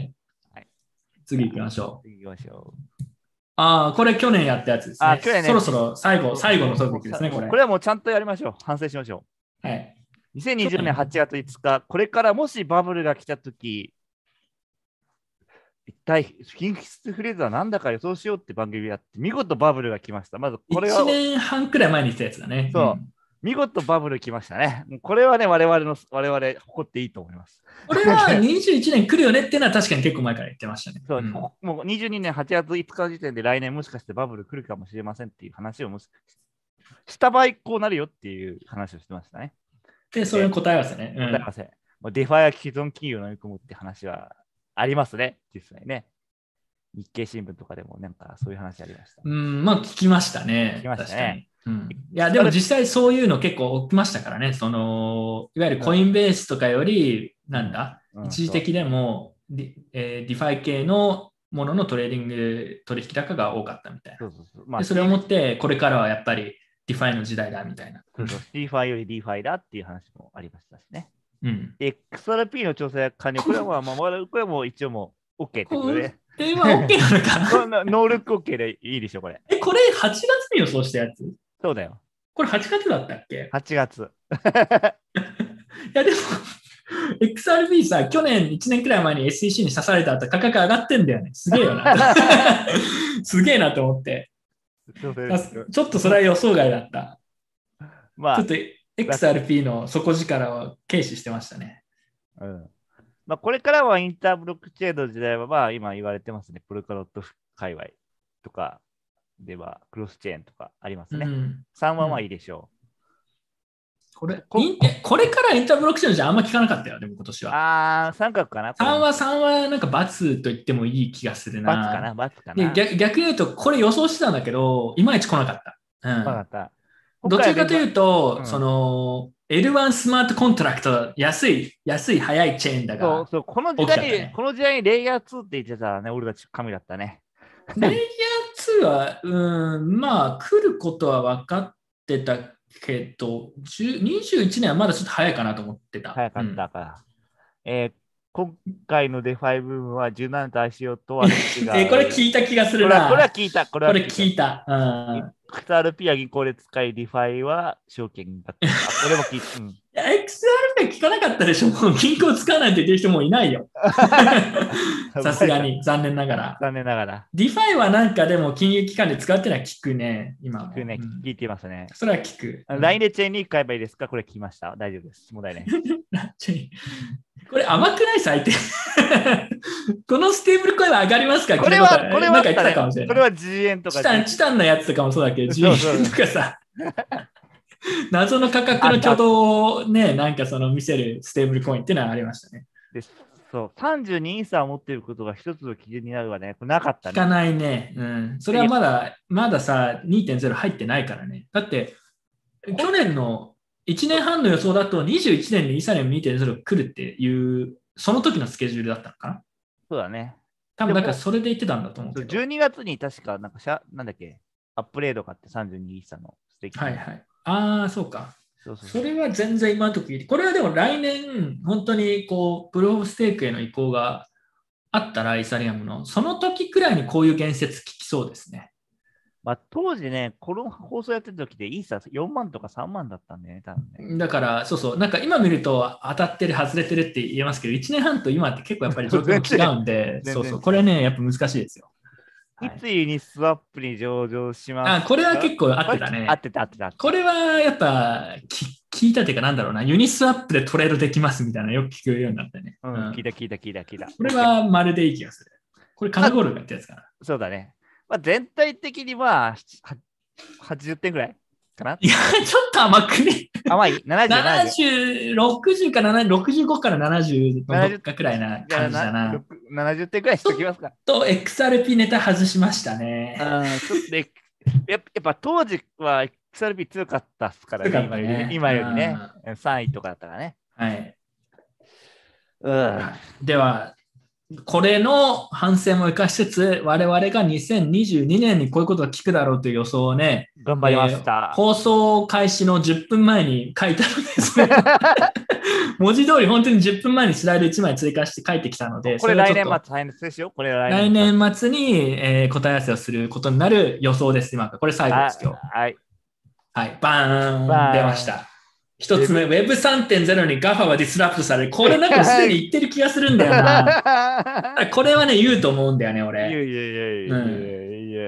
次行きましょう。これ去年やったやつですね。そろそろ最後のトピックですね、これ。 これはもうちゃんとやりましょう。反省しましょう。はい。 2020年8月5日、これからもしバブルが来たとき、一体、品質フレーズは何だか予想しようって番組やって、見事バブルが来ました。まずこれは。 1年半くらい前に言ったやつだね。 そう。見事バブル来ましたね。これはね、我々誇っていいと思います。 これは21年来るよねっていうのは確かに結構前から言ってましたね。 そう、もう22年8月5日時点で来年もしかしてバブル来るかもしれませんっていう話をした場合こうなるよっていう話をしてましたね。 で、それの答え合わせね。 答え合わせ。デファイや既存企業を飲み込むって話はありますね。実際ね。日経新聞とかでもなんかそういう話ありました。 まあ聞きましたね。 聞きましたね。 いや、でも実際そういうの結構起きましたからね。いわゆるコインベースとかより、一時的でもディファイ系のもののトレーディング取引高が多かったみたいな。それをもって、これからはやっぱりディファイの時代だみたいな。 ディファイよりディファイだっていう話もありましたしね。 で、 XRP の調整完了、これはこれも一応もう OK ってことで。 これは OK なのかなノールック OK でいいでしょ、これ。 これ8月に予想したやつ？ そうだよ。 これ8月だったっけ？ 8月。 いや、でも、XRP さ、去年1年くらい前に SEC に刺された後、価格上がってんだよね。すげえよな。すげえなと思って。ちょっとそれは予想外だった。ちょっと XRP の底力を軽視してましたね。 これからはインターブロックチェーンの時代は、今言われてますね。プルカロット界隈とかでは、クロスチェーンとかありますね。3はまあいいでしょう。 これからインターブロックチェーンじゃあんま聞かなかったよ、でも今年は。 三角かな。 3はなんか×と言ってもいい気がするな。 ×かな。 逆に言うと、これ予想してたんだけど、いまいち来なかった。どちらかというと、L1 スマートコントラクト、安い早いチェーンだが、 そうこの時代にレイヤー2って言ってたらね、俺たち神だったね。 レイヤー2は、まあ、来ることは分かってたけど、21年はまだちょっと早いかなと思ってた。 早かったから。今回のデファイブームは17と ICO とは違う。これ聞いた気がするな。 これは聞いた。 これ聞いた。 XRP は銀行で使い、ディファイは証券だった。これも聞いた。 XRP 聞かなかったでしょ。もう銀行使わないと言ってる人もいないよ。さすがに、残念ながら。ディファイはなんかでも金融機関で使ってない聞くね、今も。 聞くね、聞いてますね。 それは聞く。 LINE でチェーンに買えばいいですか？これ聞きました。大丈夫です。問題ない。 これ甘くない最低。このステーブルコインは上がりますか？ これはなんか言ってたかもしれない。 これは10円とか。 チタンのやつとかもそうだけど、10円とかさ。謎の価格の挙動をね、なんか見せるステーブルコインっていうのはありましたね。 で、そう、32イーサー持ってることが一つの基準になるわね。これなかったね。 聞かないね。うん。それはまださ、2.0入ってないからね。だって、去年の1年半の予想だと21年にイーサリアム2.0来るっていう、その時のスケジュールだったのかな。 そうだね。 多分なんかでも、 それで言ってたんだと思うそうけど。 12月に確か、なんだっけ、アップレード買って32イーサの素敵な。 はいはい。ああ、そうか。 そうそうそう。 それは全然今のとこ聞いて、これはでも来年、本当にこう、プルーフステークへの移行があったら、イーサリアムの、その時くらいにこういう言説聞きそうですね。 まあ、当時ね、この放送やってた時でイーサ4万とか3万だったんだよね、多分ね。 だから、そうそう、なんか今見ると当たってる、外れてるって言えますけど、1年半と今って結構やっぱり状況も違うんで、そうそう、 全然違う。 これね、やっぱ難しいですよ。はい。 三井にスワップに上場しまあ、 すこれはか？ 結構合ってこれ合ったね。 てた、合ってた、合ってた。 これはやっぱ聞いたというかなんだろうな、ユニスワップでトレードできますみたいなのよく聞くようになったね。 うん、 うん。 聞いた。 これはまるでいい気がする。これカまあ、 ナゴールがやったやつかな。 そうだね。まあ、全体的にまあ、80点ぐらいかな。 いや、ちょっと甘くね。 甘い ?70、70。 70、60か70、65から70のどっ 70、 かくらいなじゃあ感じだな。 70点ぐらいしちょっときますか。 と XRP ネタ外しましたね。 うん、ちょっとね、やっぱ当時は XRP 強かったっすからね、 よかったね。 今うん。 よりね、 は 3位とかだったからね。 い。 うん。 では、これの反省も生かしつつ、我々が2022年にこういうことが聞くだろうという予想をね、 頑張りました。 放送開始の10分前に書いたので、それ文字通り本当に10分前にスライド1枚追加して書いてきたので、そこれれをちょっと来年末大変ですよ。これ来年来末。 年末に、答え合わせをすることになる予想です、今。これ最後です、今日。 はい。 はい、バーン、出ましバーン。 た。一つ目、Web3.0 に GAFA はディスラプトされる。これなんかすでに言ってる気がするんだよな。これはね、言うと思うんだよね、俺。うん。 いや。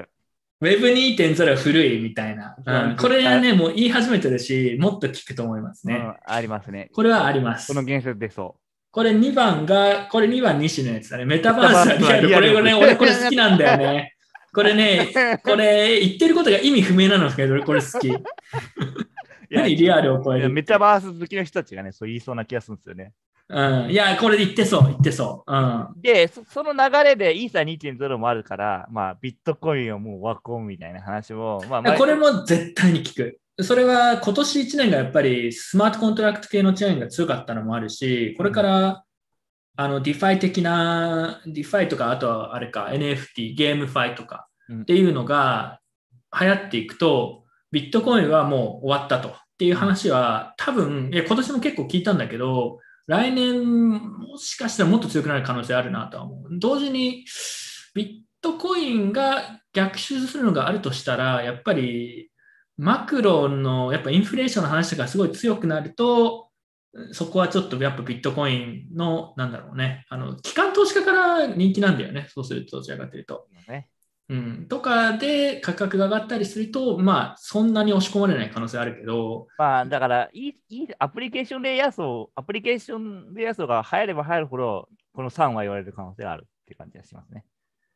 Web2.0 は古いみたいな。うん。これはあ、 ね、もう言い始めてるし、もっと聞くと思いますね。 うん、ありますね。 これはありまこのす。 原説出そこれ2番が、これ2番西のやつだね。メう。 タバースメタバースはリアル。こはリアル。 れね、俺これ好きなんだよね。これね、これ言ってることが意味不明なのですけど、俺これ好き。 いや、 何リアルを超えいやるって。 メタバース好きの人たちがね、そう言いそうな気がするんですよね。 うん。いや、これ言ってそう、言ってそう。うん。 で、その流れでイーサ2.0もあるから、まあ、ビットコインをもうワコンみたいな話も、まあ、 これも絶対に聞く。それは今年1年がやっぱりスマートコントラクト系のチェーンが強かったのもあるし、これからディファイ的な、ディファイとか、あとはあれか、NFT、ゲームファイとかっていうのが流行っていくと、ビットコインはもう終わったとっていう話は多分、いや、今年も結構聞いたんだけど、来年もしかしたらもっと強くなる可能性あるなとは思う。同時に、ビットコインが逆襲するのがあるとしたら、やっぱりマクロのやっぱインフレーションの話とかすごい強くなると、そこはちょっとやっぱビットコインの、なんだろうね、機関投資家から人気なんだよね、そうすると、どちらかというと。 ね、 うん、とかで価格が上がったりすると、まあ、そんなに押し込まれない可能性あるけど、 まあ、だから、アプリケーションレイヤー層、アプリケーションレイヤー層が入れば入るほど、この3は言われる可能性があるっていう感じがしますね。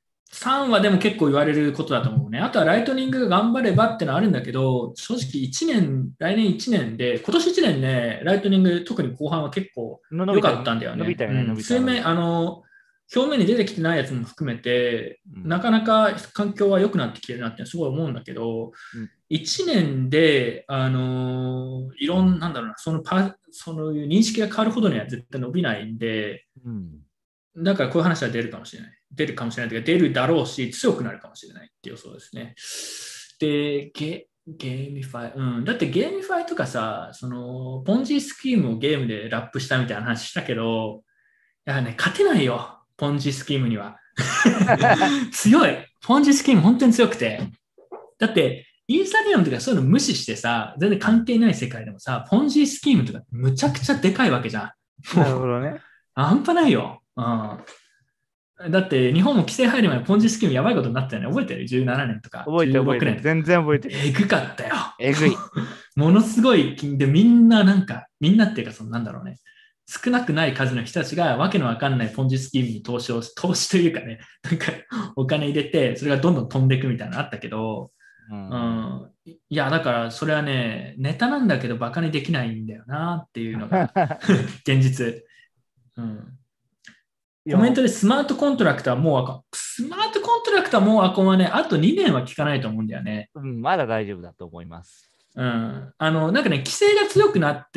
3はでも結構言われることだと思うね。あとはライトニングが頑張ればってのはあるんだけど、正直1年、来年1年で、今年1年ね、ライトニング特に後半は結構良かったんだよね。 伸びたよね、伸びた。 数面、表面に出てきてないやつも含めて、 うん、 なかなか環境は良くなってきてるなってすごい思うんだけど、 うん、 1年で、いろんなんだろうな、そういう認識が変わるほどには絶対伸びないんで、 うん。 だからこういう話は出るかもしれない。出るかもしれないというか、出るだろうし、強くなるかもしれないっていう予想ですね。で、ゲーミファイ、うん。だってゲーミファイとかさ、ポンジスキームをゲームでラップしたみたいな話したけど、いやね、勝てないよ。ポンジスキームには。強い。ポンジスキーム本当に強くて。だって、イーサリアムとかそういうの無視してさ、全然関係ない世界でもさ、ポンジスキームとかむちゃくちゃでかいわけじゃん。 なるほもう、 どね。 半端ないよ。うん。だって日本も規制入る前ポンジスキームやばいことになったよね。覚えてる？ 17 年とか16 覚えてる。 年。 全然覚えてる。 えぐかったよ。 えぐい。 ものすごい金で、みんななんか、みんなっていうか、なんだろうね。少なくない数の人たちがわけのわかんないポンジスキームに投資というかね、なんかお金入れて、それがどんどん飛んでいくみたいなのあったけど、 ううん。 ん、いや、だからそれはね、ネタなんだけどバカにできないんだよなっていうのが現実。うん。 コメントでスマートコントラクトはもうあかん。スマートコントラクトはもうあかんはね、あと2年は効かないと思うんだよね。 うん、まだ大丈夫だと思います。 うん。なんかね、規制が強くなって、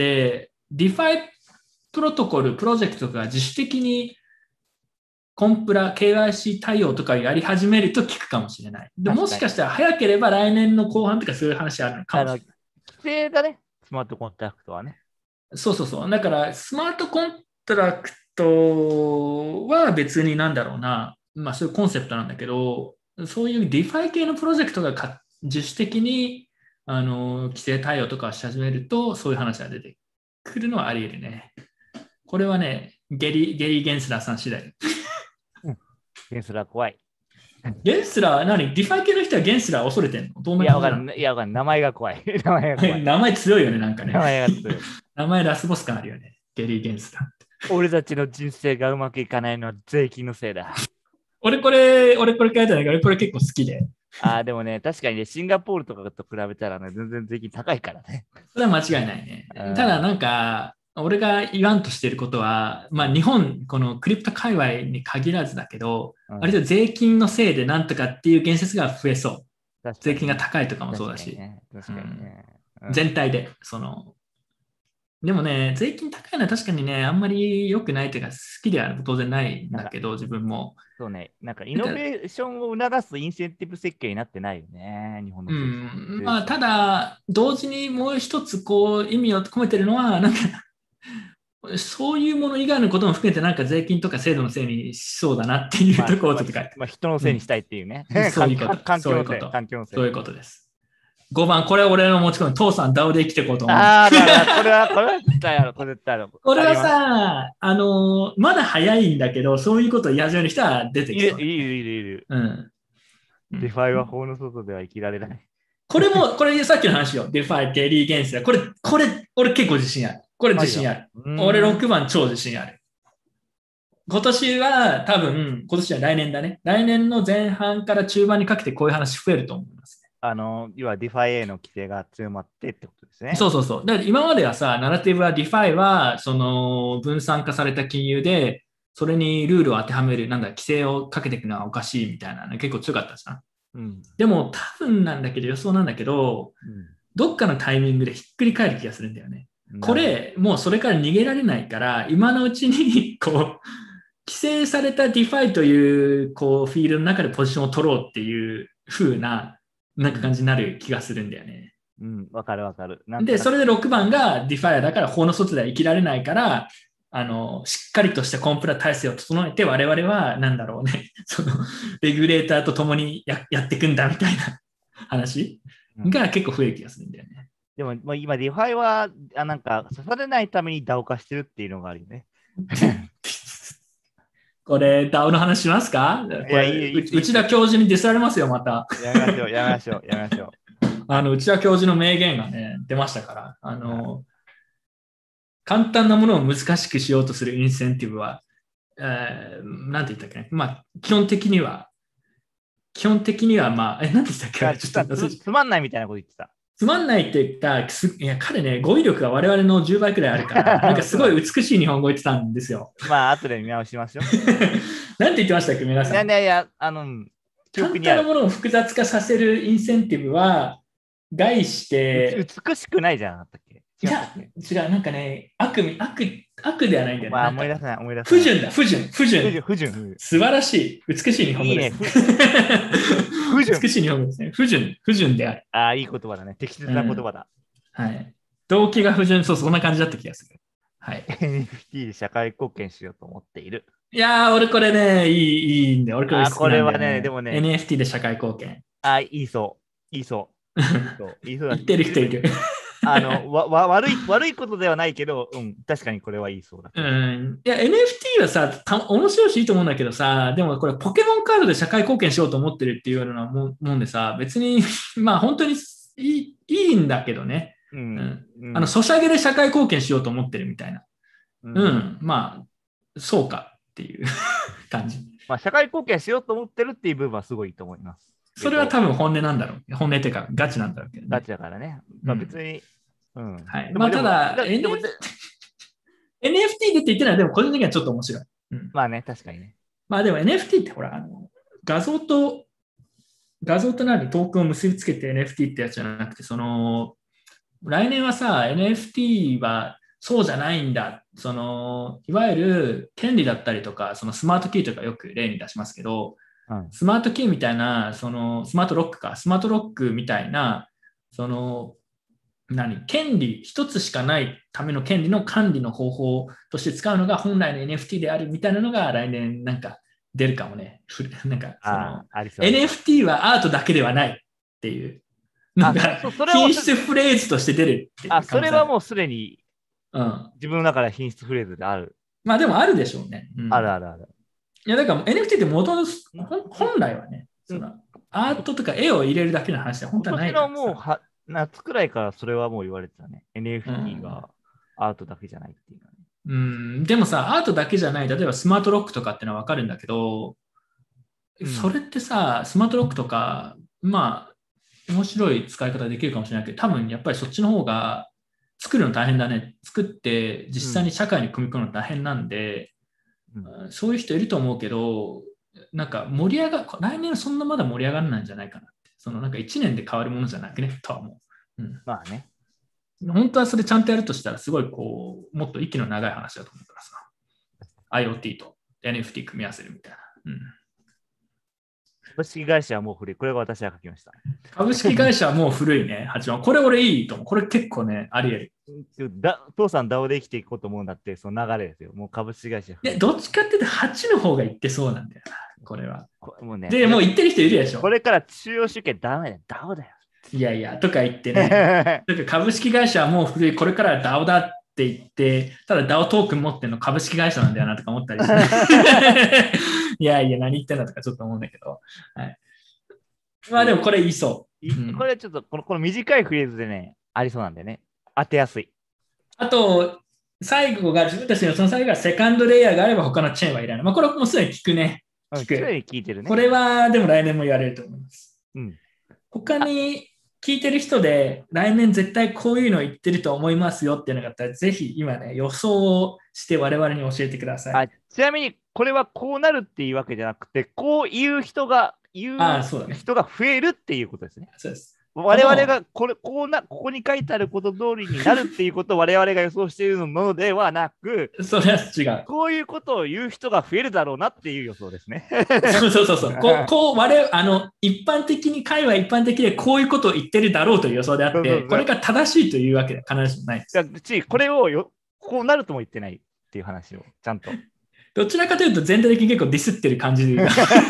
ディファイプロトコル、プロジェクトが自主的にコンプラ、KYC 対応とかやり始めると効くかもしれない。でもしかしたら早ければ来年の後半とかそういう話あるのかもしれない。 規制だね、スマートコントラクトはね。 そうそうそう。だから、スマートコントラクトは別になんだろうな。まあそういうコンセプトなんだけど、そういうディファイ系のプロジェクトが自主的に規制対応とかをし始めると、そういう話が出てくるのはあり得るね。これはね、ゲリー・ゲンスラーさん次第。 ゲンスラー怖い。 ゲンスラー、何ディファイ系の人はゲンスラー恐れてんのどんないや、わかんない。いや、わかんない。名前が怖い。名前が怖い。 名前強いよね、なんかね。 名前が強い。 名前ラスボス感あるよね。ゲリー・ゲンスラー。 俺たちの人生がうまくいかないのは税金のせいだ。 俺これ書いてないから、俺これ結構好きで。 ああ、でもね、確かにね、シンガポールとかと比べたらね、全然税金高いからね。 それは間違いないね。ただなんか、俺が言わんとしていることは、まあ日本、このクリプト界隈に限らずだけど、割と税金のせいでなんとかっていう言説が増えそう。税金が高いとかもそうだし。全体で、でもね、税金高いのは確かにね、あんまり良くないというか、好きでは当然ないんだけど、自分も。 そうね、なんかイノベーションを促すインセンティブ設計になってないよね、日本のまあ、ただ、同時にもう一つこう意味を込めてるのは、なんかそういうもの以外のことも含めて、なんか税金とか制度のせいにしそうだなっていうところをちょっと書いて、 まあ、人のせいにしたいっていうね。 そういうこと。 環境のせい。環境のせい。 そういうことです。5番、これは俺の持ち込み、父さん、ダウで生きていこうと思う。 ああ、これは絶対ある。これ絶対ある。 これはさ、まだ早いんだけど、そういうことを言い始める人は出てきそう。 いる。 うん。 デファイは法の外では生きられない。 これさっきの話よ。デファイ、ゲリー・ゲンスだ。これ、俺結構自信ある。これ自信ある。俺6番超自信ある。今年は多分、今年は来年だね。来年の前半から中盤にかけてこういう話増えると思いますね。 要はディファイ A の規制が強まってってことですね。 そうそうそう。だから今まではさ、ナラティブはディファイは、分散化された金融で、それにルールを当てはめる、規制をかけていくのはおかしいみたいな、結構強かったじゃん。でも多分なんだけど、予想なんだけど、どっかのタイミングでひっくり返る気がするんだよね。これ、もうそれから逃げられないから、今のうちに、規制されたディファイという、フィールドの中でポジションを取ろうっていう風な、感じになる気がするんだよね。 わかる。 で、それで6番がディファイアだから法の外では生きられないから、しっかりとしたコンプラ体制を整えて、我々は、レギュレーターと共にやっていくんだみたいな話が結構増える気がするんだよね。 でも、今、ディファイは、刺されないためにダオ化してるっていうのがあるよね。 これ、ダウの話しますか？内田教授にディスられますよ、また。 やめましょう。 内田教授の名言がね、出ましたから。簡単なものを難しくしようとするインセンティブは、なんて言ったっけね。まあ、基本的には、なんて言ったっけつまんないみたいなこと言ってた。 つまんないって言った、いや、彼ね、語彙力が我々の10倍くらいあるから、なんかすごい美しい日本語言ってたんですよ。 まあ、後で見直しましょう。 なんて言ってましたっけ、皆さん。 いや、 簡単なものを複雑化させるインセンティブは、概して、 美しくないじゃなかったっけ？ いや、違う、なんかね、悪ではないんだよね。 思い出せない。 不純だ、不純。素晴らしい、美しい日本語です。美しい日本語ですね。不純である。 いい言葉だね。適切な言葉だ。 はい。動機が不純、そんな感じだった気がする。はい。 NFT で社会貢献しようと思っている。 いやー、俺これね、いいんで、俺これ好きなんこれはね、でもね。 NFT で社会貢献。 言いそう。 言ってる人いる。 悪いことではないけど、確かにこれは言いそうだ。 いや、NFT はさ、面白いしいいと思うんだけどさ、でもこれポケモンカードで社会貢献しようと思ってるっていうようなもんでさ、別に、まあ本当にいいんだけどね。ソシャゲで社会貢献しようと思ってるみたいな。まあ、そうかっていう感じ。 まあ、社会貢献しようと思ってるっていう部分はすごいいいと思います。 それは多分本音なんだろう。本音っていうか、ガチなんだろうけどね。 ガチだからね。まあ別に、 はい。まあただ、NFT でって言ってるのは、でも個人的にはちょっと面白い。 うん。 まあね、確かにね。 まあでも NFT ってほら、画像と、画像となるトークンを結びつけて NFT ってやつじゃなくて、来年はさ、NFT はそうじゃないんだ。いわゆる権利だったりとか、そのスマートキーとかよく例に出しますけど、 うん。 スマートキーみたいな、スマートロックか、スマートロックみたいな、その、権利、一つしかないための権利の管理の方法として使うのが本来の NFT であるみたいなのが来年なんか出るかもね。なんかああ、ありそう、ありそう。 NFT はアートだけではないっていうのあ、 がそれはもう品質フレーズとして出るっていう可能性ある。 それはもうすでにうん。 自分の中で品質フレーズである。 まあでもあるでしょうね。うん。 あるあるある。 いやだから NFT って元の本来はね、 うんアートとか絵を入れるだけの話で本当はな今年のいからさ。 もうは夏くらいからそれはもう言われてたね。 う NFT ん。 はアートだけじゃないっていうのはね。 うん、でもさ、アートだけじゃない、例えばスマートロックとかってのはわかるんだけど、 うん。 それってさ、スマートロックとか、まあ、面白い使い方できるかもしれないけど、多分やっぱりそっちの方が作るの大変だね。作って実際にうん。 社会に組み込むの大変なんで、 うん。 そういう人いると思うけど、なんか来年はそんなまだ盛り上がらないんじゃないかなって。なんか1年で変わるものじゃなくね、とは思う。うん。 まあね。 本当はそれちゃんとやるとしたら、すごいもっと息の長い話だと思うからさ。IoT と NFT 組み合わせるみたいな。うん。 株式会社はもう古い。これが私が書きました。 株式会社はもう古いね、8番。これ俺いいと思う。これ結構ね、あり得る。 父さん DAO で生きていこうと思うんだって、その流れですよ。もう株式会社古で、 い。 どっちかっていうと8の方が言ってそうなんだよな、これは。 もうね、 で、もう言ってる人いるでしょ。 これから中央集権ダメだよ。DAO だよ。 いやいや、とか言ってね。だから株式会社はもう古い、これからは DAO だって言って、ただ DAO トークン持ってるの株式会社なんだよなとか思ったりして。いやいや、何言ってんだとかちょっと思うんだけど。はい、まあでもこれ言いそう。うん、 これちょっとこの短いフレーズでね、ありそうなんだよね。当てやすい。 あと、最後が自分たちのその最後がセカンドレイヤーがあれば他のチェーンはいらない。まあこれもうすでに聞くね。 うん、 聞く。 常に聞いてるね。 これはでも来年も言われると思います。 うん。 他あ、 に聞いてる人で来年絶対こういうの言ってると思いますよっていうのがあったら、ぜひ今ね、予想をして我々に教えてください。 ちなみに、これはこうなるっていうわけじゃなくて、こういう言ああ、 うそうだね。 人が増えるっていうことですね。 そうです。 我々がここに書いてあること通りになるっていうことを我々が予想しているのではなく、 それは違う。 こういうことを言う人が増えるだろうなっていう予想ですね。 そうそうそうそう。一般的に、会話一般的でこういうことを言ってるだろうという予想であって、 そうそうそう。 これが正しいというわけでは必ずしもないです。 これをこうなるとも言ってないっていう話をちゃんと。 どちらかというと全体的に結構ディスってる感じが。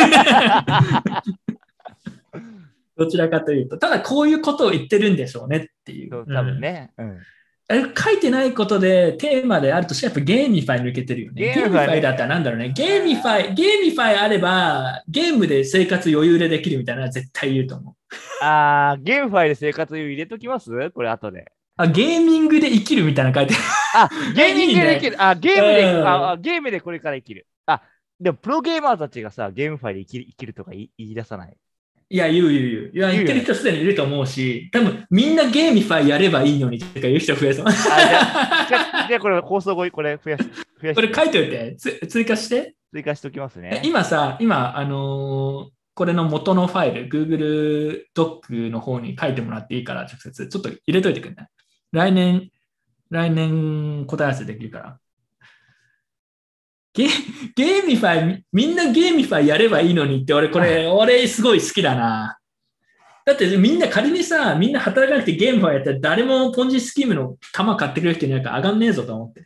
どちらかというと、ただこういうことを言ってるんでしょうねっていう。 そう、 うん、 多分ね。うん。 書いてないことでテーマであるとしてやっぱゲーミファイ抜けてるよね。 ゲーゲームはね、 ミファイだったらなんだろうね。ゲーミファイあればゲームで生活余裕でできるみたいなのは絶対言うと思う。 ゲームファイル生活を入れときますこれ後で。 ゲーミングで生きるみたいな書いてある。 ゲーミンいいね。 グでできる。ゲームでこれから生きる。でもプロゲーマーたちがさ、ゲームファイル生きるとか言い出さない。 いや、言う。いや、言ってる言うよね。 人すでにいると思うし、多分みんなゲーミファイやればいいのにとか言う人増えそう。 じゃあこれ放送後にこれ増やしこれ書て、 いておいて、追加して。 追加しておきますね。 今、これの元のファイル、Google ドックの方に書いてもらっていいから、直接、ちょっと入れといてくれない。来年答え合わせできるから。ゲ、ゲーミファイ、みんなゲーミファイやればいいのにって、俺すごい好きだな。だってみんな仮にさ、みんな働かなくてゲームファイやったら誰もポンジスキームの玉買ってくれる人いないから上がんねえぞと思って。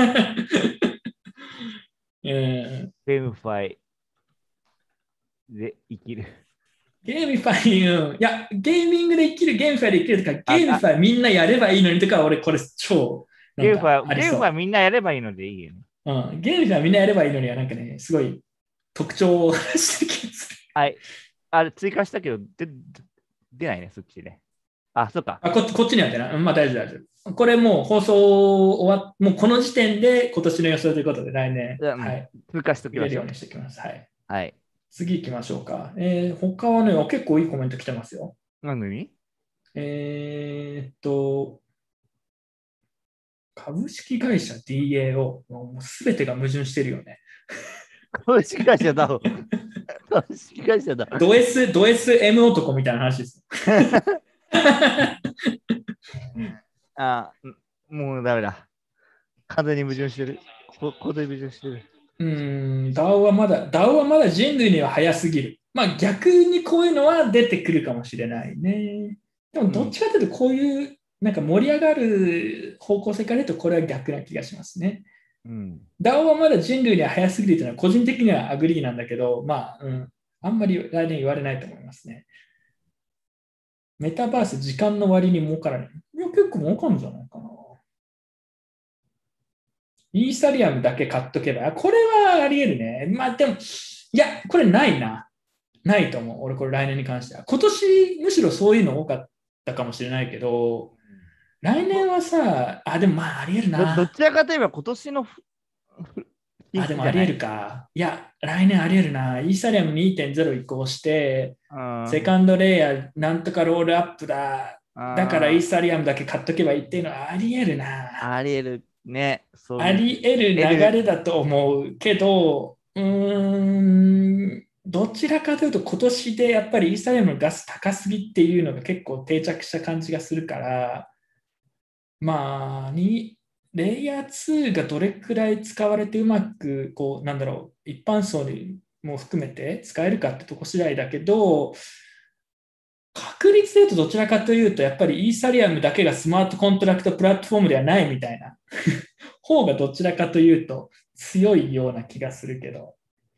ゲームファイで生きる。 ゲーミファイ、いや、ゲーミングで生きる、ゲームファイで生きるとか、 あ、 ゲーミファイみんなやればいいのにとか、俺これ超、なんかありゲームファイそみんなやればいいのでいいよね。 う。うん、ゲームファイみんなやればいいのには、なんかね、すごい特徴をしてる気がする。 はい。追加したけど、出ないね、そっちで。そうか。 こっちには出ない。まあ大丈夫、大丈夫。これもう放送もうこの時点で今年の予想ということで来年、 うん、 はい、 追加しておきましょう。 入れるようにしておきます。はい。 はい。 次行きましょうか。他はね、結構いいコメント来てますよ。 株式会社 DAO、もうすべてが矛盾してるよね。 株式会社だ。株式会社だ。 ド SM 男みたいな話です。 あ、もうダメだ。完全に矛盾してる。ここで矛盾してる。 DAO はまだ人類には早すぎる。まあ逆にこういうのは出てくるかもしれないね。でもどっちかというとこういうなんか盛り上がる方向性から言うとこれは逆な気がしますね。DAO はまだ人類には早すぎるというのは個人的にはアグリーなんだけど、まあ、あんまり来年言われないと思いますね。メタバース時間の割に儲からない。いや、結構儲かるんじゃないかな。イーサリアムだけ買っとけば、これはあり得るね。まあでも、いや、これないな。ないと思う。俺、これ来年に関しては。今年、むしろそういうの多かったかもしれないけど、来年はさ、でもまああり得るな。 どちらかといえば今年のでもあり得るか。いや、来年あり得るな。イーサリアム 2.0 移行して、セカンドレイヤーなんとかロールアップだ。だからイーサリアムだけ買っとけばいいっていうのはあり得るな。 あり得るね。 あり得る流れだと思うけど、どちらかというと今年でやっぱりイーサリアムのガス高すぎっていうのが結構定着した感じがするから、まあ、レイヤー2がどれくらい使われてうまく、こう、なんだろう、一般層にも含めて使えるかってとこ次第だけど、確率で言うとどちらかというと、やっぱりイーサリアムだけがスマートコントラクトプラットフォームではないみたいな方がどちらかというと強いような気がするけど、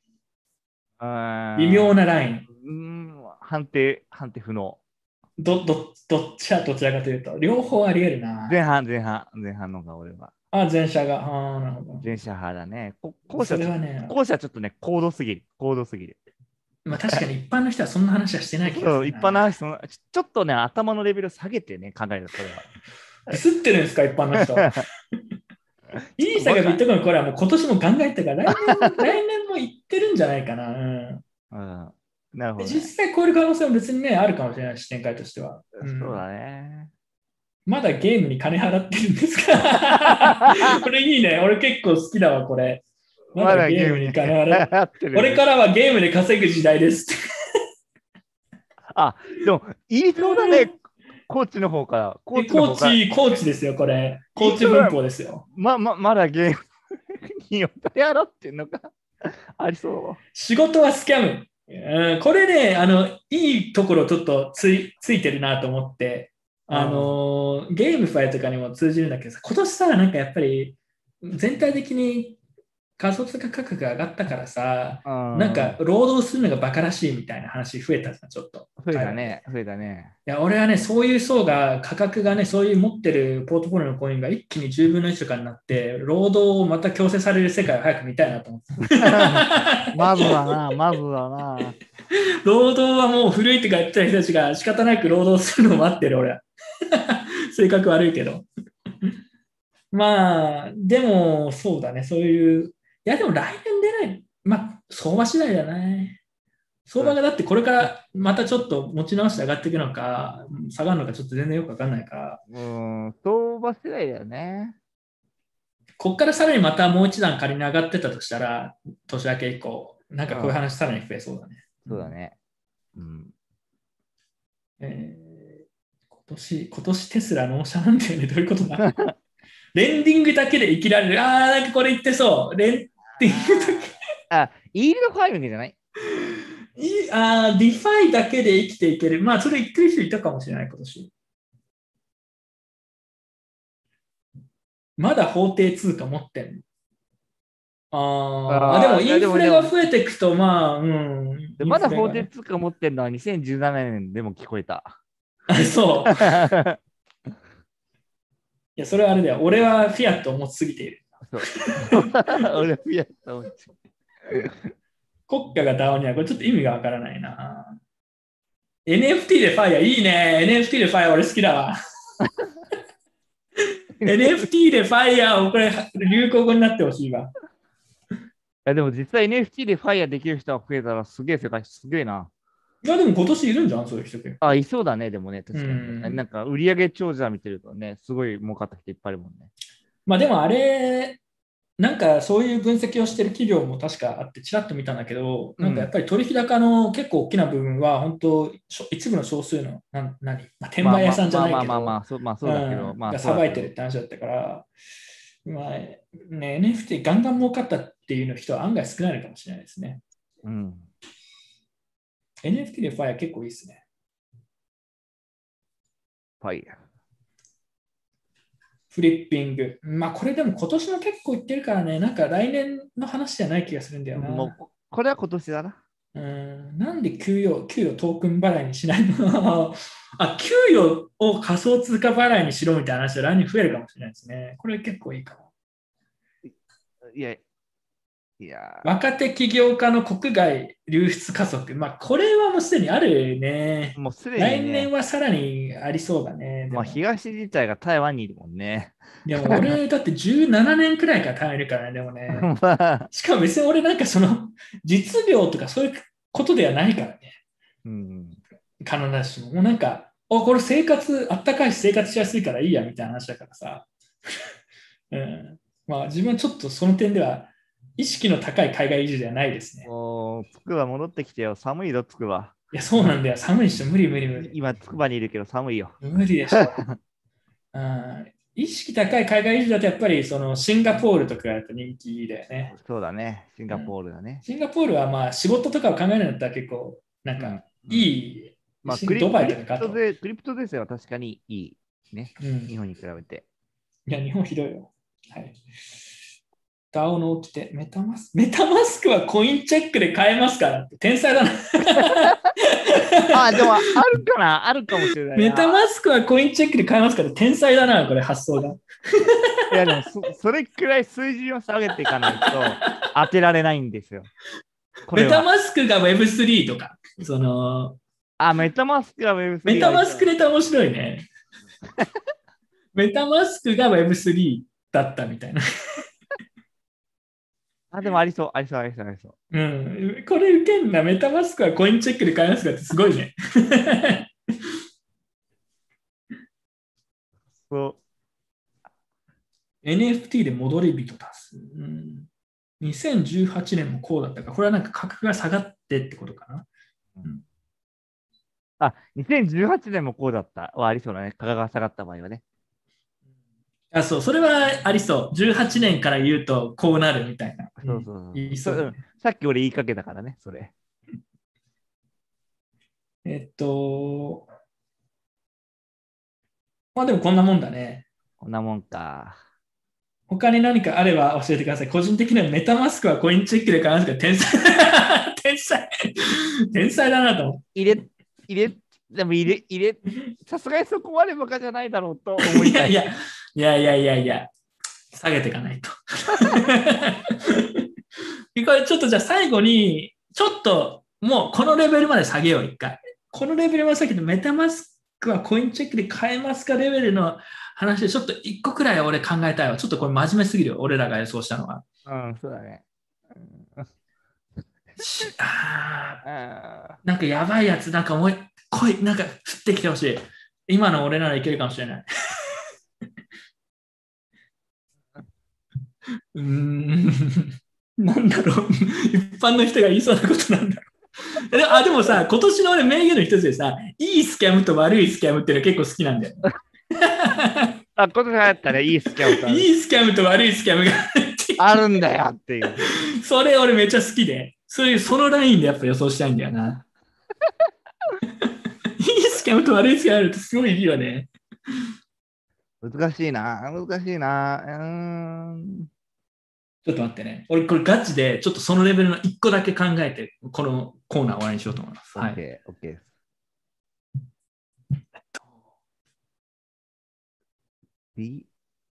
微妙なライン。 判定不能。 どっちはどちらかというと、両方あり得るな。 前半のが俺は。 前者が。なるほど。 前者派だね。後者ちょっとね、高度すぎる。 まあ確かに一般の人はそんな話はしてないけど。 そう、一般の話、ちょっとね、頭のレベル下げてね、考えるとこれは。 ディスってるんですか、一般の人。イーサがビットコイン、これはもう今年も考えたから、来年も言ってるんじゃないかな。 なるほど、ね。 実際こういう可能性も別にね、あるかもしれないし、展開としては。 そうだね。 まだゲームに金払ってるんですかこれいいね。俺結構好きだわ、これ。まだゲームに金払ってる。俺からはゲームで稼ぐ時代ですでも、言いそうだね。コーチの方から。 コーチですよ、これ。コーチ文法ですよ。 まだゲームにお金払ってんのかありそう。 仕事はスキャム。これね、いいところちょっとついてるなと思って、ゲームファイとかにも通じるんだけどさ、今年さ、なんかやっぱり全体的に仮想通貨価格が上がったからさ、なんか労働するのがバカらしいみたいな話増えたじゃん、ちょっと。 増えたね。 いや、俺はね、そういう層が、価格がね、そういう持ってるポートフォリオのコインが一気に10分の1とかになって、労働をまた強制される世界を早く見たいなと思って。 まずだな。 労働はもう古いって言ってた人たちが仕方なく労働するのを待ってる、俺は。性格悪いけど。まあ、でも、そうだね、そういう。いや、でも来年出ない。まあ、相場次第だね。相場がだってこれからまたちょっと持ち直して上がっていくのか、下がるのかちょっと全然よくわかんないから。 相場次第だよね。 こっからさらにまたもう一段仮に上がってたとしたら、年明け以降、なんかこういう話さらに増えそうだね。 そうだね。 今年テスラ納車なんだよね。どういうことだレンディングだけで生きられる。なんかこれ言ってそう。レンディングだけ。 イールドファーミングじゃないディファイだけで生きていける。まあ、それ言ってる人いたかもしれない、今年。まだ法定通貨持ってんの。でもインフレが増えていくと、まあ、 まだ法定通貨持ってんのは2017年でも聞こえた。 そう。いや、それはあれだよ。俺はフィアットを持ちすぎている。 俺はフィアットを持ち国家がダウンにはこれちょっと意味がわからないな。NFT でファイアいいね。NFT でファイア俺好きだわ。NFT でファイアをこれ流行語になってほしいわ。 いやでも実際 NFT でファイアできる人が増えたらすげえ世界すげえな。 いやでも今年いるんじゃん、そういう人って。 いそうだね、でもね、確かに。なんか売上長者見てるとね、すごい儲かった人いっぱいいるもんね。 まあでもあれ、なんかそういう分析をしてる企業も確かあって、ちらっと見たんだけど、なんかやっぱり取引高の結構大きな部分は、本当、一部の少数の、まあ、転売屋さんじゃないけど、 まあそううだけど、 ん、 まあがさばいてるっそうだけど。 て話だったから、まあね、NFT ガンガン儲かったっていう人は案外少ないのかもしれないですね。 うん。 NFT でファイア結構いいですね。 はい。 フリッピング。まあこれでも今年の結構言ってるからね、なんか来年の話じゃない気がするんだよな。 もう、これは今年だな。 なんで給与トークン払いにしないのあ、給与を仮想通貨払いにしろみたいな話は来年増えるかもしれないですね。これ結構いいかも。 いや、いや、 若手起業家の国外流出加速。まあこれはもうすでにあるね。 もうすでに来年ね、 はさらにありそうだね。でまあも。 東自体が台湾にいるもんね。 でも俺だって17年くらいから耐えるからね。でもね。 まあ、 しかも別に俺なんかその実業とかそういうことではないからね。 うん。 必ずしも。もうなんか、これ生活、あったかいし生活しやすいからいいやみたいな話だからさ。うん、まあ自分はちょっとその点では意識の高い海外移住ではないですね。 もう、つくば戻ってきてよ。寒いぞ、つくば。 いや、そうなんだよ。寒いし、無理無理無理。 今、つくばにいるけど寒いよ。 無理でしょ。うん、意識高い海外移住だとやっぱりそのシンガポールとかがやっぱ人気だよね。 そうだね。シンガうん、 ポールだね。 シンガポールはまあ仕事とかを考えるんだったら結構なんうん。 かうん、 いいまあ、 し、ドバイとクリプかかと。 クリプト税制は確かにいいね。 うん。 日本に比べて。 いや、日本ひどいよ。はい。ダオの起きて、メタマスクはコインチェックで買えますからって。天才だな。 あ、でも、あるかな、あるかもしれないメタな。 マスクはコインチェックで買えますから。天才だな、これ発想が。 いや、でもそれくらい数字を下げていかないと当てられないんですよ。これは。 メタマスクが Web3 とか。 あ、メタマスクはメ Web3 あタマスクりそうだね。 ネタ面白いね。メタマスクが Web3 だったみたいな。 あ、でもありそう、ありそう、ありそう、ありそう。 うん。これ受けんな。メタマスクはコインチェックで買えますかってすごいね。 そう。 NFT で戻り人出す。2018年もこうだったか。これはなんか価格が下がってってことかな。うん、 あ、2018年もこうだったはありそうだね。価格が下がった場合はね。 そう、それはありそう。18年から言うとこうなるみたいな。 そうそうそう言いそう。 そうだね。 さっき俺言いかけたからね、それ。 えっと、まあでもこんなもんだね。 こんなもんか。 他に何かあれば教えてください。個人的にはメタマスクはコインチェックで買いますから天才。天才。天才だなと思でもさすがにそこまでバカじゃないだろうと思う。 いたい。 いや、下げていかないと。これちょっとじゃあ最後に、ちょっともうこのレベルまで下げよう、一回。このレベルまで下げて、メタマスクはコインチェックで買えますかレベルの話で、ちょっと一個くらい俺考えたいわ。ちょっとこれ真面目すぎるよ、俺らが予想したのは。 うん、そうだね。 なんかやばいやつ、なんかもう、なんか降ってきてほしい。今の俺ならいけるかもしれない。なんだろう。一般の人が言いそうなことなんだろう。でもさ、今年の俺名言の一つでさ、いいスキャムと悪いスキャムっていうの結構好きなんだよ。 あ、今年流行ったね、いいスキャンいいスキャムと悪いスキャムがあるんだよっていう。 それ俺めっちゃ好きで、そのラインでやっぱ予想したいんだよな。いいスキャムと悪いスキャムあるとすごいいいよね。 難しいな、難しいな。 ちょっと待ってね。俺これガチでちょっとそのレベルの1個だけ考えて、このコーナー終わりにしようと思います。はい。 OK、OK です。B？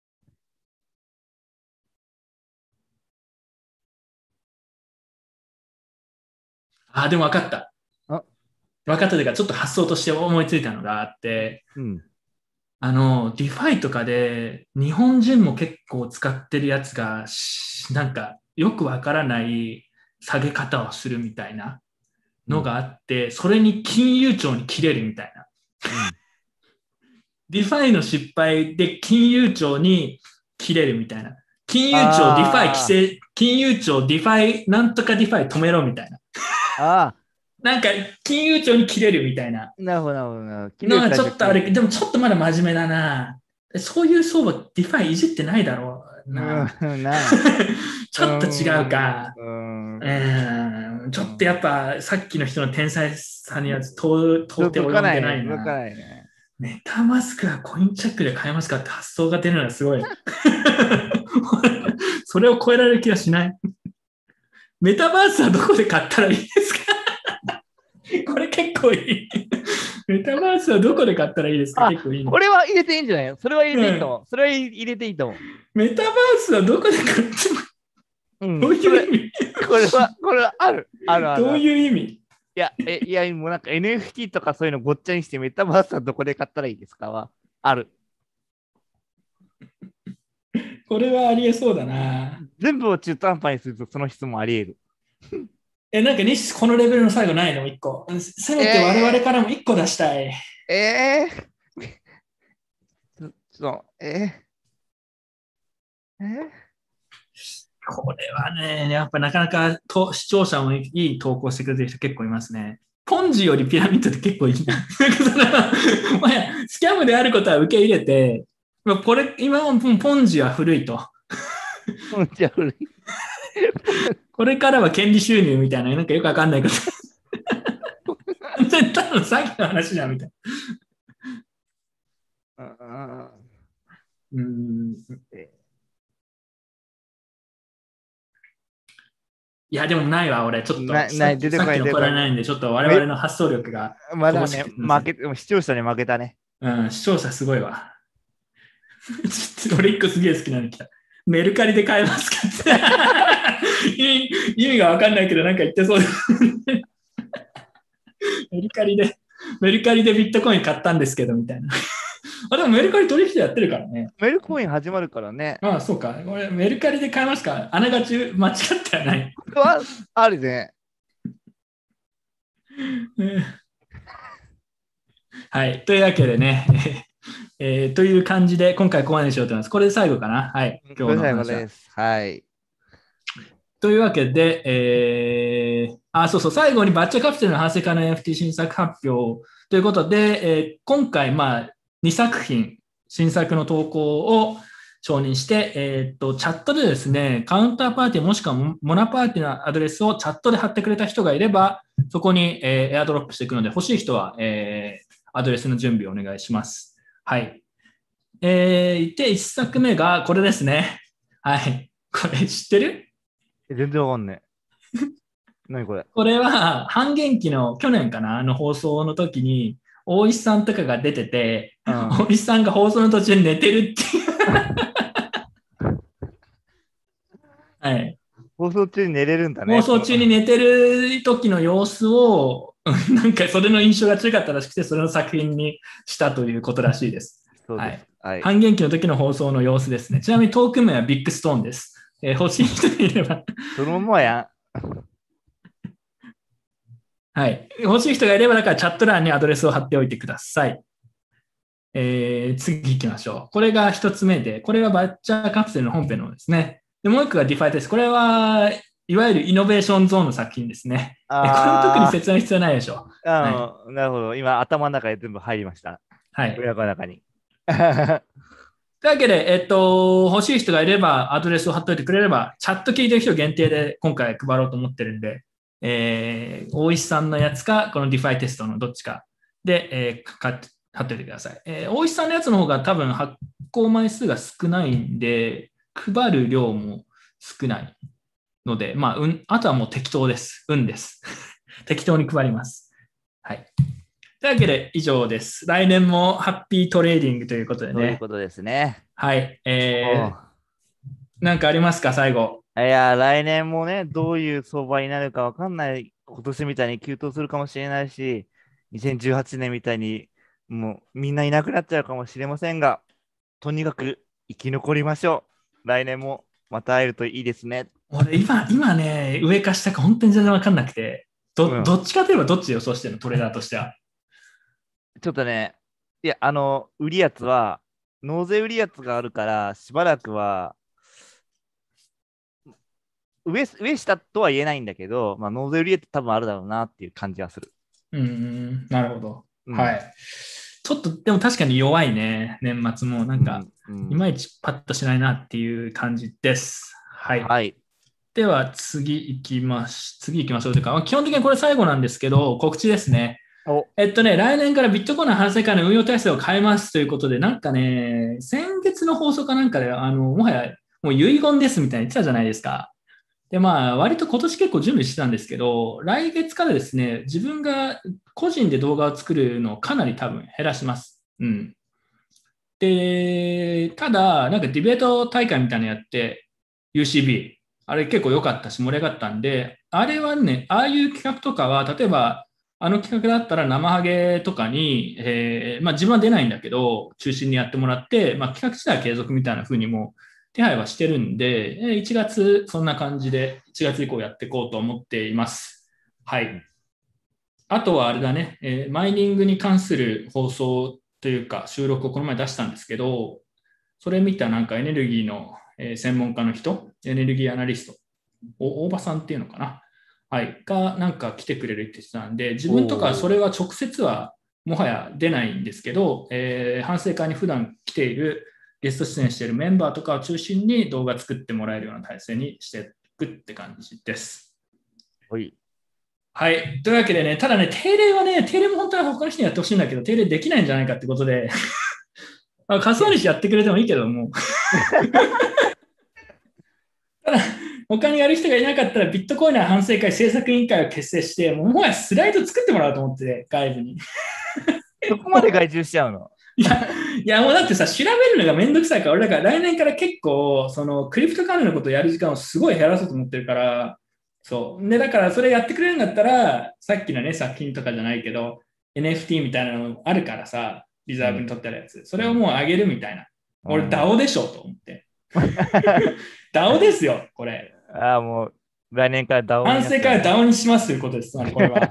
でも分かった。 あ、 分かったというか、ちょっと発想として思いついたのがあって、 うん。 ディファイとかで日本人も結構使ってるやつが、なんかよくわからない下げ方をするみたいなのがあって、それに金融庁に切れるみたいな。ディファイの失敗で金融庁に切れるみたいな。金融庁ディファイ規制、金融庁ディファイ、なんとかディファイ止めろみたいな。 あなんか、金融庁に切れるみたいななるほど、なるほどなるほど。 のはちょっとあれ、でもちょっとまだ真面目だな。そういう相場、ディファイいじってないだろうな。 ない。 ちょっと違うか。 うん。 ちょっとやっぱさっきの人の天才さには到底届かないね。 及んでない届かな。 ないね。 メタマスクはコインチェックで買えますかって発想が出るのはすごい。それを超えられる気がしない。メタバースはどこで買ったらいいですか？これ結構いい。メタバースはどこで買ったらいいですか？結構いいね。 これは入れていいんじゃないの？それは入れていいと思う。それは入れていいと思う。 メタバースはどこで買っても、どういう意味？ これはある。あるある。 どういう意味？ いや、もうなんか NFT とかそういうのごっちゃにしてメタバースはどこで買ったらいいですかはある。 これはありえそうだな。 全部を中途半端にするとその質問あり得る。 なんか西このレベルの最後ないの一個。せめて我々からも一個出したい。これはね、やっぱなかなか視聴者もいい投稿してくれてる人結構いますね。ポンジよりピラミッドって結構いいな。スキャムであることは受け入れて、これ、今はポンジは古いと。 ポンジは古い。 これからは権利収入みたいな、なんかよくわかんないこと。絶対のさっきの話じゃんみたいな。いや、でもないわ、俺。ちょっと、さっきのこれないんで、ちょっと我々の発想力が。 まだね、視聴者に負けたね。 視聴者すごいわ。俺一個すげえ好きなの来た。メルカリで買えますかって意味がわかんないけど、なんか言ってそうメルカリでビットコイン買ったんですけど、みたいな。でもメルカリ取引やってるからね。 メルコイン始まるからね。 そうか。これメルカリで買えますか？あながち間違ってはない。 これはあるね。 はい。というわけでね、という感じで今回ここまでにしようと思います。これで最後かな。はい。 今日の話です。はい。 というわけで、そうそう、最後にバッチャカプセルの反省会の NFT 新作発表ということで、今回、2作品、新作の投稿を承認して、チャットでですね、カウンターパーティーもしくはモナパーティーのアドレスをチャットで貼ってくれた人がいれば、そこに、エアドロップしていくので、欲しい人は、アドレスの準備をお願いします。はい。で、1作目がこれですね。はい。これ知ってる？ 全然わかんない。何これ？ これは、半減期の去年かなの放送の時に、大石さんとかが出てて、大石さんが放送の途中で寝てるっていう。はい。 放送中に寝れるんだね。 放送中に寝てる時の様子を、なんかそれの印象が強かったらしくて、それの作品にしたということらしいです。はい。半減期の時の放送の様子ですね。ちなみにトーク名はビッグストーンです。欲しい人がいれば。 そのままや。 はい。欲しい人がいれば、だからチャット欄にアドレスを貼っておいてください。次行きましょう。これが一つ目で、これがバッチャーカプセルの本編の方ですね。で、もう一個がディファイです。これは、いわゆるイノベーションゾーンの作品ですね。これは特に説明必要ないでしょ。 なるほど。今、頭の中で全部入りました。 はい。 裏の中に。 というわけで、欲しい人がいれば、アドレスを貼っておいてくれれば、チャット聞いてる人限定で今回配ろうと思ってるんで、大石さんのやつか、このディファイテストのどっちかで、貼っておいてください。大石さんのやつの方が多分発行枚数が少ないんで、配る量も少ないので、あとはもう適当です。運です。適当に配ります。はい。というわけで以上です。来年もハッピートレーディングということでね。 そういうことですね。 はい。なんかありますか、最後。 いや、来年もね、どういう相場になるかわかんない。今年みたいに急騰するかもしれないし、2018年みたいにもうみんないなくなっちゃうかもしれませんが、とにかく生き残りましょう。来年もまた会えるといいですね。 俺今ね、上か下か本当に全然わかんなくて、どっちかといえばどっち予想してるの、トレーダーとしては。 ちょっとね、いや、売りやつは、 納税売りやつがあるから、しばらくは、上下とは言えないんだけど、まあ、納税売りって多分あるだろうなっていう感じはする。 なるほど。 うん。 はい。ちょっと、でも確かに弱いね。年末もなんか、 うん。うん。 いまいちパッとしないなっていう感じです。はい。 はい。 では次行きましょうというか、基本的にこれ最後なんですけど、告知ですね。 お、 来年からビットコインの反省会の運用体制を変えますということで、なんかね、先月の放送かなんかで、もはやもう遺言ですみたいに言ってたじゃないですか。で、まあ、割と今年結構準備してたんですけど、来月からですね、自分が個人で動画を作るのをかなり多分減らします。うん。で、ただ、なんかディベート大会みたいなのやって、UCB、あれ結構良かったし盛り上がったんで、あれはね、ああいう企画とかは、例えば、あの企画だったら生ハゲとかに、まあ自分は出ないんだけど、中心にやってもらって、まあ企画自体は継続みたいな風にも手配はしてるんで、1月、そんな感じで、1月以降やっていこうと思っています。はい。あとはあれだね、マイニングに関する放送というか収録をこの前出したんですけど、それ見たなんかエネルギーの専門家の人、エネルギーアナリスト、大場さんっていうのかな、はい、がなんか来てくれるって言ってたんで、自分とかそおー。 れは直接はもはや出ないんですけど、反省会に普段来ているゲスト出演しているメンバーとかを中心に動画作ってもらえるような体制にしていくって感じです。 おい。 はい。というわけでね、ただね、定例も本当は他の人にやってほしいんだけど、定例できないんじゃないかってことで、仮想主やってくれてもいいけども、ただ、他にやる人がいなかったら、ビットコインの反省会制作委員会を結成して、もはやスライド作ってもらおうと思って、外部に。 そこまで外注しちゃうの？ いや、もうだってさ、調べるのがめんどくさいから、俺だから来年から結構、そのクリプト関連のことをやる時間をすごい減らそうと思ってるから、そう。で、だからそれやってくれるんだったら、さっきのね、作品とかじゃないけど、NFT みたいなのあるからさ、リザーブにうん。 取ってあるやつ。それをうん。 もう上げるみたいな。俺、 うん。 DAO でしょと思って。DAO ですよ、これ。 ああ、もう、来年からダウに反省会はなっちゃうんだ。 DAO にしますということです、つまりこれは。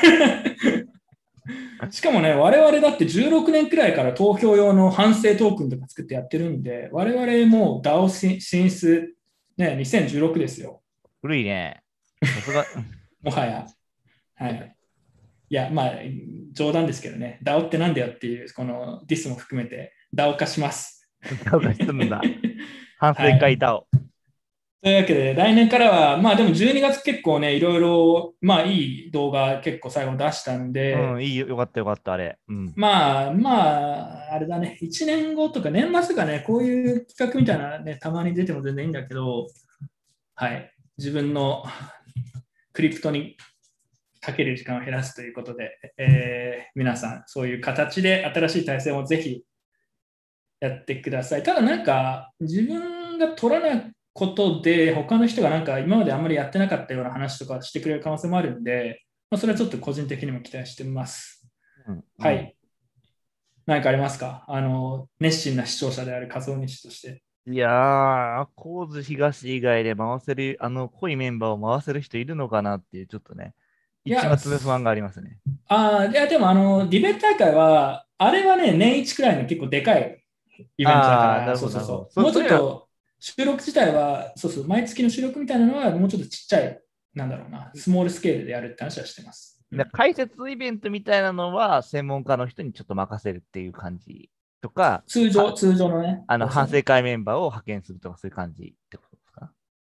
しかもね、我々だって16年くらいから投票用の反省トークンとか作ってやってるんで、我々もう DAO 進出、ね、2016ですよ。 古いね。さすが。 もはや。はい。いや、まあ、冗談ですけどね、DAO ってなんだよっていう、このディスも含めて DAO 化します。 ダウがすんだ。反省はい。 会ダウ。 というわけで、来年からは、まあでも12月結構ね、いろいろ、まあいい動画結構最後出したんで、 うん、いいよ、よかったよかった、あれ。うん。 あれだね、1年後とか年末がね、こういう企画みたいなね、たまに出ても全然いいんだけど、はい、自分のクリプトにかける時間を減らすということで、皆さん、そういう形で新しい体制をぜひやってください。ただなんか、自分が取らないことで、他の人がなんか今まであんまりやってなかったような話とかしてくれる可能性もあるんで、まあ、それはちょっと個人的にも期待してます。 うん。うん。 はい。何かありますか？熱心な視聴者である和夫西として。 いやー、神津東以外で回せる、濃いメンバーを回せる人いるのかなっていう、ちょっとね、 いや、 一抹の不安がありますね。 いやでもディベート大会は、あれはね、年一くらいの結構でかいイベントだかあー、なら、 るほど、 そうそうなるほど。 そう。もうちそういうのは、 ょっと収録自体は、そうそう、毎月の収録みたいなのは、もうちょっとちっちゃい、なんだろうな、スモールスケールでやるって話はしてます。うん、 解説イベントみたいなのは、専門家の人にちょっと任せるっていう感じとか、 通常のね、放送ね。 反省会メンバーを派遣するとか、そういう感じってことですか？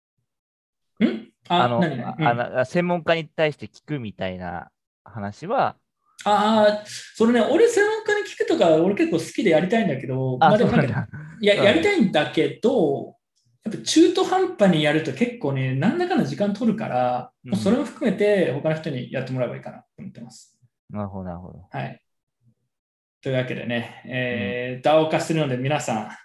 何々うん。 専門家に対して聞くみたいな話は、 それね、俺専門家に聞くとか、俺結構好きでやりたいんだけど、 あ、 まあでもなんか、 そうなんだ。 やりたそうなんだ。 いんだけど、やっぱ中途半端にやると結構ね、何らかの時間取るから、もうそれうん。 も含めて他の人にやってもらえばいいかなと思ってます。 なるほど、なるほど。 はい。というわけでね、 うん。 ダオ化するので皆さん、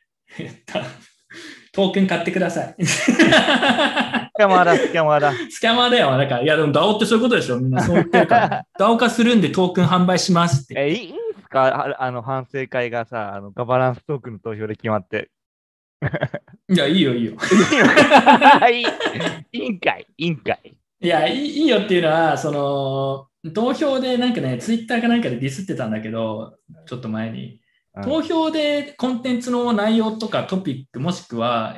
トークン買ってください。 スキャマーだ、スキャマーだ。 スキャマーだよ。だから、いやでもダオってそういうことでしょ。みんなそう言ってるからね。ダオ化するんでトークン販売しますって言って。 いいんすか？反省会がさ、ガバナンストークンの投票で決まって。 いや、いいよ、いいよ。 いいのか？いいんかい、いいんかい。 いや、いいよっていうのは、投票でなんかね、ツイッターかなんかでディスってたんだけど、ちょっと前に。 投票でコンテンツの内容とかトピックもしくは、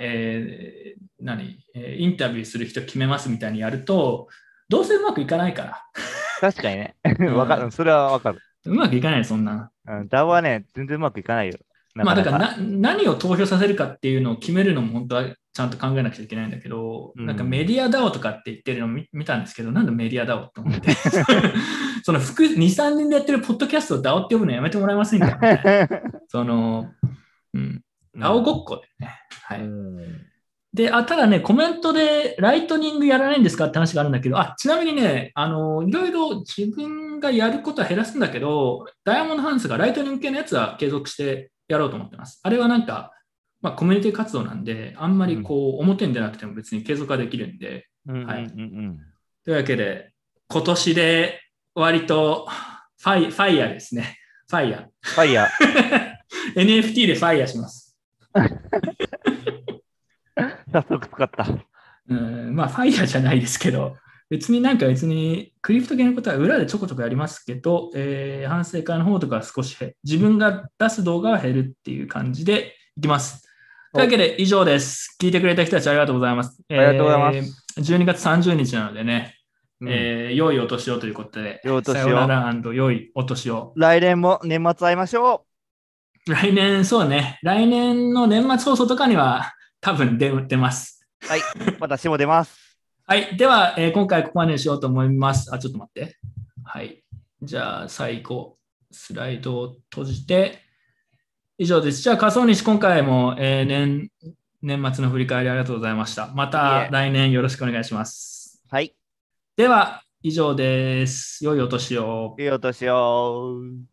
インタビューする人決めますみたいにやると、どうせうまくいかないから。 確かにね。 うんわかる。それはわかる。 うまくいかない、そんな。 DAO はね、全然うまくいかないよ。 まあだから何を投票させるかっていうのを決めるのも本当はちゃんと考えなくちゃいけないんだけど、なんかメディア DAO とかって言ってるのを見たんですけど、なんでメディア DAO と思って。その2、3人でやってるポッドキャストを DAO って呼ぶのやめてもらえませんかみたいな。その、DAO ごっこでね。はい。で、ただね、コメントでライトニングやらないんですかって話があるんだけど、ちなみにね、いろいろ自分がやることは減らすんだけど、ダイヤモンドハンスがライトニング系のやつは継続してやろうと思ってます。あれはなんか、コミュニティ活動なんで、あんまり表に出なくても別に継続はできるんで、はい。というわけで、今年で割とファイヤーですね。ファイヤー。 NFT でファイヤーします。 早速使った。 ファイヤーじゃないですけど、別にクリプト系のことは裏でちょこちょこやりますけど、反省会の方とか少し自分が出す動画は減るっていう感じでいきます。というわけで以上です。聞いてくれた人たちありがとうございます。 ありがとうございます。 12月30日なのでね、良いお年をということで、さよなら&良いお年を。 来年も年末会いましょう。来年、そうね。来年の年末放送とかには多分出ます。 はい。私も出ます。 はい。では、今回ここまでにしようと思います。ちょっと待って。はい。じゃあ、最後、スライドを閉じて、以上です。じゃあ、仮想西、今回も、年末の振り返りありがとうございました。また来年よろしくお願いします。 はい。 では、以上です。良いお年を。 良いお年を。